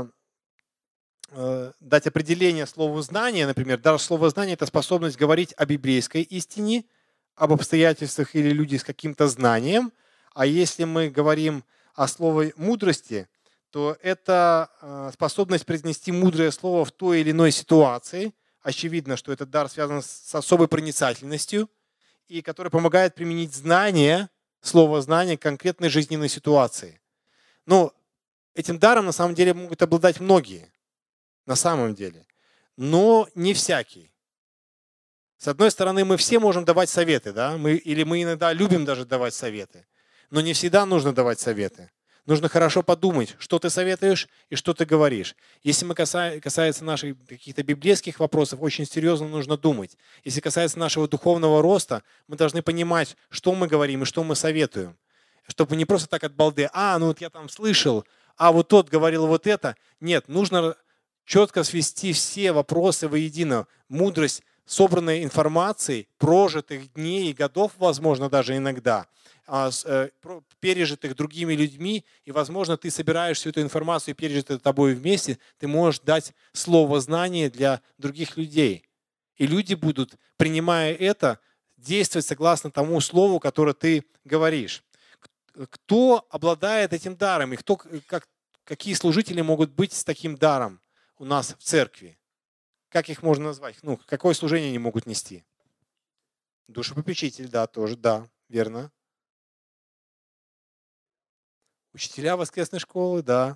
дать определение слову знания, например, дар слова знания – это способность говорить о библейской истине, об обстоятельствах или люди с каким-то знанием. А если мы говорим о слове мудрости, то это способность произнести мудрое слово в той или иной ситуации. Очевидно, что этот дар связан с особой проницательностью, и который помогает применить знание, слово знание к конкретной жизненной ситуации. Но этим даром на самом деле могут обладать многие. На самом деле. Но не всякий. С одной стороны, мы все можем давать советы, да? Мы иногда любим даже давать советы. Но не всегда нужно давать советы. Нужно хорошо подумать, что ты советуешь и что ты говоришь. Если мы касается наших каких-то библейских вопросов, очень серьезно нужно думать. Если касается нашего духовного роста, мы должны понимать, что мы говорим и что мы советуем. Чтобы не просто так от балды, я там слышал, вот тот говорил вот это. Нет, нужно четко свести все вопросы воедино. Мудрость собранной информации, прожитых дней и годов, возможно, даже иногда, пережитых другими людьми, и, возможно, ты собираешь всю эту информацию, пережитую тобой вместе, ты можешь дать слово знания для других людей. И люди будут, принимая это, действовать согласно тому слову, которое ты говоришь. Кто обладает этим даром, и какие служители могут быть с таким даром у нас в церкви? Как их можно назвать? Какое служение они могут нести? Душепопечитель, да, тоже, да, верно. Учителя воскресной школы, да.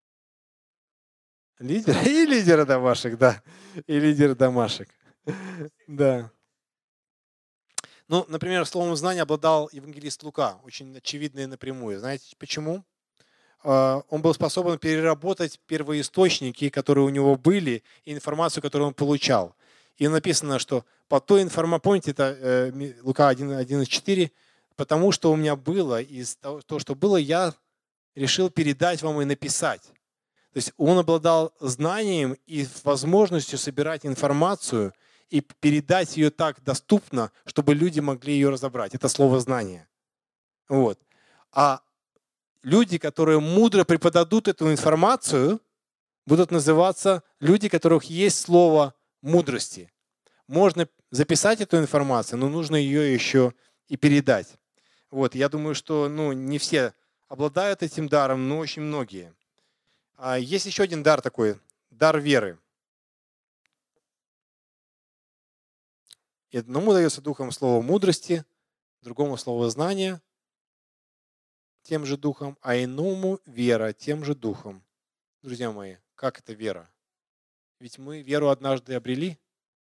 Лидеры домашек, да. И лидеры домашек. Да. Например, словом знания обладал евангелист Лука, очень очевидно и напрямую. Знаете почему? Он был способен переработать первоисточники, которые у него были, и информацию, которую он получал. И написано, что по той информации, помните, это Лука 1:4, потому что у меня было, из того, что было, я решил передать вам и написать. То есть он обладал знанием и возможностью собирать информацию и передать ее так доступно, чтобы люди могли ее разобрать. Это слово знание. Вот. А люди, которые мудро преподадут эту информацию, будут называться люди, у которых есть слово мудрости. Можно записать эту информацию, но нужно ее еще и передать. Вот. Я думаю, что не все обладают этим даром, но очень многие. Есть еще один дар такой, дар веры. И одному дается духом слово мудрости, другому слово знания, тем же духом, а иному вера тем же духом. Друзья мои, как это вера? Ведь мы веру однажды обрели.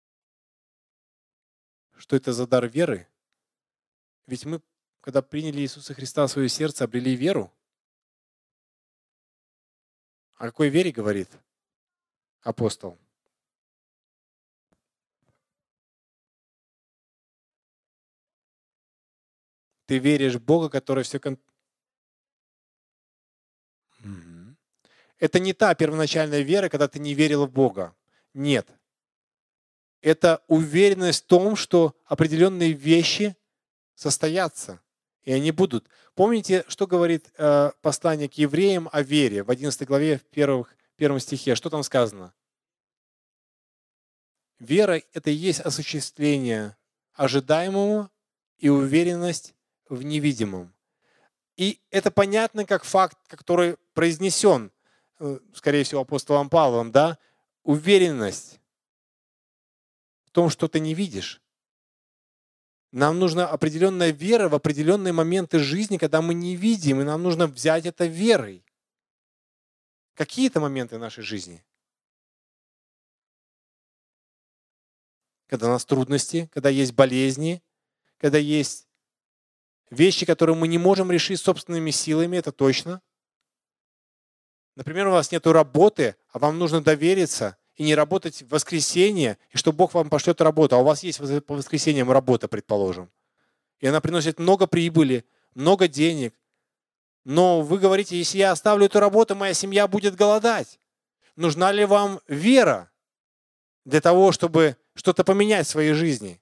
Что это за дар веры? Ведь мы, когда приняли Иисуса Христа в свое сердце, обрели веру. О какой вере говорит апостол? Ты веришь в Бога, который все... Мгм. Это не та первоначальная вера, когда ты не верил в Бога. Нет. Это уверенность в том, что определенные вещи состоятся, и они будут. Помните, что говорит послание к евреям о вере в 11 главе, в первом стихе? Что там сказано? Вера – это и есть осуществление ожидаемого и уверенность в невидимом. И это понятно как факт, который произнесен, скорее всего, апостолом Павлом, да? Уверенность в том, что ты не видишь. Нам нужна определенная вера в определенные моменты жизни, когда мы не видим, и нам нужно взять это верой. Какие это моменты нашей жизни? Когда у нас трудности, когда есть болезни, когда есть вещи, которые мы не можем решить собственными силами, это точно. Например, у вас нет работы, а вам нужно довериться и не работать в воскресенье, и что Бог вам пошлет работу, а у вас есть по воскресеньям работа, предположим. И она приносит много прибыли, много денег. Но вы говорите, если я оставлю эту работу, моя семья будет голодать. Нужна ли вам вера для того, чтобы что-то поменять в своей жизни?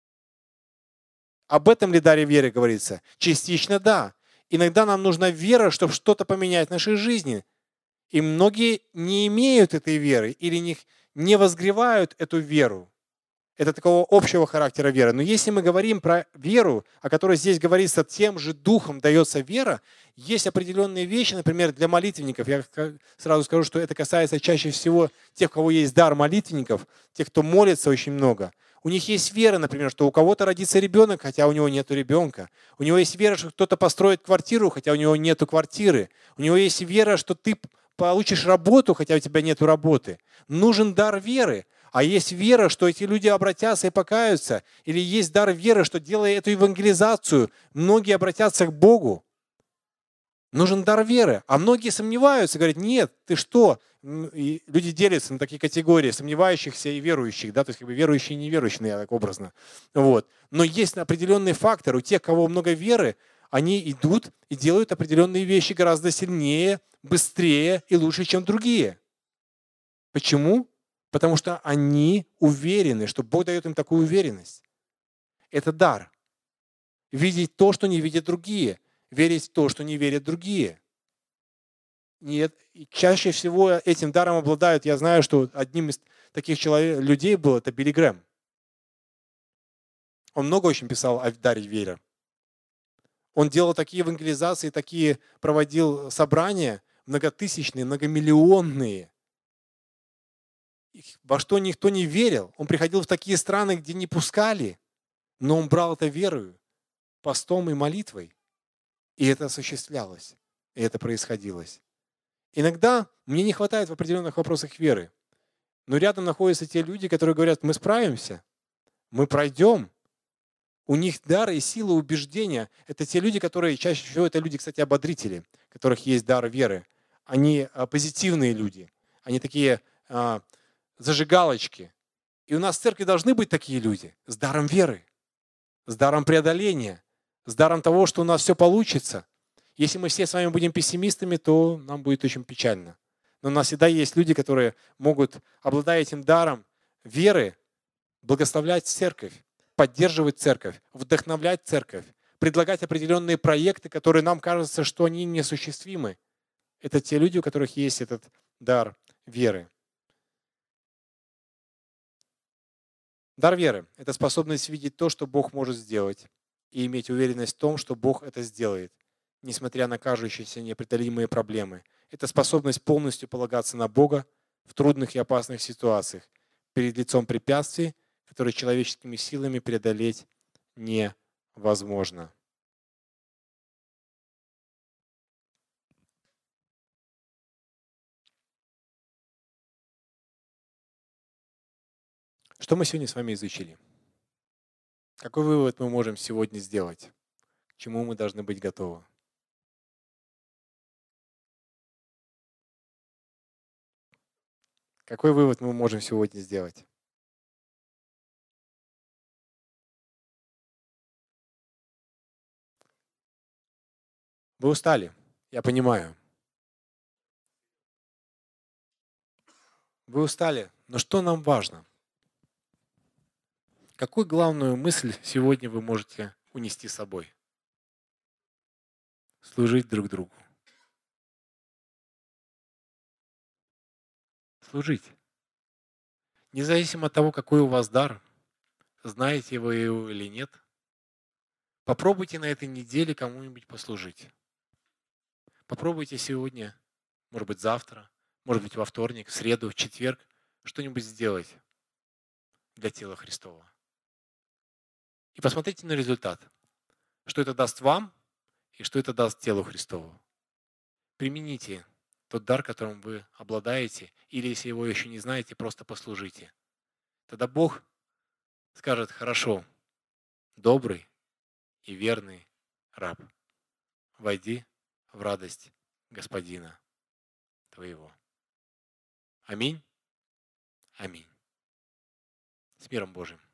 Об этом ли даре веры говорится? Частично да. Иногда нам нужна вера, чтобы что-то поменять в нашей жизни. И многие не имеют этой веры или не возгревают эту веру. Это такого общего характера веры. Но если мы говорим про веру, о которой здесь говорится, тем же духом дается вера, есть определенные вещи, например, для молитвенников. Я сразу скажу, что это касается чаще всего тех, у кого есть дар молитвенников, тех, кто молится очень много. У них есть вера, например, что у кого-то родится ребенок, хотя у него нет ребенка. У него есть вера, что кто-то построит квартиру, хотя у него нет квартиры. У него есть вера, что ты получишь работу, хотя у тебя нет работы. Нужен дар веры. А есть вера, что эти люди обратятся и покаются. Или есть дар веры, что, делая эту евангелизацию, многие обратятся к Богу. Нужен дар веры. А многие сомневаются, говорят, нет, ты что? И люди делятся на такие категории, сомневающихся и верующих. Да? То есть верующие и неверующие, я так образно. Вот. Но есть определенный фактор. У тех, у кого много веры, они идут и делают определенные вещи гораздо сильнее, быстрее и лучше, чем другие. Почему? Потому что они уверены, что Бог дает им такую уверенность. Это дар. Видеть то, что не видят другие. Верить в то, что не верят другие. Нет. И чаще всего этим даром обладают, я знаю, что одним из таких людей был, это Билли Грэм. Он много очень писал о даре веры. Он делал такие евангелизации, такие проводил собрания многотысячные, многомиллионные. Во что никто не верил. Он приходил в такие страны, где не пускали, но он брал это верою, постом и молитвой. И это осуществлялось, и это происходило. Иногда мне не хватает в определенных вопросах веры, но рядом находятся те люди, которые говорят, мы справимся, мы пройдем. У них дар и сила убеждения. Это те люди, которые, чаще всего это люди, кстати, ободрители, у которых есть дар веры. Они позитивные люди, они такие зажигалочки. И у нас в церкви должны быть такие люди с даром веры, с даром преодоления, с даром того, что у нас все получится. Если мы все с вами будем пессимистами, то нам будет очень печально. Но у нас всегда есть люди, которые могут, обладая этим даром веры, благословлять церковь, поддерживать церковь, вдохновлять церковь, предлагать определенные проекты, которые нам кажется, что они неосуществимы. Это те люди, у которых есть этот дар веры. Дар веры – это способность видеть то, что Бог может сделать, и иметь уверенность в том, что Бог это сделает, несмотря на кажущиеся непреодолимые проблемы. Это способность полностью полагаться на Бога в трудных и опасных ситуациях, перед лицом препятствий, которые человеческими силами преодолеть невозможно. Что мы сегодня с вами изучили? Какой вывод мы можем сегодня сделать? К чему мы должны быть готовы? Какой вывод мы можем сегодня сделать? Вы устали, я понимаю. Вы устали, но что нам важно? Какую главную мысль сегодня вы можете унести с собой? Служить друг другу. Служить. Независимо от того, какой у вас дар, знаете вы его или нет, попробуйте на этой неделе кому-нибудь послужить. Попробуйте сегодня, может быть завтра, может быть во вторник, в среду, в четверг что-нибудь сделать для тела Христова. И посмотрите на результат, что это даст вам и что это даст телу Христову. Примените тот дар, которым вы обладаете, или если его еще не знаете, просто послужите. Тогда Бог скажет: хорошо, добрый и верный раб, войди в радость Господина твоего. Аминь. Аминь. С миром Божиим.